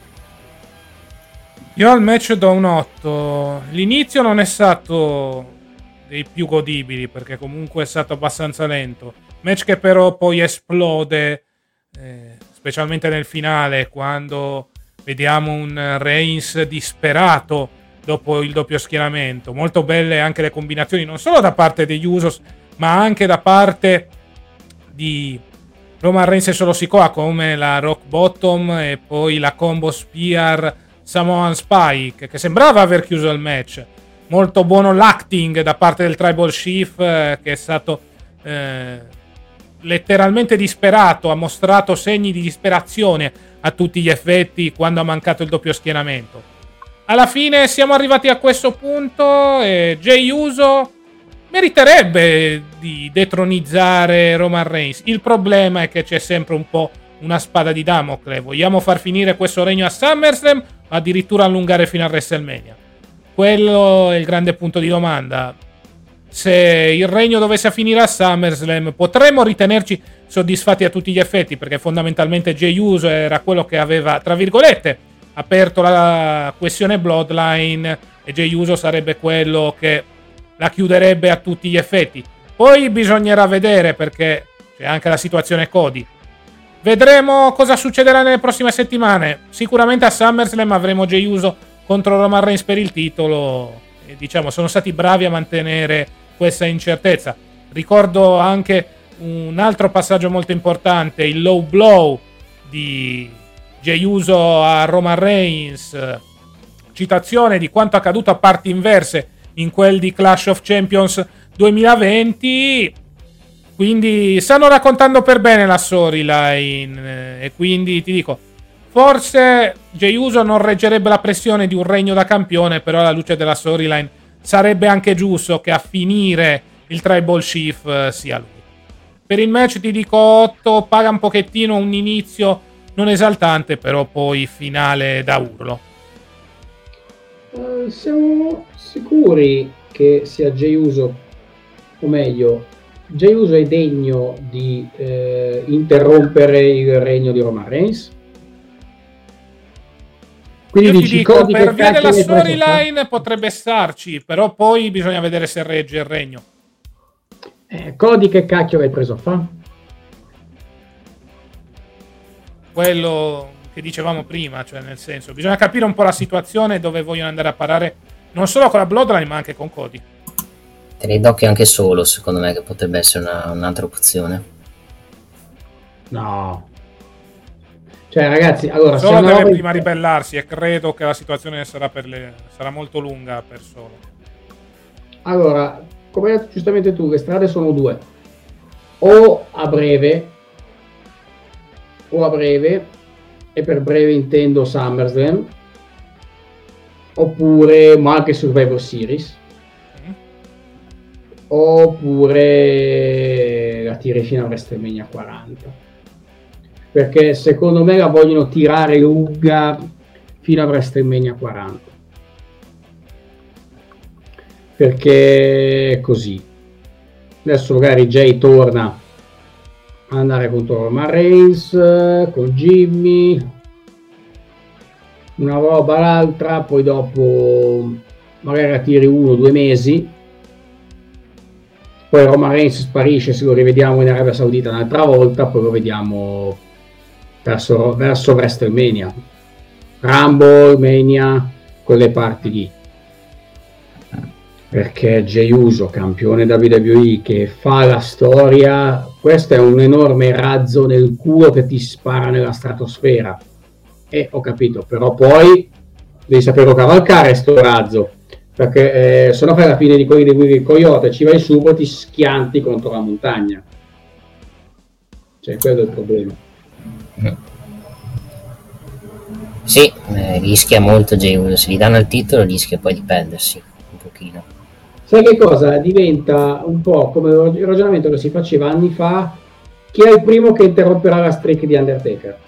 Io al match do un otto. L'inizio non è stato dei più godibili, perché comunque è stato abbastanza lento. Match che però poi esplode, eh, specialmente nel finale, quando vediamo un Reigns disperato dopo il doppio schieramento. Molto belle anche le combinazioni, non solo da parte degli Usos, ma anche da parte di Roman Reigns e Solo Sikoa, come la Rock Bottom e poi la combo Spear Samoan Spike, che sembrava aver chiuso il match. Molto buono l'acting da parte del Tribal Chief, eh, che è stato eh, letteralmente disperato, ha mostrato segni di disperazione a tutti gli effetti quando ha mancato il doppio schieramento. Alla fine siamo arrivati a questo punto e Jey Uso meriterebbe di detronizzare Roman Reigns. Il problema è che c'è sempre un po' una spada di Damocle. Vogliamo far finire questo regno a SummerSlam o addirittura allungare fino a WrestleMania? Quello è il grande punto di domanda. Se il regno dovesse finire a SummerSlam, potremmo ritenerci soddisfatti a tutti gli effetti, perché fondamentalmente Jey Uso era quello che aveva, tra virgolette, aperto la questione Bloodline, e Jey Uso sarebbe quello che la chiuderebbe a tutti gli effetti. Poi bisognerà vedere, perché c'è anche la situazione Cody. Vedremo cosa succederà nelle prossime settimane. Sicuramente a SummerSlam avremo Jey Uso contro Roman Reigns per il titolo, e diciamo sono stati bravi a mantenere questa incertezza. Ricordo anche un altro passaggio molto importante, il low blow di Jey Uso a Roman Reigns, citazione di quanto accaduto a parti inverse in quel di Clash of Champions duemilaventi. Quindi stanno raccontando per bene la storyline, e quindi ti dico, forse Jey Uso non reggerebbe la pressione di un regno da campione, però alla luce della storyline sarebbe anche giusto che a finire il Tribal Chief sia lui. Per il match ti dico otto, paga un pochettino un inizio non esaltante, però poi finale da urlo. Uh, siamo sicuri che sia Jey Uso, o meglio, Jey Uso è degno di eh, interrompere il regno di Roman Reigns? Quindi io dici, ti dico, Cody per via della ne storyline potrebbe starci, però poi bisogna vedere se regge il regno. Eh, Cody che cacchio l'hai preso a fa? Quello che dicevamo prima, cioè nel senso, bisogna capire un po' la situazione, dove vogliono andare a parare, non solo con la Bloodline ma anche con Cody. Tenere d'occhio anche Solo, secondo me, che potrebbe essere una, un'altra opzione. No. Cioè ragazzi, allora Solo deve roba... prima ribellarsi, e credo che la situazione sarà, per le... sarà molto lunga per Solo. Allora, come hai detto giustamente tu, le strade sono due. O a breve, o a breve, e per breve intendo SummerSlam, oppure ma anche Survivor Series, mm. oppure la tiri fino a WrestleMania quaranta. Perché secondo me la vogliono tirare lunga fino a WrestleMania quaranta. Perché è così. Adesso magari Jay torna a andare contro Roman Reigns, con Jimmy, una roba l'altra, poi dopo magari la tiri uno o due mesi, poi Roman Reigns sparisce, se lo rivediamo in Arabia Saudita un'altra volta, poi lo vediamo verso, verso WrestleMania, Rumble, Mania, quelle parti lì. Perché Jey Uso, campione W W E, che fa la storia, questo è un enorme razzo nel culo che ti spara nella stratosfera. E ho capito, però poi devi saperlo cavalcare sto razzo, perché eh, se no fai la fine di quelli di Willy Coyote, ci vai su, poi ti schianti contro la montagna. Cioè, quello è il problema. Sì, eh, rischia molto Jey Uso, se gli danno il titolo rischia poi di perdersi un pochino. Sai che cosa? Diventa un po' come il ragionamento che si faceva anni fa: chi è il primo che interromperà la streak di Undertaker?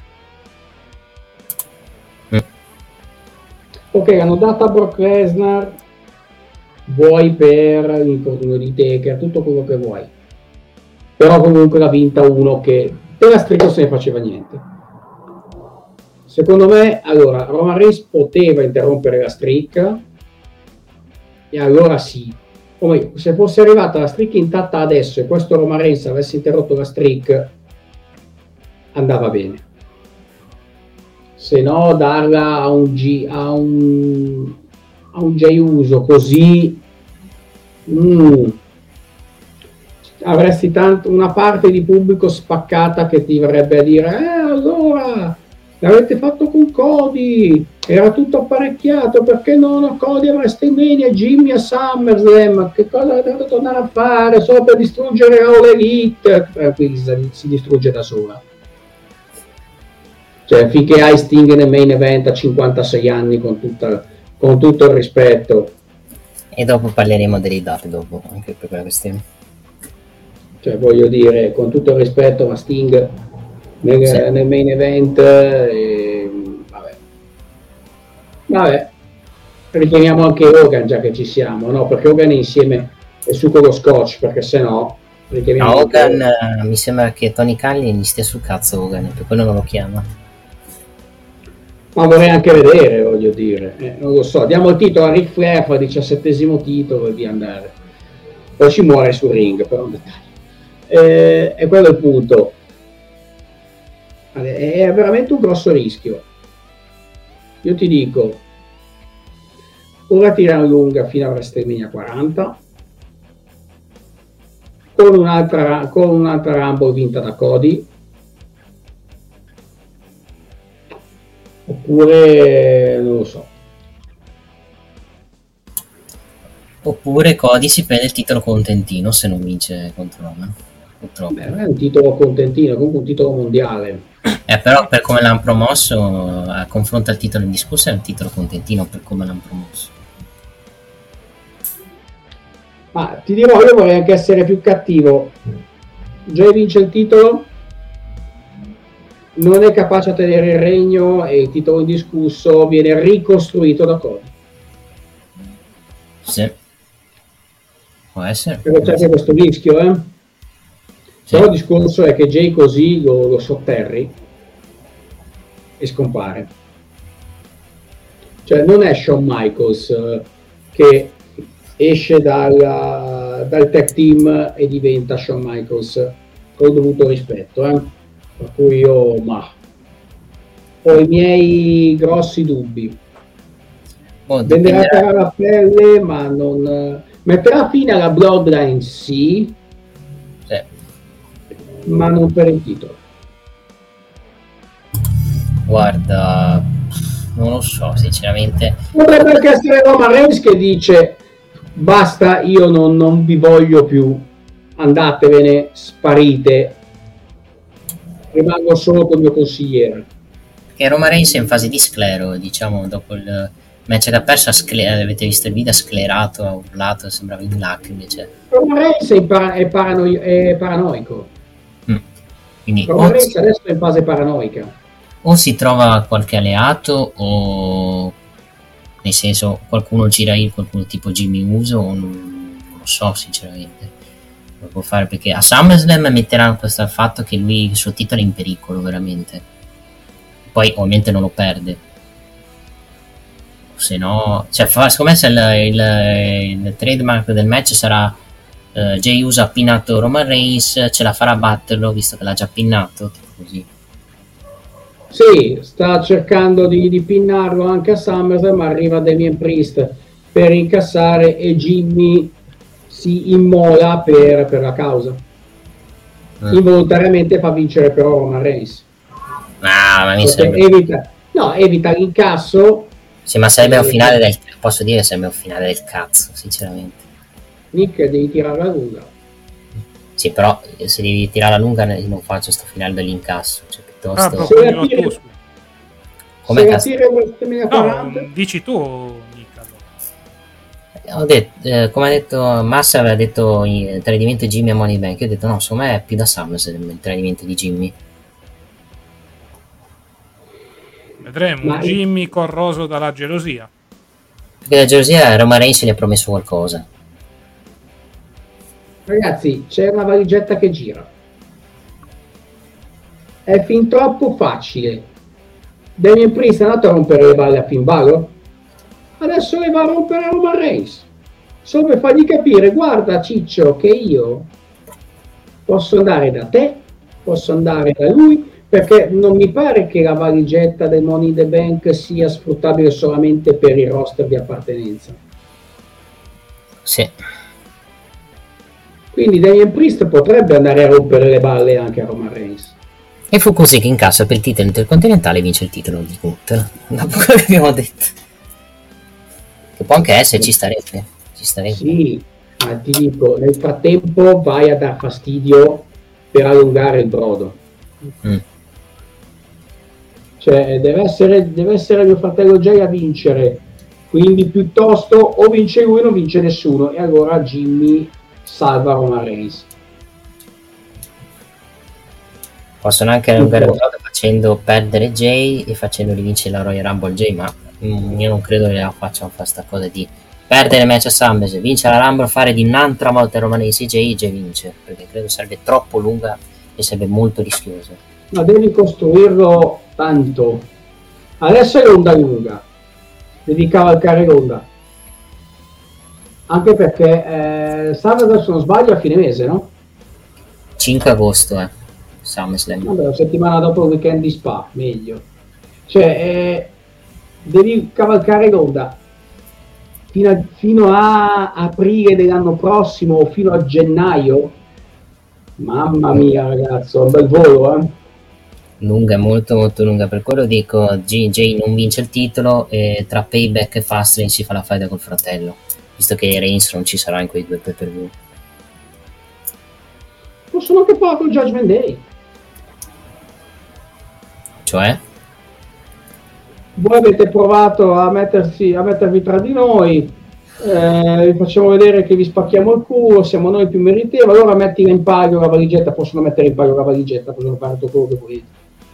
Mm. Ok, hanno dato a Brock Lesnar, vuoi per l'infortunio di Taker, tutto quello che vuoi, però comunque l'ha vinta uno che della streak non se ne faceva niente. Secondo me, allora, Roman Reigns poteva interrompere la streak, e allora sì. Come se fosse arrivata la streak intatta adesso e questo Roman Reigns avesse interrotto la streak, andava bene. se no darla a un G, a un, a un Jey Uso così, mm, avresti tanto una parte di pubblico spaccata che ti verrebbe a dire eh allora l'avete fatto con Cody, era tutto apparecchiato, perché non a Cody a WrestleMania e Jimmy a SummerSlam, che cosa avete dovuto tornare a fare solo per distruggere All Elite? Eh, qui si, si distrugge da sola, cioè finché hai Sting nel main event a cinquantasei anni, con, tutta, con tutto il rispetto, e dopo parleremo delle date dopo anche per quella questione, cioè voglio dire, con tutto il rispetto, ma Sting nel, sì. nel main event, e, vabbè. vabbè richiamiamo anche Hogan, già che ci siamo, no? Perché Hogan è insieme è su con lo scotch, perché se no richiamiamo no, Hogan, anche... mi sembra che Tony Khan gli stia sul cazzo Hogan, per quello non lo chiama, ma vorrei anche vedere, voglio dire, eh, non lo so, diamo il titolo a Ric Flair, fa il diciassettesimo titolo e via andare, poi ci muore sul ring, però un dettaglio. Eh, è quello il punto, è veramente un grosso rischio. Io ti dico, ora tirano lunga fino a WrestleMania quaranta con un'altra con un'altra Rumble vinta da Cody, oppure non lo so, oppure Cody si prende il titolo contentino se non vince contro Roman. Beh, non è un titolo contentino, è comunque un titolo mondiale. Eh, però per come l'hanno promosso, a confronto al titolo in discussione, è un titolo contentino per come l'hanno promosso. Ma ti dirò, io vorrei anche essere più cattivo. Jay vince il titolo, non è capace a tenere il regno e il titolo indiscusso viene ricostruito da Cody. Sì, può essere. Perché c'è anche questo rischio, eh? Sì. Però il discorso è che Jay così lo, lo sotterri e scompare. Cioè non è Shawn Michaels eh, che esce dal, dal tag team e diventa Shawn Michaels, con il dovuto rispetto, eh? Per cui io ma, ho i miei grossi dubbi. Oh, venderà per la pelle, ma non metterà fine alla Bloodline, sì, sì, ma non per il titolo. Guarda, non lo so, sinceramente. Potrebbe anche essere Roman Reigns che dice basta, io non, non vi voglio più, andatevene, sparite, rimango solo col mio consigliere. Che Roman Reigns è in fase di sclero, diciamo, dopo il match che ha perso, scler- avete visto il video, ha sclerato, ha urlato, sembrava in lacrime. Cioè. Roman Reigns è, para- è, parano- è paranoico. Mm. Quindi, Roman Reigns si... adesso è in fase paranoica. O si trova qualche alleato, o nel senso qualcuno gira il qualcuno tipo Jimmy Uso, o non, non lo so sinceramente lo può fare, perché a SummerSlam metterà questo fatto che lui, il suo titolo è in pericolo veramente, poi ovviamente non lo perde, se no, cioè fa, secondo me se il, il, il trademark del match sarà uh, Jey Uso ha pinnato Roman Reigns, ce la farà batterlo visto che l'ha già pinnato, tipo così. Sì, sta cercando di, di pinnarlo anche a SummerSlam, ma arriva Damien Priest per incassare e Jimmy si immola per, per la causa. Eh. Involontariamente fa vincere però Roman Reigns. Ah, ma mi sembra... evita, no, evita l'incasso. Sì, ma sarebbe un finale del... posso dire sarebbe un finale del cazzo, sinceramente. Nick, devi tirare la lunga. Sì, però se devi tirare la lunga non faccio sto finale dell'incasso, cioè piuttosto... Ah, se la tiri, tu, come se cazzo? No, quaranta dici tu, Nick, allora. Ho detto, eh, come ha detto Massa, aveva detto il tradimento di Jimmy a Money Bank. Io ho detto no, secondo me è più da SummerSlam il tradimento di Jimmy. Vedremo, ma un Jimmy il... corroso dalla gelosia. Perché la gelosia Roman Reigns gli ha promesso qualcosa. Ragazzi, c'è una valigetta che gira. È fin troppo facile. Damien Priest è andato a rompere le balle a Finn Balor. Adesso le va a rompere a Roman Reigns. Solo per fargli capire, guarda Ciccio, che io posso andare da te, posso andare da lui, perché non mi pare che la valigetta del Money in the Bank sia sfruttabile solamente per il roster di appartenenza. Sì. Quindi Damian Priest potrebbe andare a rompere le balle anche a Roman Reigns. E fu così che incassa per il titolo intercontinentale e vince il titolo di Gunther. Dopo quello che abbiamo detto. Che può anche essere, ci starebbe. Ci starebbe. Sì, ma ti dico, nel frattempo vai a dar fastidio per allungare il brodo. Mm. Cioè, deve essere, deve essere mio fratello Jay a vincere. Quindi piuttosto o vince lui o non vince nessuno. E allora Jimmy salva Roman Reigns. Possono anche allungare il brodo facendo perdere Jay e facendo rivincere la Royal Rumble Jay, ma mm, io non credo che la facciano fare sta cosa di perdere il match a SummerSlam, vincere la Rumble, fare di un'altra volta Roman Reigns e Jay, Jay vince, perché credo sarebbe troppo lunga e sarebbe molto rischioso. Ma devi costruirlo tanto. Adesso è l'onda lunga, devi cavalcare l'onda. Anche perché eh, SummerSlam, se non sbaglio, a fine mese, no? cinque agosto, eh. SummerSlam. Vabbè, una settimana dopo il weekend di Spa, meglio. Cioè, eh, devi cavalcare l'onda fino a, fino a aprile dell'anno prossimo o fino a gennaio. Mamma mia, ragazzo, un bel volo, eh? Lunga, molto molto lunga, per quello dico G J non vince il titolo e tra Payback e Fastlane si fa la faida col fratello, visto che Reigns non ci sarà in quei due pay per view. Possono anche fare con Judgment Day. Cioè? Voi avete provato a mettersi a mettervi tra di noi, eh, vi facciamo vedere che vi spacchiamo il culo, siamo noi più meritevoli, allora mettila in palio la valigetta. Possono mettere in palio la valigetta, possono fare tutto quello che volete.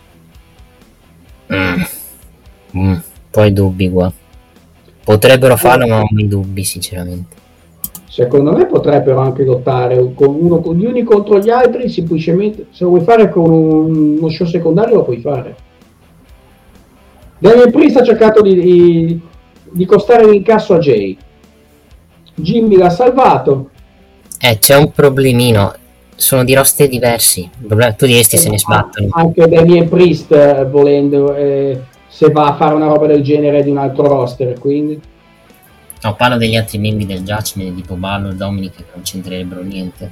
Mm. Mm. Poi dubbi qua. Potrebbero farlo, ma ho i dubbi sinceramente. Secondo me potrebbero anche lottare con uno con gli uni contro gli altri, semplicemente se lo vuoi fare con un, uno show secondario lo puoi fare. Damian Priest ha cercato di, di, di costare l'incasso a Jay. Jimmy l'ha salvato. Eh, c'è un problemino, sono di roster diversi. Tu diresti se ne sbattono. Anche Damian Priest, eh, volendo, eh, se va a fare una roba del genere di un altro roster, quindi... No, parlo degli altri membri del Judgment, tipo Balor e Dominic, che non c'entrerebbero niente.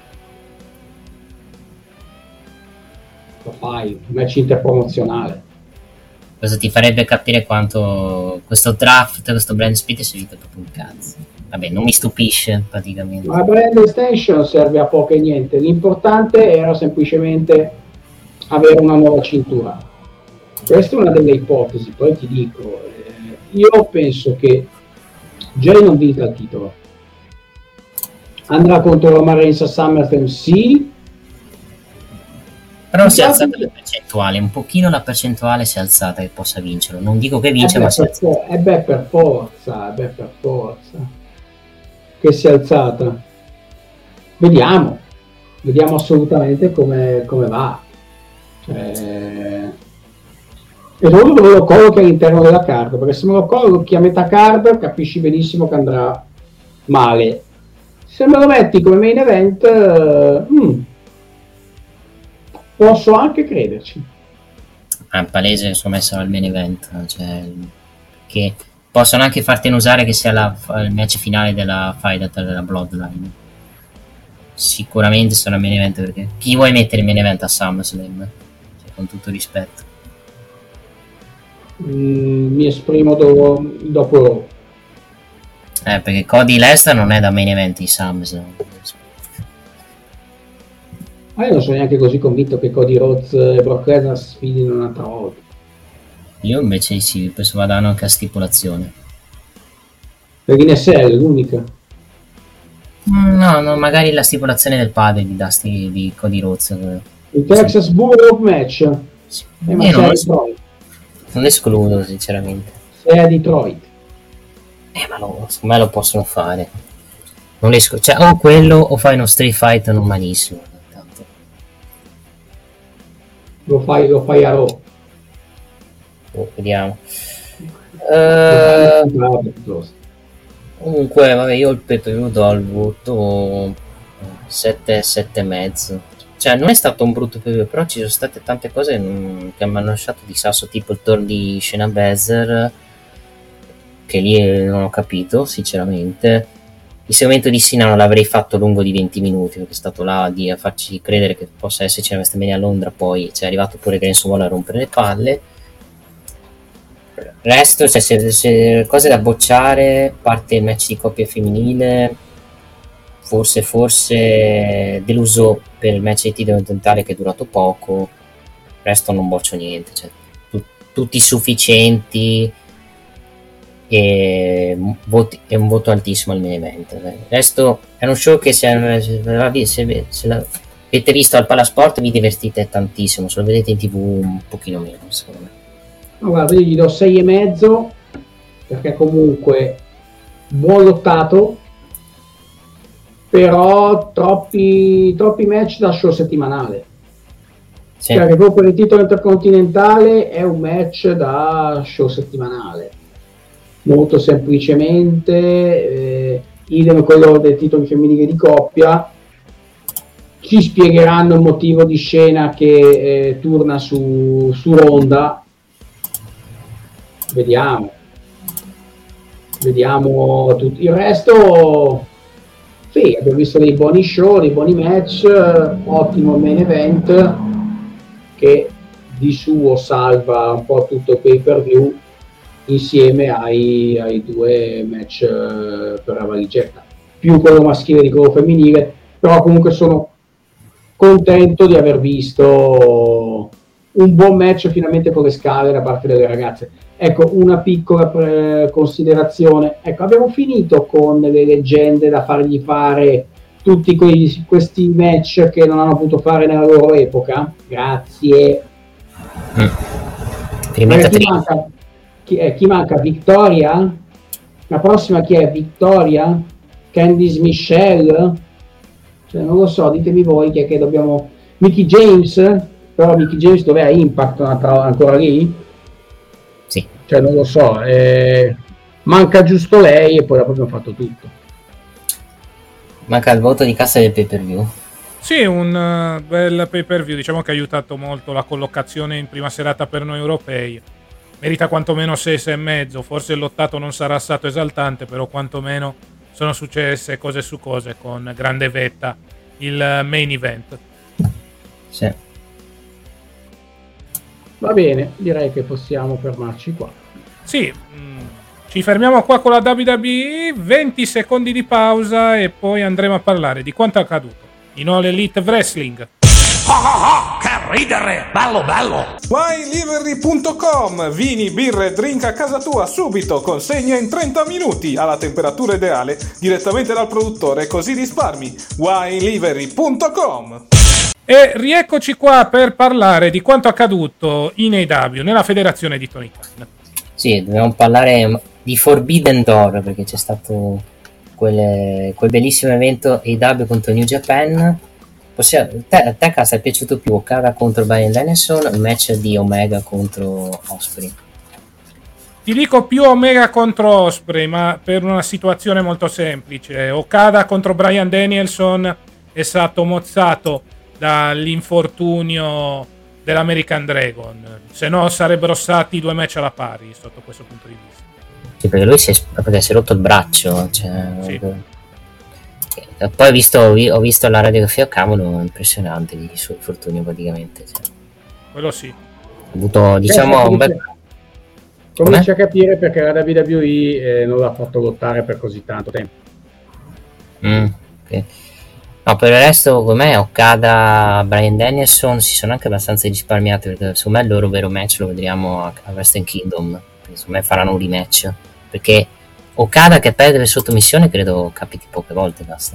Lo fai, un match interpromozionale. Cosa ti farebbe capire quanto questo draft, questo brand split è servito proprio un cazzo. Vabbè, non mi stupisce praticamente. Ma la brand extension serve a poco e niente. L'importante era semplicemente avere una nuova cintura. Questa è una delle ipotesi. Poi ti dico, eh, io penso che Jay non vinca il titolo. Andrà contro Roman Reigns a SummerSlam, sì. Però si è alzata la percentuale, un pochino la percentuale si è alzata che possa vincerlo. Non dico che vince, eh beh, ma si è alzata. E beh, per forza, eh beh, per forza. Che si è alzata. Vediamo. Vediamo assolutamente come, come va. Cioè... E soprattutto dove lo collochi all'interno della card, perché se me lo collochi a metà card capisci benissimo che andrà male. Se me lo metti come main event, uh, mm, posso anche crederci. È palese che sono messo al main event, cioè, che possono anche fartene usare che sia la, il match finale della fight della Bloodline. Sicuramente sono al main event, perché chi vuoi mettere il main event a SummerSlam? Cioè, con tutto rispetto. Mm, mi esprimo do, dopo. Eh, perché Cody Lester non è da main event di SummerSlam. Ma io non sono neanche così convinto che Cody Rhodes e Brock Lesnar sfidino un'altra volta. Io invece sì, penso vadano anche a stipulazione. Perché in S L è l'unica. No, no, magari la stipulazione del padre di Dusty, di Cody Rhodes. Il Texas sì. Bulldog match. Sì. Eh, ma non, es- non escludo sinceramente. Sei a Detroit. Eh, ma no, secondo me lo possono fare. Non esco, cioè o quello o fai uno street fight normalissimo. Tanto. Lo fai, lo fai a Raw. Oh, vediamo. Uh, comunque, vabbè, io il pay per view do al voto sette, sette e mezzo. cioè non è stato un brutto pay per view, però ci sono state tante cose mh, che mi hanno lasciato di sasso, tipo il turn di Shayna Baszler, che lì eh, non ho capito sinceramente. Il segmento di Sina non l'avrei fatto lungo di venti minuti, perché è stato là di a farci credere che possa esserci una WrestleMania a Londra, poi c'è arrivato pure Grayson Waller a rompere le palle. Resto, cioè, se, se cose da bocciare, parte il match di coppia femminile, forse forse deluso per il match di titolo continentale che è durato poco, resto non boccio niente, cioè, tu, tutti sufficienti e voti, è un voto altissimo al main event. Il resto è uno show che se, se, se, se l'avete visto al Palasport vi divertite tantissimo, se lo vedete in tv un pochino meno secondo me. No, guarda, io gli do sei e mezzo perché comunque buon lottato, però troppi, troppi match da show settimanale. Sì. Perché proprio il titolo intercontinentale è un match da show settimanale, molto semplicemente. Eh, idem quello del titolo femminile di coppia. Ci spiegheranno il motivo di scena che eh, turna su, su Ronda. Vediamo, vediamo tutto il resto. Sì, abbiamo visto dei buoni show, dei buoni match, ottimo main event che di suo salva un po' tutto il pay per view insieme ai, ai due match per la valigetta, più quello maschile di quello femminile, però comunque sono contento di aver visto un buon match finalmente con le scale da parte delle ragazze. Ecco, una piccola pre- considerazione. Ecco, abbiamo finito con le leggende da fargli fare tutti quei, questi match che non hanno potuto fare nella loro epoca. Grazie. Mm. Chi manca? Chi, eh, chi manca? Victoria? La prossima chi è? Victoria? Candice Michelle? Cioè, non lo so, ditemi voi chi è che dobbiamo... Mickie James? Però Mickie James dov'è? Impact ancora lì? Sì. Cioè non lo so, eh, manca giusto lei e poi dopo abbiamo fatto tutto. Manca il voto di cassa del pay per view. Sì, un uh, bel pay per view, diciamo che ha aiutato molto la collocazione in prima serata per noi europei. Merita quantomeno sei e mezzo, forse il lottato non sarà stato esaltante, però quantomeno sono successe cose su cose con grande vetta il main event. Sì. Va bene, direi che possiamo fermarci qua. Sì, mh, ci fermiamo qua con la W W E, venti secondi di pausa e poi andremo a parlare di quanto è accaduto in All Elite Wrestling. Oh, oh, oh, che ridere, bello bello. wine livery punto com, vini, birre e drink a casa tua subito, consegna in trenta minuti alla temperatura ideale direttamente dal produttore, così risparmi. wine livery punto com. E rieccoci qua per parlare di quanto accaduto in A E W nella federazione di Tony Khan. Sì, dobbiamo parlare di Forbidden Door perché c'è stato quelle, quel bellissimo evento A E W contro New Japan. Possiamo, te, a te cazzo è piaciuto più Okada contro Bryan Danielson o il match di Omega contro Osprey? Ti dico più Omega contro Osprey, ma per una situazione molto semplice. Okada contro Bryan Danielson è stato mozzato dall'infortunio dell'American Dragon, se no sarebbero stati due match alla pari sotto questo punto di vista. Sì, perché lui si è, perché si è rotto il braccio, cioè, sì. Poi ho visto, ho visto la radiografia, cavolo, impressionante il suo infortunio praticamente, cioè. Quello sì, ha avuto, diciamo, un bel... comincia a capire perché la W W E eh, non l'ha fatto lottare per così tanto tempo. Mm, okay. No, per il resto, come me, Okada, Bryan Danielson si sono anche abbastanza risparmiati perché secondo me il loro vero match lo vedremo a, a Wrestle Kingdom. Secondo me faranno un rematch perché Okada che perde per sottomissione credo capiti poche volte, basta.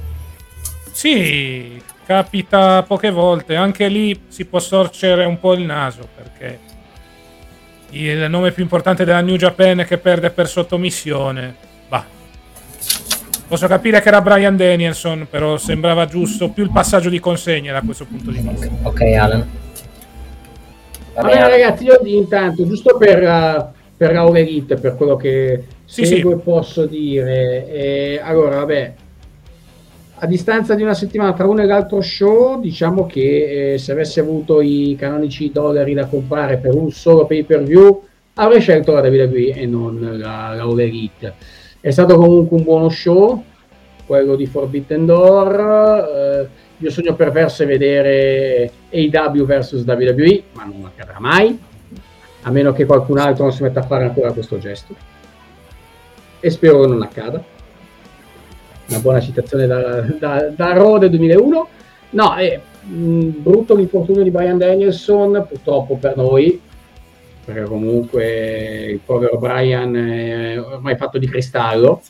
Sì, capita poche volte, anche lì si può storcere un po' il naso perché il nome più importante della New Japan che perde per sottomissione, bah. Posso capire che era Bryan Danielson, però sembrava giusto più il passaggio di consegna da questo punto di vista. Ok, Alan. Va bene, ragazzi, io intanto, giusto per, uh, per All Elite, per quello che sì, seguo sì. e posso dire. Eh, allora, vabbè, a distanza di una settimana tra uno e l'altro show, diciamo che eh, se avessi avuto i canonici dollari da comprare per un solo pay per view, avrei scelto la W W E e non la, la All Elite. È stato comunque un buono show, quello di Forbidden Door. Eh, il mio sogno perverso è vedere A E W versus W W E, ma non accadrà mai, a meno che qualcun altro non si metta a fare ancora questo gesto. E spero che non accada. Una buona citazione da, da, da Raw del duemilauno. No, è mh, brutto l'infortunio di Bryan Danielson, purtroppo per noi, perché comunque il povero Bryan è ormai fatto di cristallo.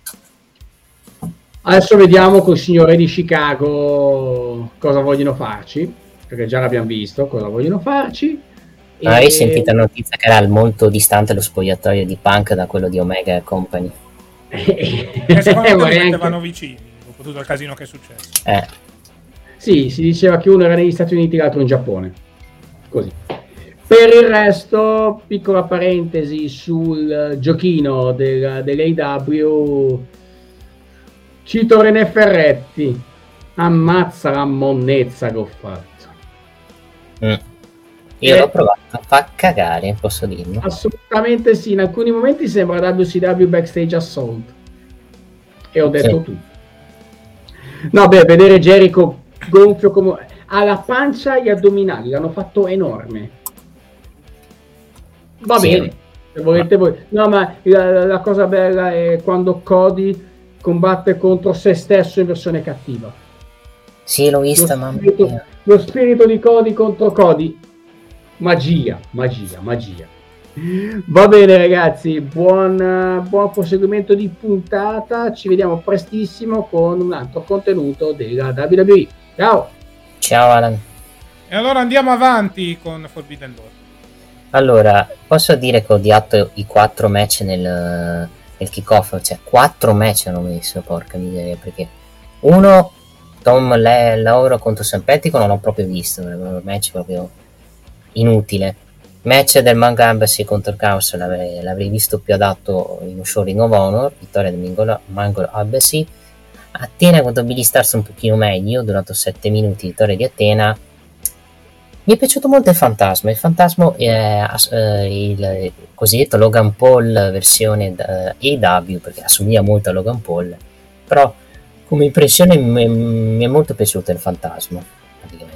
Adesso vediamo col signore di Chicago cosa vogliono farci, perché già l'abbiamo visto cosa vogliono farci. Non avevi sentito la notizia che era molto distante lo spogliatoio di Punk da quello di Omega e Company? E secondo me li mettevano anche... vicini dopo tutto il casino che è successo. Eh. Sì, si diceva che uno era negli Stati Uniti e l'altro in Giappone. Così. Per il resto, piccola parentesi sul giochino del, dell'A E W. Cito René Ferretti. Ammazza la monnezza che ho fatto. Mm. Io eh, l'ho provato, fa cagare, posso dirlo. Assolutamente sì, in alcuni momenti sembra W C W Backstage Assault. E ho detto sì. tutto. No, beh, vedere Jericho gonfio come... ha la pancia e gli addominali, l'hanno fatto enorme. Va sì. bene, se volete voi. No, ma la, la cosa bella è quando Cody combatte contro se stesso in versione cattiva. Sì, l'ho vista, lo mamma spirito, mia. Lo spirito di Cody contro Cody. Magia, magia, magia. Va bene ragazzi, buon, buon proseguimento di puntata. Ci vediamo prestissimo con un altro contenuto della W W E. Ciao. Ciao Alan. E allora andiamo avanti con Forbidden Door. Allora, posso dire che ho odiato i quattro match nel, nel kick-off. Cioè, quattro match hanno messo, porca miseria, perché uno, Tom Lauro contro Sempetico non l'ho proprio visto, un match proprio inutile. Match del Manga Embassy contro il Chaos l'avrei, l'avrei visto più adatto in un show Ring of Honor. Vittoria del Manga Embassy. Atena contro Billy Stars un pochino meglio, durato sette minuti. Vittoria di Atena. Mi è piaciuto molto il fantasma. Il fantasma è eh, il cosiddetto Logan Paul versione A E W, perché assomiglia molto a Logan Paul, però come impressione mi, mi è molto piaciuto il fantasma praticamente.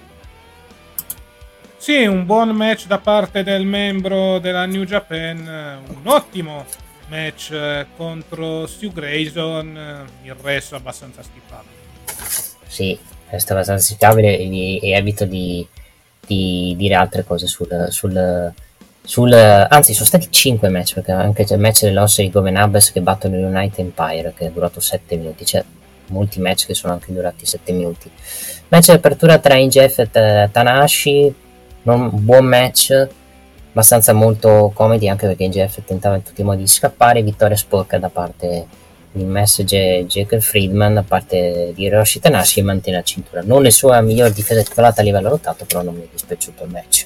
Sì, un buon match da parte del membro della New Japan, un ottimo match contro Stu Grayson, il resto abbastanza schifabile. Sì, il resto abbastanza schifabile e, e evito di, di dire altre cose sul, sul, sul... Anzi, sono stati cinque match, perché anche c'è il match dell'Osso di Govenabes che battono l'United Empire, che è durato sette minuti, c'è molti match che sono anche durati sette minuti. Match di apertura tra N J F e Tanahashi, un buon match, abbastanza molto comedy, anche perché N J F tentava in tutti i modi di scappare. Vittoria sporca da parte di Message Jacob Friedman, da parte di Hiroshi Tanahashi, e mantiene la cintura. Non le sue migliori difese titolate a livello lottato, però non mi è dispiaciuto il match.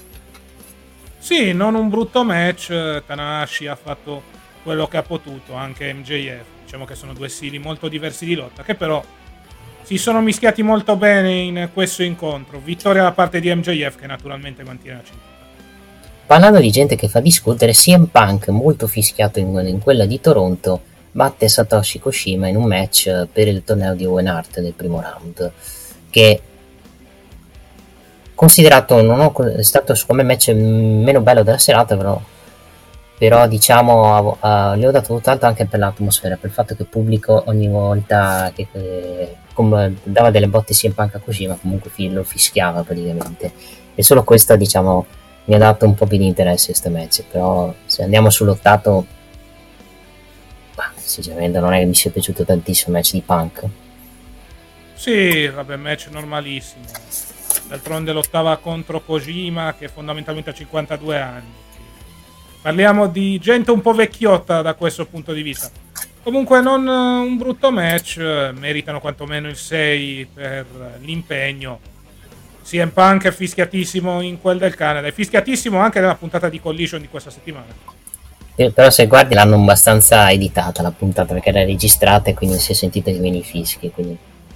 Sì, non un brutto match. Tanahashi ha fatto quello che ha potuto, anche M J F. Diciamo che sono due stili molto diversi di lotta, che però si sono mischiati molto bene in questo incontro. Vittoria da parte di M J F, che naturalmente mantiene la cintura. Parlando di gente che fa discutere, C M Punk, molto fischiato in, in quella di Toronto, batte Satoshi Koshima in un match per il torneo di Owen Hart nel primo round, che considerato non ho, è stato secondo me il match meno bello della serata, però però diciamo uh, uh, gli ho dato tanto anche per l'atmosfera, per il fatto che il pubblico ogni volta che eh, com- dava delle botte C M Punk a Koshima comunque fi- lo fischiava praticamente, e solo questo diciamo mi ha dato un po' più di interesse questo match. Però se andiamo sull'ottato, bah, sinceramente non è che mi sia piaciuto tantissimo il match di Punk. Sì, vabbè, match normalissimo, d'altronde lottava contro Kojima che fondamentalmente ha cinquantadue anni. Parliamo di gente un po' vecchiotta da questo punto di vista. Comunque non un brutto match, meritano quantomeno il sei per l'impegno. C M Punk è fischiatissimo in quel del Canada, è fischiatissimo anche nella puntata di Collision di questa settimana. Eh, Però se guardi l'hanno abbastanza editata la puntata perché era registrata e quindi si è sentita di meno i fischi. Quindi.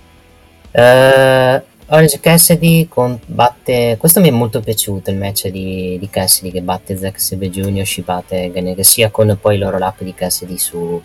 Eh, Orange Cassidy con- batte. Questo mi è molto piaciuto il match di, di Cassidy che batte Zack Sabre Junior, Shibata e Gane, sia con poi l'overlap di Cassidy su,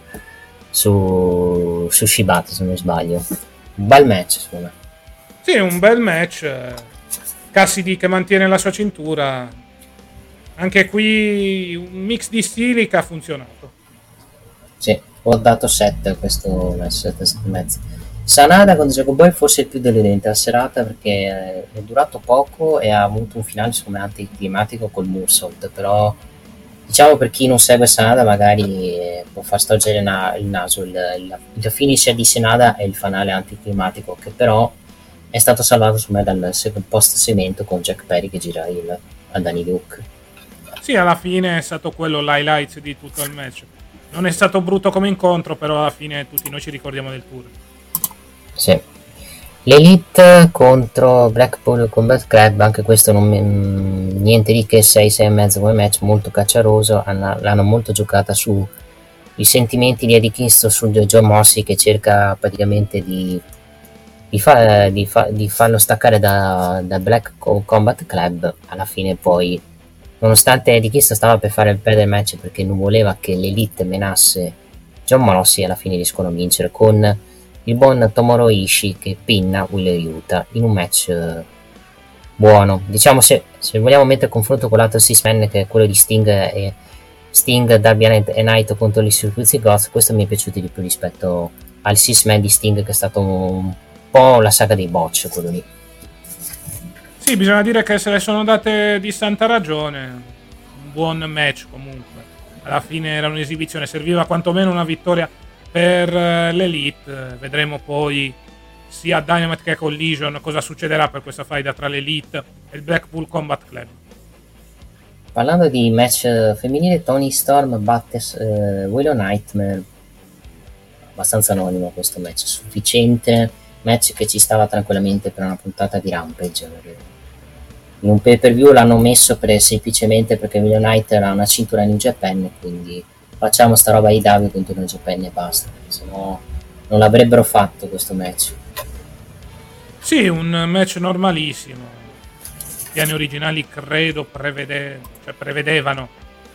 su, su Shibata, se non mi sbaglio. Un bel match, secondo me. Sì, un bel match. eh, Cassidy che mantiene la sua cintura. Anche qui un mix di stili che ha funzionato. Sì, ho dato sette a questo match, sette, sette e mezzo. Sanada con Jacob Boy forse il più deludente della serata perché eh, è durato poco e ha avuto un finale secondo me anticlimatico col Moonsault, però diciamo per chi non segue Sanada magari eh, può far storgere na- il naso, il, il, il finisher di Sanada è il finale anticlimatico che però è stato salvato su me dal sec- post segmento con Jack Perry che gira il, a Danny Luke. Sì, alla fine è stato quello l'highlight di tutto il match. Non è stato brutto come incontro, però alla fine tutti noi ci ricordiamo del tour. Sì. L'Elite contro Blackpool Combat Club, anche questo non mi- mm, niente di che, sei sei e mezzo come match, molto cacciaroso, hanno- l'hanno molto giocata su i sentimenti di Eddie Kingston su John Mossy che cerca praticamente di, di, fa- di fa- di farlo staccare da, da Black Co- Combat Club. Alla fine poi, nonostante Eddie Kingston stava per fare il perdere il match perché non voleva che l'Elite menasse John Mossy, alla fine riescono a vincere con il buon Tomohiro Ishii che pinna Wheeler Yuta in un match eh, buono. Diciamo, se, se vogliamo mettere a confronto con l'altro Six Man che è quello di Sting e Sting, Darby Allin e Naito contro gli Suzuki Goth, questo mi è piaciuto di più rispetto al Six Man di Sting che è stato un po' la saga dei botch, quello lì. Sì, bisogna dire che se le sono date di santa ragione. Un buon match comunque. Alla fine era un'esibizione, serviva quantomeno una vittoria per eh, l'Elite. Vedremo poi sia a Dynamite che a Collision cosa succederà per questa faida tra l'Elite e il Blackpool Combat Club. Parlando di match femminile, Toni Storm batte eh, Willow Nightmare, abbastanza anonimo questo match, sufficiente match che ci stava tranquillamente per una puntata di Rampage. In un pay per view l'hanno messo per, semplicemente perché Willow Nightmare ha una cintura New Japan, quindi facciamo sta roba di Davide contro New Japan e basta, se no non l'avrebbero fatto questo match. Sì, un match normalissimo. I piani originali credo prevede, cioè prevedevano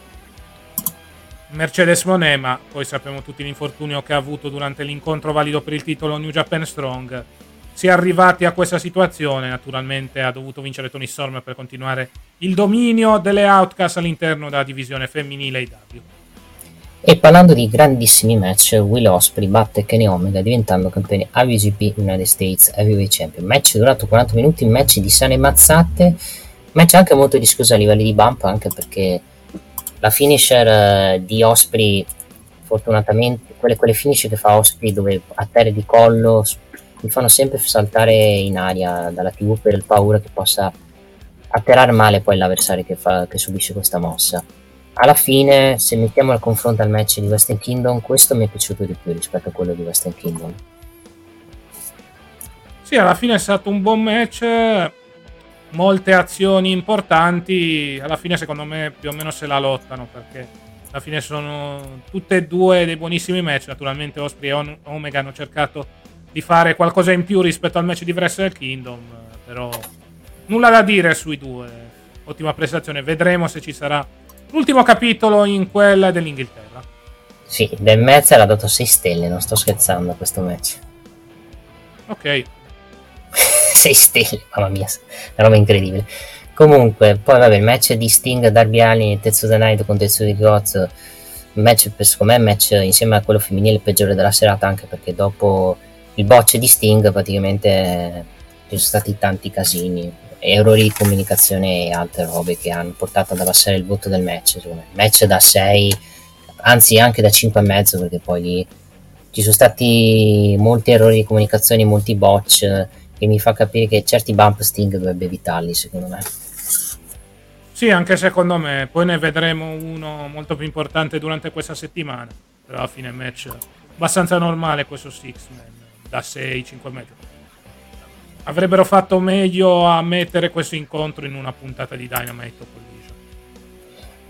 Mercedes Moné, ma poi sappiamo tutti l'infortunio che ha avuto durante l'incontro valido per il titolo New Japan Strong. Si è arrivati a questa situazione, naturalmente ha dovuto vincere Toni Storm per continuare il dominio delle Outcast all'interno della divisione femminile A E W. E parlando di grandissimi match, Will Ospreay batte Kenny Omega diventando campione I W G P United States Heavyweight Champion. Match durato quaranta minuti, match di sane mazzate, match anche molto discusso a livelli di bump, anche perché la finisher eh, di Ospreay, fortunatamente, quelle, quelle finisher che fa Ospreay dove a terra di collo mi fanno sempre saltare in aria dalla tivù per il paura che possa atterrare male poi l'avversario che, fa, che subisce questa mossa. Alla fine, se mettiamo al confronto al match di Western Kingdom, questo mi è piaciuto di più rispetto a quello di Western Kingdom. Sì, alla fine è stato un buon match, molte azioni importanti, alla fine secondo me più o meno se la lottano, perché alla fine sono tutte e due dei buonissimi match. Naturalmente Ospreay e Omega hanno cercato di fare qualcosa in più rispetto al match di Wrestle Kingdom, però nulla da dire sui due, ottima prestazione. Vedremo se ci sarà l'ultimo capitolo in quella dell'Inghilterra. Sì, del Metz l'ha dato sei stelle, non sto scherzando a questo match. Ok. sei stelle, mamma mia, una roba incredibile. Comunque, poi vabbè, il match di Sting, Darby Allin e Tetsuya Naito con Tetsuya Goz, match secondo me match insieme a quello femminile peggiore della serata, anche perché dopo il botch di Sting praticamente ci sono stati tanti casini, errori di comunicazione e altre robe che hanno portato ad abbassare il voto del match. Insomma, il match da sei, anzi anche da cinque e mezzo, perché poi lì ci sono stati molti errori di comunicazione, molti botch, che mi fa capire che certi bump Sting dovrebbe evitarli, secondo me. Sì, anche secondo me. Poi ne vedremo uno molto più importante durante questa settimana, però alla fine match abbastanza normale questo Six Man da sei cinque metri. Avrebbero fatto meglio a mettere questo incontro in una puntata di Dynamite o Collision.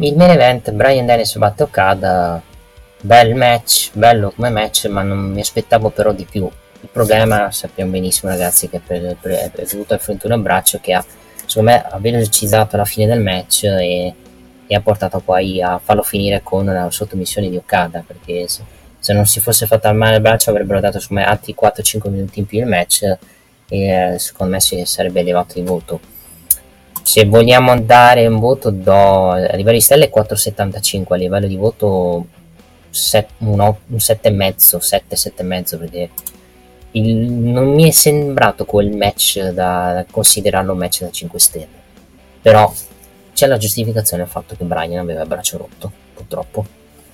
il main event, Bryan Danielson batte Okada, bel match, bello come match, ma non mi aspettavo però di più. Il problema, sappiamo benissimo ragazzi, che per, per, è dovuto al infortunio al braccio, che ha, secondo me, ha velocizzato la fine del match e, e ha portato poi a farlo finire con la sottomissione di Okada, perché se, se non si fosse fatto al male al braccio avrebbero dato secondo me altri quattro cinque minuti in più il match e eh, secondo me si sarebbe elevato il voto. Se vogliamo dare un voto, do a livello di stelle quattro virgola settantacinque, a livello di voto set, un, un sette e mezzo, sette, sette e mezzo, perché il, non mi è sembrato quel match da considerarlo un match da cinque stelle, però c'è la giustificazione al fatto che Bryan aveva il braccio rotto, purtroppo.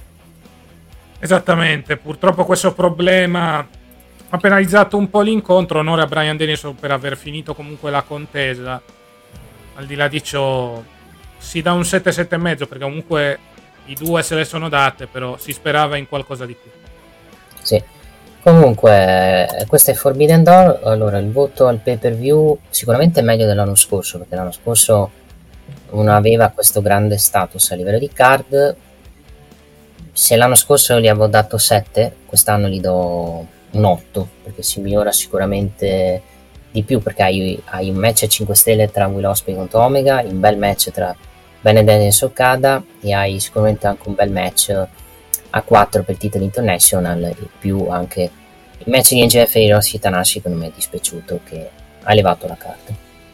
Esattamente, purtroppo questo problema ha penalizzato un po' l'incontro. Onore a Bryan Danielson per aver finito comunque la contesa. Al di là di ciò si dà un sette, sette e mezzo, perché comunque i due se le sono date, però si sperava in qualcosa di più. Sì, comunque questo è Forbidden Door. Allora, il voto al pay per view sicuramente è meglio dell'anno scorso, perché l'anno scorso non aveva questo grande status a livello di card. Se l'anno scorso gli avevo dato sette, quest'anno gli do un otto, perché si migliora sicuramente di più, perché hai, hai un match a cinque stelle tra Will Ospreay contro Omega, un bel match tra Bryan Danielson e Okada, e hai sicuramente anche un bel match a quattro per il titolo international, e più anche il match di M J F e Hiroshi Tanahashi, che non mi è dispiaciuto, che ha elevato la carta.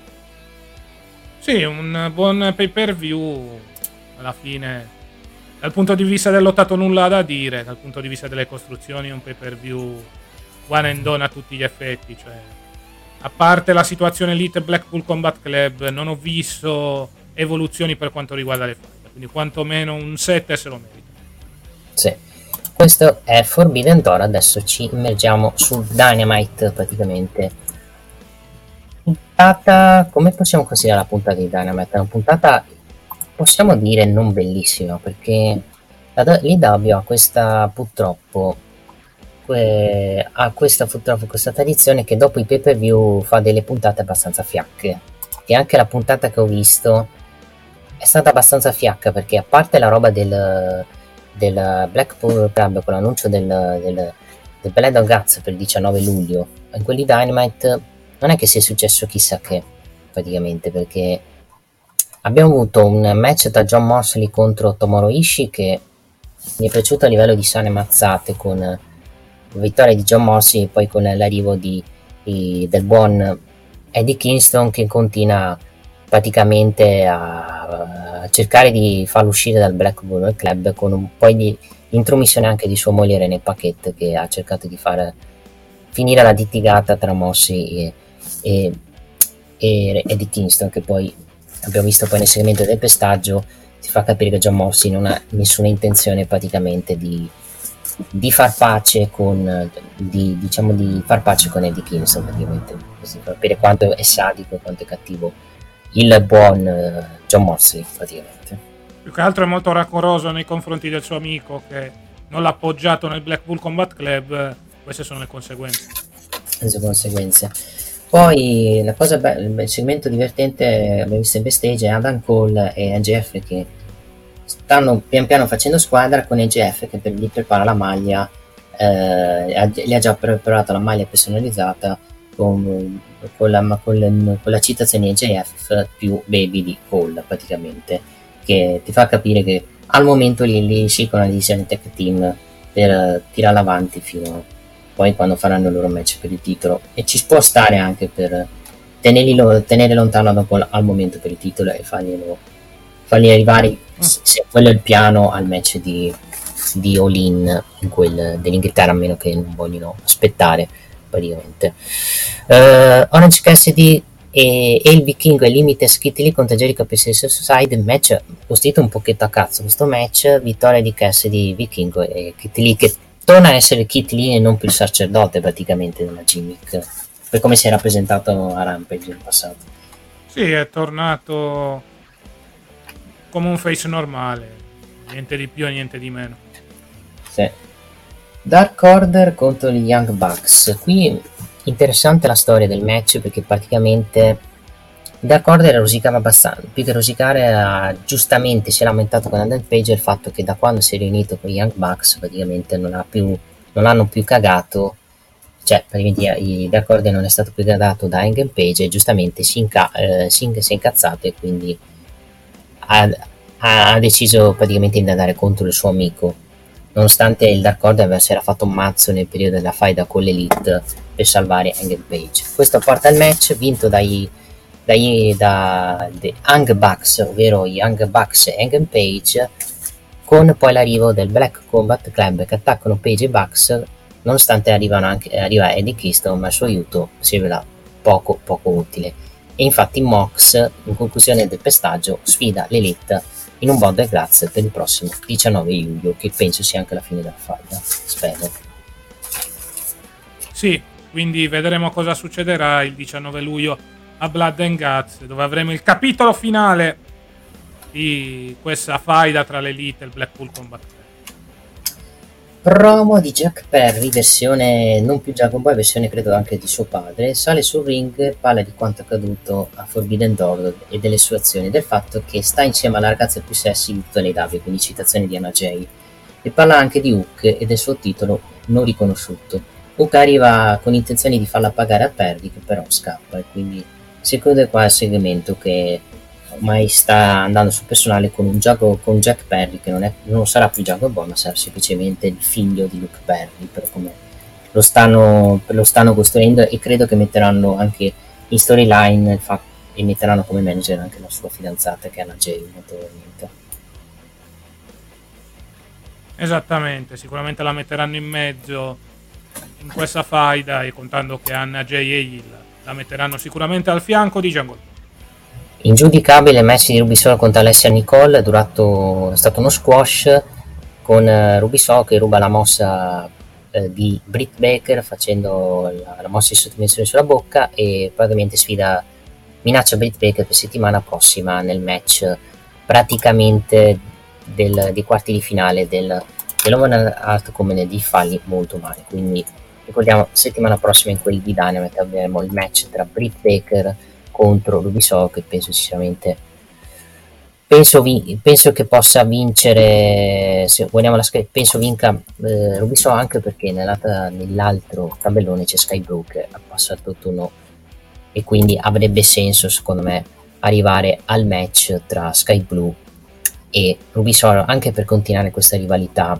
Sì, un buon pay per view. Alla fine, dal punto di vista del lottato nulla da dire, dal punto di vista delle costruzioni un pay per view one and done a tutti gli effetti, cioè a parte la situazione Elite Blackpool Combat Club non ho visto evoluzioni per quanto riguarda le fight, quindi quantomeno un sette se lo merita. Sì, questo è Forbidden Door. Adesso ci immergiamo su Dynamite praticamente. Puntata, come possiamo considerare la puntata di Dynamite? È una puntata, possiamo dire, non bellissima, perché la l'I W ha questa purtroppo que, ha questa purtroppo questa tradizione che dopo i pay per view fa delle puntate abbastanza fiacche, e anche la puntata che ho visto è stata abbastanza fiacca, perché a parte la roba del, del Blackpool Club con l'annuncio del, del, del Blood and Guts per il diciannove luglio, in quelli Dynamite non è che sia successo chissà che, praticamente, perché abbiamo avuto un match tra John Moxley contro Tomohiro Ishii che mi è piaciuto a livello di sane mazzate, con la vittoria di John Moxley e poi con l'arrivo di, di, del buon Eddie Kingston, che continua praticamente a, a cercare di farlo uscire dal Blackpool Club, con un po' di intromissione anche di sua moglie Renee Paquette, che ha cercato di far finire la litigata tra Moxley e, e, e Eddie Kingston, che poi abbiamo visto poi nel segmento del pestaggio si fa capire che John Moxley non ha nessuna intenzione praticamente di, di far pace con di, diciamo di far pace con Eddie Kingston, praticamente, così per capire quanto è sadico e quanto è cattivo il buon uh, John Moxley, praticamente. Più che altro è molto rancoroso nei confronti del suo amico che non l'ha appoggiato nel Blackpool Combat Club. Queste sono le conseguenze. Le conseguenze. Poi la cosa bella, il segmento divertente abbiamo visto in backstage è Adam Cole e N J F che stanno pian piano facendo squadra, con N J F che per, gli prepara la maglia, eh, gli ha già preparato la maglia personalizzata con, con, la, con, le, con la citazione N J F più baby di Cole, praticamente, che ti fa capire che al momento lì, lì si con la divisione tech team per tirarla avanti fino a poi quando faranno il loro match per il titolo, e ci può stare anche per tenerli lo, tenere lontano dopo al momento per il titolo e farglielo, fargli arrivare, se quello è il piano, al match di, di All In, in quel dell'Inghilterra, a meno che non vogliono aspettare praticamente. uh, Orange Cassidy e, e il vichingo e Limited Skitty Lee contro Jericho per Side Society, match costruito un pochetto a cazzo questo match, vittoria di Cassidy, vichingo e Skitty Lee, che torna a essere Kit Lee e non più il sacerdote praticamente della gimmick, per come si è rappresentato a Rampage in passato. Sì, è tornato come un face normale, niente di più e niente di meno. Sì. Dark Order contro gli Young Bucks. Qui interessante la storia del match, perché praticamente Dark Order rosicava abbastanza, più che rosicare ha, giustamente si è lamentato con Adam Page il fatto che da quando si è riunito con i Young Bucks praticamente non, ha più, non hanno più cagato, cioè praticamente i Dark Order non è stato più cagato da Hangman Page e giustamente si, inca- eh, si, si è incazzato e quindi ha, ha deciso praticamente di andare contro il suo amico, nonostante il Dark Order si era fatto un mazzo nel periodo della faida con l'Elite per salvare Hangman Page. Questo porta al match vinto dai dai da The Young Bucks, ovvero i Young Bucks e Hangman Page, con poi l'arrivo del Black Combat Club che attaccano Page e Bucks, nonostante arrivano anche, arriva Eddie Kingston, ma il suo aiuto si rivela poco poco utile. E infatti Mox, in conclusione del pestaggio, sfida l'Elite in un Bond e Graz per il prossimo diciannove luglio, che penso sia anche la fine della faida, spero. Sì, quindi vedremo cosa succederà il diciannove luglio a Blood and Guts, dove avremo il capitolo finale di questa faida tra l'Elite e il Blackpool Combat Club. Promo di Jack Perry, versione non più Dragon Ball, versione credo anche di suo padre, sale sul ring, parla di quanto accaduto a Forbidden Door e delle sue azioni, del fatto che sta insieme alla ragazza più sexy di tutte le W, quindi citazione di Anna Jay, e parla anche di Hook e del suo titolo non riconosciuto. Hook arriva con intenzioni di farla pagare a Perry, che però scappa, e quindi si chiude qua il segmento che ormai sta andando sul personale con un gioco con Jack Perry che non, è, non sarà più Dragon Ball, ma sarà semplicemente il figlio di Luke Perry, per come lo stanno, lo stanno costruendo, e credo che metteranno anche in storyline il fatto, e metteranno come manager anche la sua fidanzata, che è Anna Jay, naturalmente. Esattamente, sicuramente la metteranno in mezzo in questa faida, e contando che Anna Jay e Hill la metteranno sicuramente al fianco di Jungle. Ingiudicabile match di Ruby Soho contro Alessia Nicole, durato, è stato uno squash con uh, Ruby Soho che ruba la mossa uh, di Britt Baker facendo la, la mossa di sottomissione sulla bocca, e praticamente sfida, minaccia Britt Baker per settimana prossima nel match praticamente del, dei quarti di finale del, dell'Open Art Comedy, falli molto male, quindi ricordiamo settimana prossima in quelli di Dynamite avremo il match tra Britt Baker contro Ruby Soho, che penso sinceramente penso, vi, penso che possa vincere, se vogliamo la scheda, penso vinca eh, Ruby Soho, anche perché nell'altra, nell'altro tabellone c'è Sky Blue che ha passato il turno, e quindi avrebbe senso secondo me arrivare al match tra Sky Blue e Ruby Soho, anche per continuare questa rivalità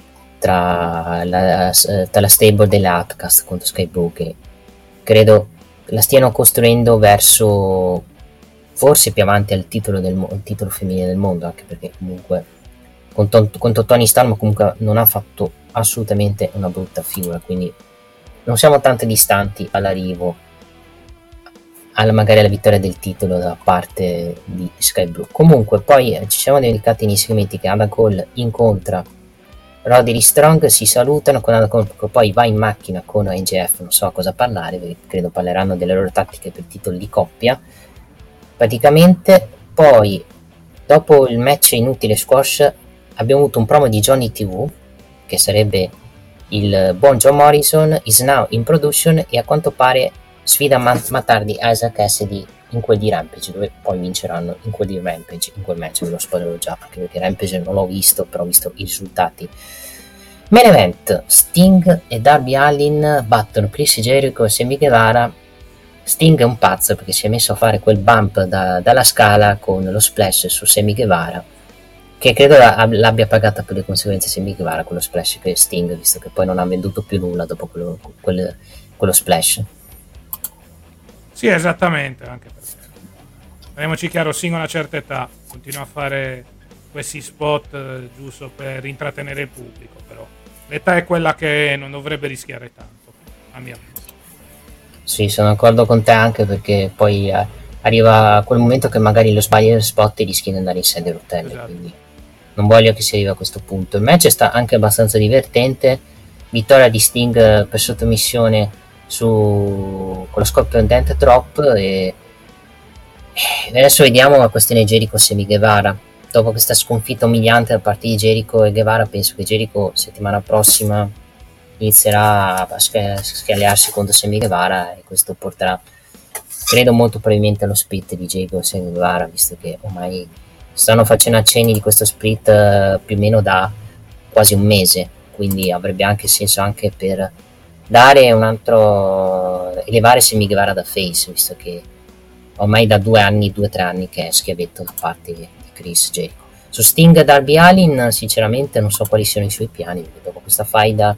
tra la, tra la stable delle Outcast contro Sky Blue, che credo la stiano costruendo verso forse più avanti al titolo, del, il titolo femminile del mondo, anche perché comunque con, con Tony Storm comunque non ha fatto assolutamente una brutta figura, quindi non siamo tanto distanti all'arrivo alla magari alla vittoria del titolo da parte di Sky Blue. Comunque poi eh, ci siamo dedicati nei segmenti che Adam Cole incontra Roderick Strong, si salutano con Adam Cole, poi va in macchina con N J F, non so cosa parlare, perché credo parleranno delle loro tattiche per il titolo di coppia praticamente. Poi dopo il match inutile squash abbiamo avuto un promo di Johnny T V, che sarebbe il buon John Morrison, is now in production, e a quanto pare sfida Matt Hardy e Isaac Cassidy in quel di Rampage, dove poi vinceranno in quel di Rampage, in quel match ve lo spoilerò già, anche perché Rampage non l'ho visto, però ho visto i risultati. Main event, Sting e Darby Allin battono Chris Jericho e Sammy Guevara. Sting è un pazzo perché si è messo a fare quel bump da, dalla scala con lo splash su Sammy Guevara, che credo l'abbia pagata per le conseguenze Sammy Guevara, quello splash che Sting, visto che poi non ha venduto più nulla dopo quello, quello, quello splash. Sì, esattamente, anche perché parliamoci chiaro, Sting a una certa età continua a fare questi spot eh, giusto per intrattenere il pubblico, però l'età è quella che non dovrebbe rischiare tanto, a mio avviso. Sì, sono d'accordo con te, anche perché poi eh, arriva quel momento che magari lo sbagli dello spot e rischi di andare in sedia a rotelle, esatto. Quindi non voglio che si arrivi a questo punto. Il match sta anche abbastanza divertente, vittoria di Sting per sottomissione su con lo Scorpion Dent Drop, e adesso vediamo la questione Jericho Sammy Guevara. Dopo questa sconfitta umiliante da parte di Jericho e Guevara, penso che Jericho settimana prossima inizierà a scagliarsi contro Sammy Guevara, e questo porterà credo molto probabilmente allo split di Jericho e Sammy Guevara, visto che ormai stanno facendo accenni di questo split eh, più o meno da quasi un mese, quindi avrebbe anche senso anche per dare un altro, elevare Sammy Guevara da face, visto che ormai da due anni, due o tre anni che è schiavetto da parte di Chris Jericho. Su Sting e Darby Allin sinceramente non so quali siano i suoi piani, perché dopo questa faida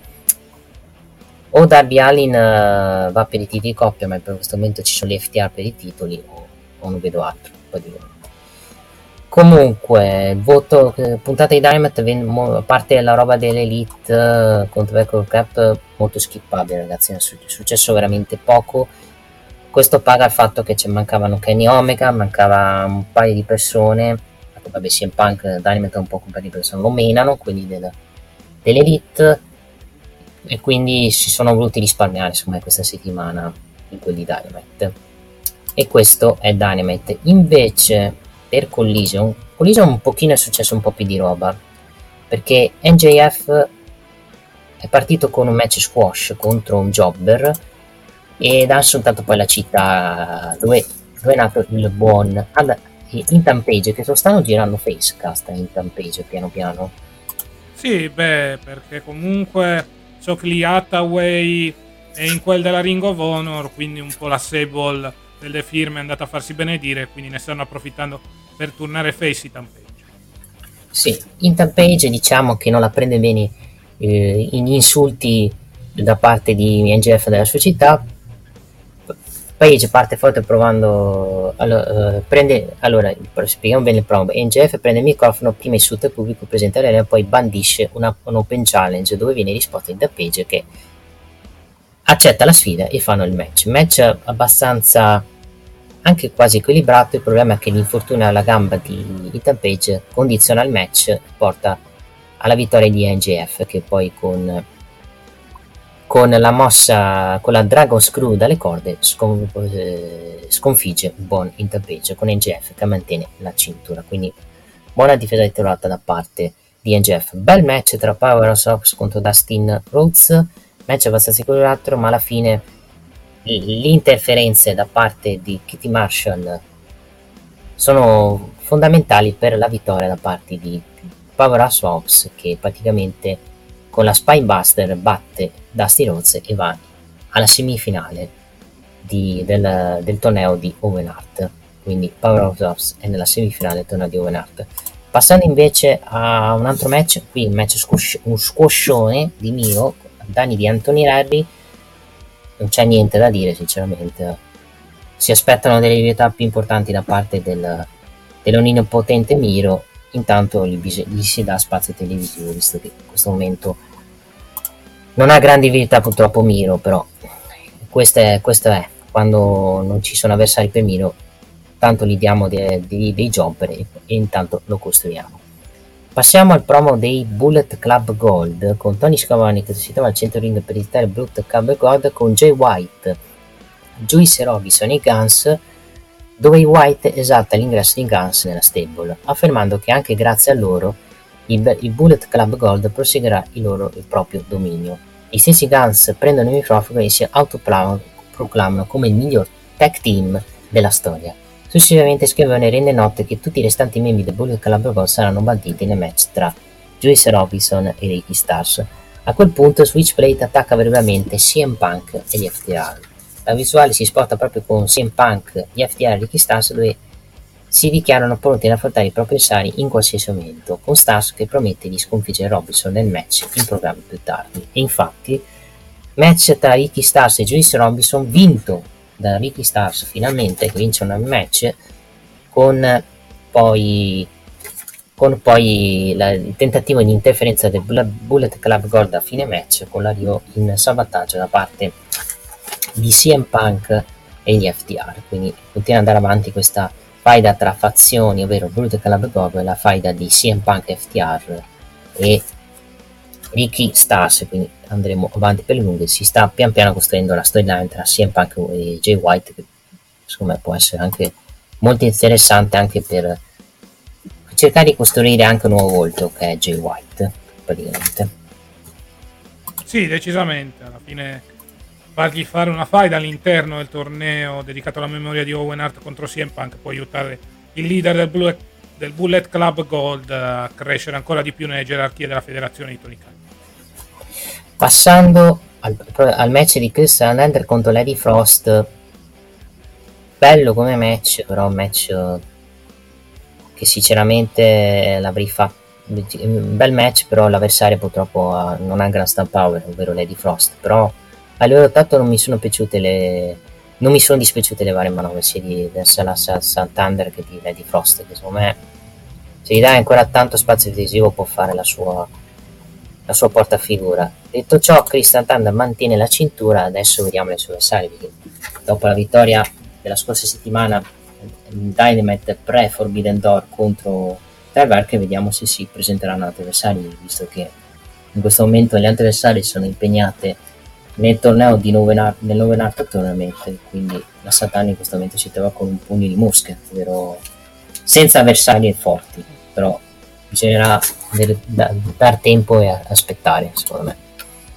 o Darby Allin uh, va per i titoli di coppia, ma per questo momento ci sono gli F T R per i titoli, o, o non vedo altro praticamente. Comunque il voto eh, puntata di Dynamite, a parte la roba dell'Elite uh, contro Record Cap, molto skippabile ragazzi, è successo veramente poco. Questo paga il fatto che ci mancavano Kenny Omega, mancava un paio di persone. Vabbè, C M Punk Dynamite è un po' un paio di persone lo menano, quelli del, dell'Elite, e quindi si sono voluti risparmiare secondo me questa settimana in quelli Dynamite, e questo è Dynamite. Invece per Collision Collision un pochino è successo un po' più di roba, perché N J F è partito con un match squash contro un jobber ed ha soltanto poi la città dove, dove è nato il buon ad, in Tampage, che lo stanno girando Facecast in Tampage piano piano. Sì, beh, perché comunque so che lì Hathaway è in quel della Ring of Honor, quindi un po' la Sable delle firme è andata a farsi benedire, quindi ne stanno approfittando per tornare face in Tampage. Sì, in Tampage diciamo che non la prende bene eh, in insulti da parte di N J F della società. Page parte forte provando allora, uh, prende allora spieghiamo bene il promo. N J F prende il microfono, prima insulta il pubblico presente all'arena, poi bandisce una, un open challenge dove viene risposta in da Page, che accetta la sfida e fanno il match match abbastanza anche quasi equilibrato. Il problema è che l'infortunio alla gamba di Ethan Page condiziona il match, porta alla vittoria di N J F, che poi con con la mossa, con la Dragon Screw dalle corde scon- eh, sconfigge il buon Ethan Page con N J F che mantiene la cintura. Quindi buona difesa ritrovata da parte di N J F. Bel match tra Powerhouse Hobbs contro Dustin Rhodes, match abbastanza equilibrato, ma alla fine le interferenze da parte di Kitty Marshall sono fondamentali per la vittoria da parte di Powerhouse Hobbs, che praticamente con la Spinebuster batte Dusty Rhodes e va alla semifinale di, del, del torneo di Owen Hart. Quindi Powerhouse Hobbs è nella semifinale del torneo di Owen Hart. Passando invece a un altro match, qui un match squash, un squascione di Miro, danni di Anthony Henry. Non c'è niente da dire sinceramente, si aspettano delle novità più importanti da parte del, dell'onnipotente Miro. Intanto gli, bis- gli si dà spazio televisivo, visto che in questo momento non ha grandi verità purtroppo Miro, però questo è, questo è quando non ci sono avversari per Miro, tanto gli diamo dei, dei, dei jobber e, e intanto lo costruiamo. Passiamo al promo dei Bullet Club Gold con Tony Schiavone che si trova al centro ring per il Bullet Club Gold con Jay White, Juice Robinson e Guns, dove i White esalta l'ingresso di Guns nella stable, affermando che anche grazie a loro il, il Bullet Club Gold proseguirà il loro il proprio dominio. Gli stessi Guns prendono il microfono e si autoproclamano come il miglior tag team della storia. Successivamente Schiavone rende noto che tutti i restanti membri del Bullet Club Gold saranno banditi nel match tra Juice Robinson e Ricky Starks. A quel punto Switchblade attacca brevemente C M Punk e gli F T R. La visuale si sposta proprio con C M Punk, gli F T R e Ricky Starks, dove si dichiarano pronti ad affrontare i propri avversari in qualsiasi momento, con Starks che promette di sconfiggere Robinson nel match in programma più tardi. E infatti match tra Ricky Starks e Juice Robinson vinto da Ricky Starks finalmente, che vince un match con poi con poi la, il tentativo di interferenza del Bullet Club Gold a fine match, con l'arrivo in salvataggio da parte di C M Punk e gli F T R. Quindi continua ad andare avanti questa faida tra fazioni, ovvero Bullet Club Gold e la faida di C M Punk, F T R e Ricky Starks, quindi andremo avanti per le lunghe. Si sta pian piano costruendo la storyline tra C M Punk e Jay White, che secondo me può essere anche molto interessante anche per cercare di costruire anche un nuovo volto che è Jay White praticamente. Sì, decisamente, alla fine fargli fare una faida all'interno del torneo dedicato alla memoria di Owen Hart contro C M Punk può aiutare il leader del Bullet, del Bullet Club Gold a crescere ancora di più nelle gerarchie della federazione di Tony Khan. Passando al, al match di Chris Statlander contro Lady Frost, bello come match, però un match che sinceramente l'avrei fatto un bel match, però l'avversario purtroppo ha, non ha gran star power, ovvero Lady Frost. Però a livello tatto non mi sono piaciute le non mi sono dispiaciute le varie manovre sia di Statlander che di Lady Frost, che secondo me se gli dai ancora tanto spazio decisivo può fare la sua la sua portafigura. Detto ciò, Chris Statlander mantiene la cintura, adesso vediamo le sue avversarie, perché dopo la vittoria della scorsa settimana Dynamite pre Forbidden Door contro Trevor, vediamo se si presenteranno altri avversari, visto che in questo momento le altre avversarie sono impegnate nel torneo di Noven Art, nel Noven Art Tournament, quindi la Satana in questo momento si trova con un pugno di mosche, ovvero senza avversari forti, però bisognerà dar tempo e aspettare, secondo me.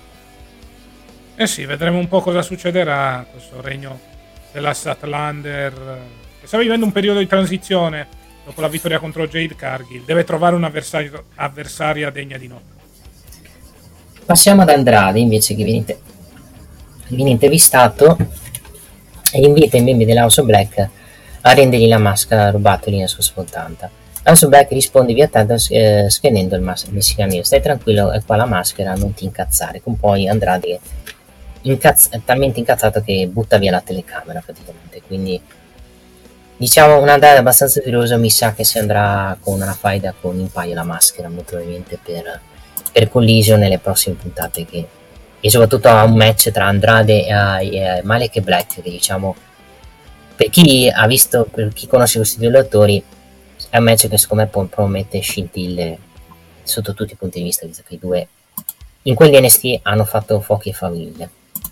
Eh sì, vedremo un po' cosa succederà questo regno della Statlander, che sta vivendo un periodo di transizione dopo la vittoria contro Jade Cargill. Deve trovare un'avversaria degna di nota. Passiamo ad Andrade invece, che viene, inter- viene intervistato e invita i membri dell'House of Black a rendergli la maschera rubatoli nella sua sfontanta. House of Black risponde via tanto eh, scrivendo il mas- messicano: stai tranquillo, è qua la maschera, non ti incazzare. Con poi Andrade incazz- è talmente incazzato che butta via la telecamera praticamente, quindi diciamo un'andata abbastanza furiosa. Mi sa che si andrà con una faida con in paio la maschera, molto probabilmente per, per Collision nelle prossime puntate, che, e soprattutto a un match tra Andrade e, e Malek e Black, che diciamo per chi ha visto, per chi conosce questi due attori, è un match che secondo me promette scintille sotto tutti i punti di vista, visto che i due in quegli N X T hanno fatto fuochi e faville.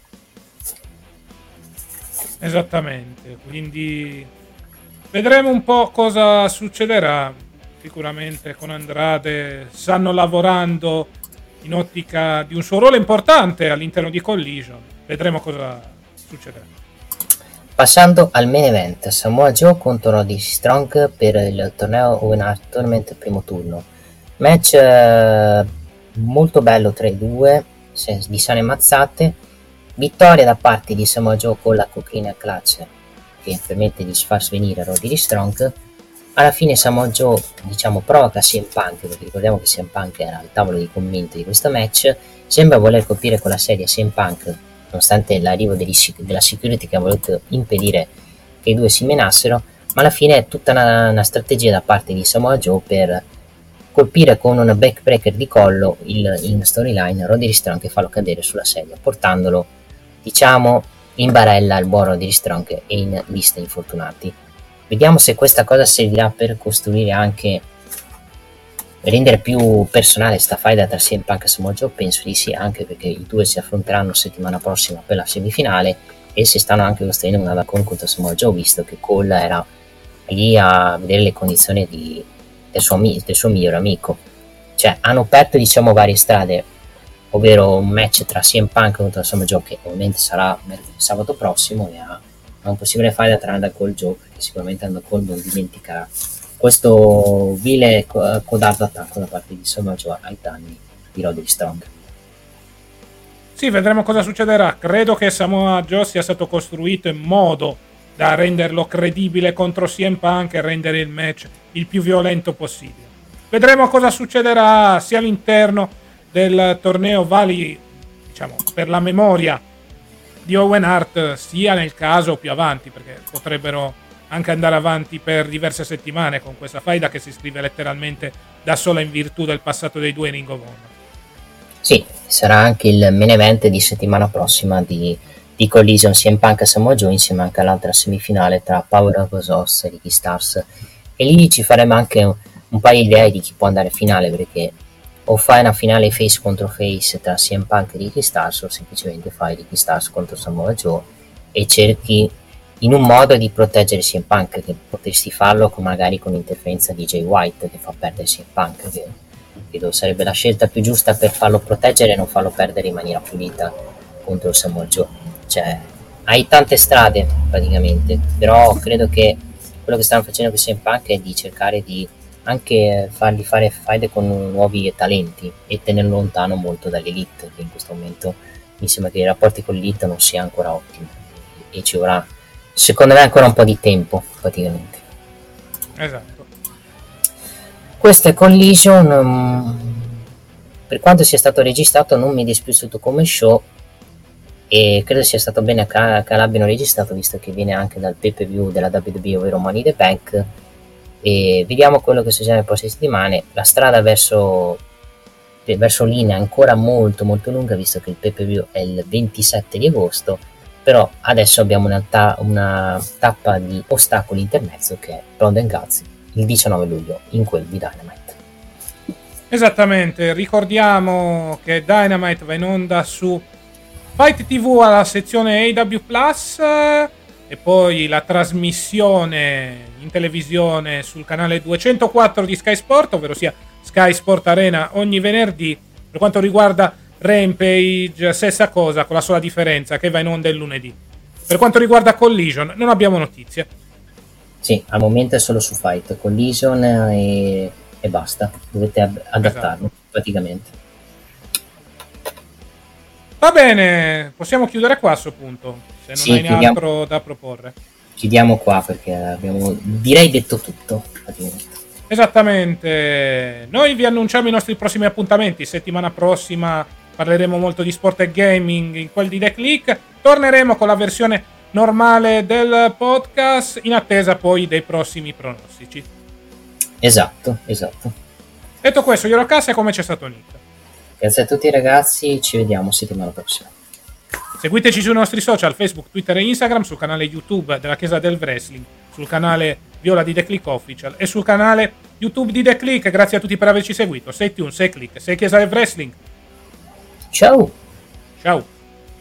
Esattamente, quindi vedremo un po' cosa succederà. Sicuramente con Andrade stanno lavorando in ottica di un suo ruolo importante all'interno di Collision. Vedremo cosa succederà. Passando al main event, Samoa Joe contro Roddy Strong per il torneo Owen Hart Tournament primo turno. Match eh, molto bello tra i due, di sane mazzate. Vittoria da parte di Samoa Joe con la cocaina clutch, che permette di far svenire Roddy Strong. Alla fine Samoa Joe, diciamo, provoca C M Punk, perché ricordiamo che C M Punk era al tavolo di commenti di questo match. Sembra voler colpire con la sedia C M Punk, nonostante l'arrivo degli, della security che ha voluto impedire che i due si menassero, ma alla fine è tutta una, una strategia da parte di Samoa Joe per colpire con un backbreaker di collo il, in storyline Roddy Strong, che farlo cadere sulla sedia, portandolo, diciamo, in barella al buon Roddy Strong e in lista infortunati. Vediamo se questa cosa servirà per costruire anche, rendere più personale sta faida tra C M Punk e Samoa Joe. Penso di sì, anche perché i due si affronteranno settimana prossima per la semifinale e si stanno anche costruendo una da contro Samoa Joe, visto che Cole era lì a vedere le condizioni di, del, suo, del suo migliore amico. Cioè hanno aperto, diciamo, varie strade, ovvero un match tra C M Punk contro Samoa Joe, che ovviamente sarà sabato prossimo, e ha un possibile faida tra Andal Cole e Joe, che sicuramente Andal Cole non dimenticherà questo vile codardo attacco da parte di Samoa Joe ai danni di Roddy Strong. Sì, vedremo cosa succederà. Credo che Samoa Joe sia stato costruito in modo da renderlo credibile contro C M Punk e rendere il match il più violento possibile. Vedremo cosa succederà sia all'interno del torneo vali, diciamo, per la memoria di Owen Hart, sia nel caso più avanti, perché potrebbero anche andare avanti per diverse settimane con questa faida che si scrive letteralmente da sola in virtù del passato dei due in Ring of Honor. Sì, sarà anche il main event di settimana prossima di, di Collision C M Punk e Samoa Joe, insieme anche all'altra semifinale tra Power of Us e Ricky Stars, e lì ci faremo anche un, un paio di idee di chi può andare finale, perché o fai una finale face contro face tra C M Punk e Ricky Stars, o semplicemente fai Ricky Stars contro Samoa Joe e cerchi in un modo di proteggere C M Punk, che potresti farlo con, magari con l'interferenza di Jay White che fa perdere C M Punk, che credo sarebbe la scelta più giusta per farlo proteggere e non farlo perdere in maniera pulita contro Samoa Joe. cioè hai tante strade praticamente, però credo che quello che stanno facendo qui C M Punk è di cercare di anche fargli fare fight con nuovi talenti e tenerlo lontano molto dall'elite, che in questo momento mi sembra che i rapporti con l'elite non siano ancora ottimi e ci vorrà secondo me ancora un po' di tempo praticamente. Esatto. Questo è Collision, um, per quanto sia stato registrato non mi è dispiaciuto come show e credo sia stato bene che, che l'abbiano registrato, visto che viene anche dal pay-per-view della W W E, ovvero Money in the Bank, e vediamo quello che succederà nelle prossime settimane. La strada verso verso linea è ancora molto molto lunga, visto che il pay-per-view è il ventisette di agosto, però adesso abbiamo una, ta- una tappa di ostacoli intermezzo che è Blood and Guts il diciannove luglio in quel di Dynamite. Esattamente, ricordiamo che Dynamite va in onda su Fight T V alla sezione A W Plus e poi la trasmissione in televisione sul canale duecentoquattro di Sky Sport, ovvero sia Sky Sport Arena ogni venerdì. Per quanto riguarda Rampage, stessa cosa, con la sola differenza che va in onda il lunedì. Per quanto riguarda Collision non abbiamo notizie. Sì, al momento è solo su Fight Collision e, e basta, dovete ab- adattarlo, esatto, praticamente. Va bene, possiamo chiudere qua a questo punto, se non sì, hai chiudiamo, altro da proporre. Chiudiamo qua perché abbiamo, direi, detto tutto. Esattamente, noi vi annunciamo i nostri prossimi appuntamenti. Settimana prossima parleremo molto di sport e gaming in quel di The Click. Torneremo con la versione normale del podcast in attesa poi dei prossimi pronostici. Esatto, esatto. Detto questo, io ero Cassa e come c'è stato Nick. Grazie a tutti ragazzi, ci vediamo settimana prossima. Seguiteci sui nostri social, Facebook, Twitter e Instagram, sul canale YouTube della Chiesa del Wrestling, sul canale Viola di The Click Official e sul canale YouTube di The Click. Grazie a tutti per averci seguito. Sei Tune, sei Click, sei Chiesa del Wrestling. Ciao. Ciao.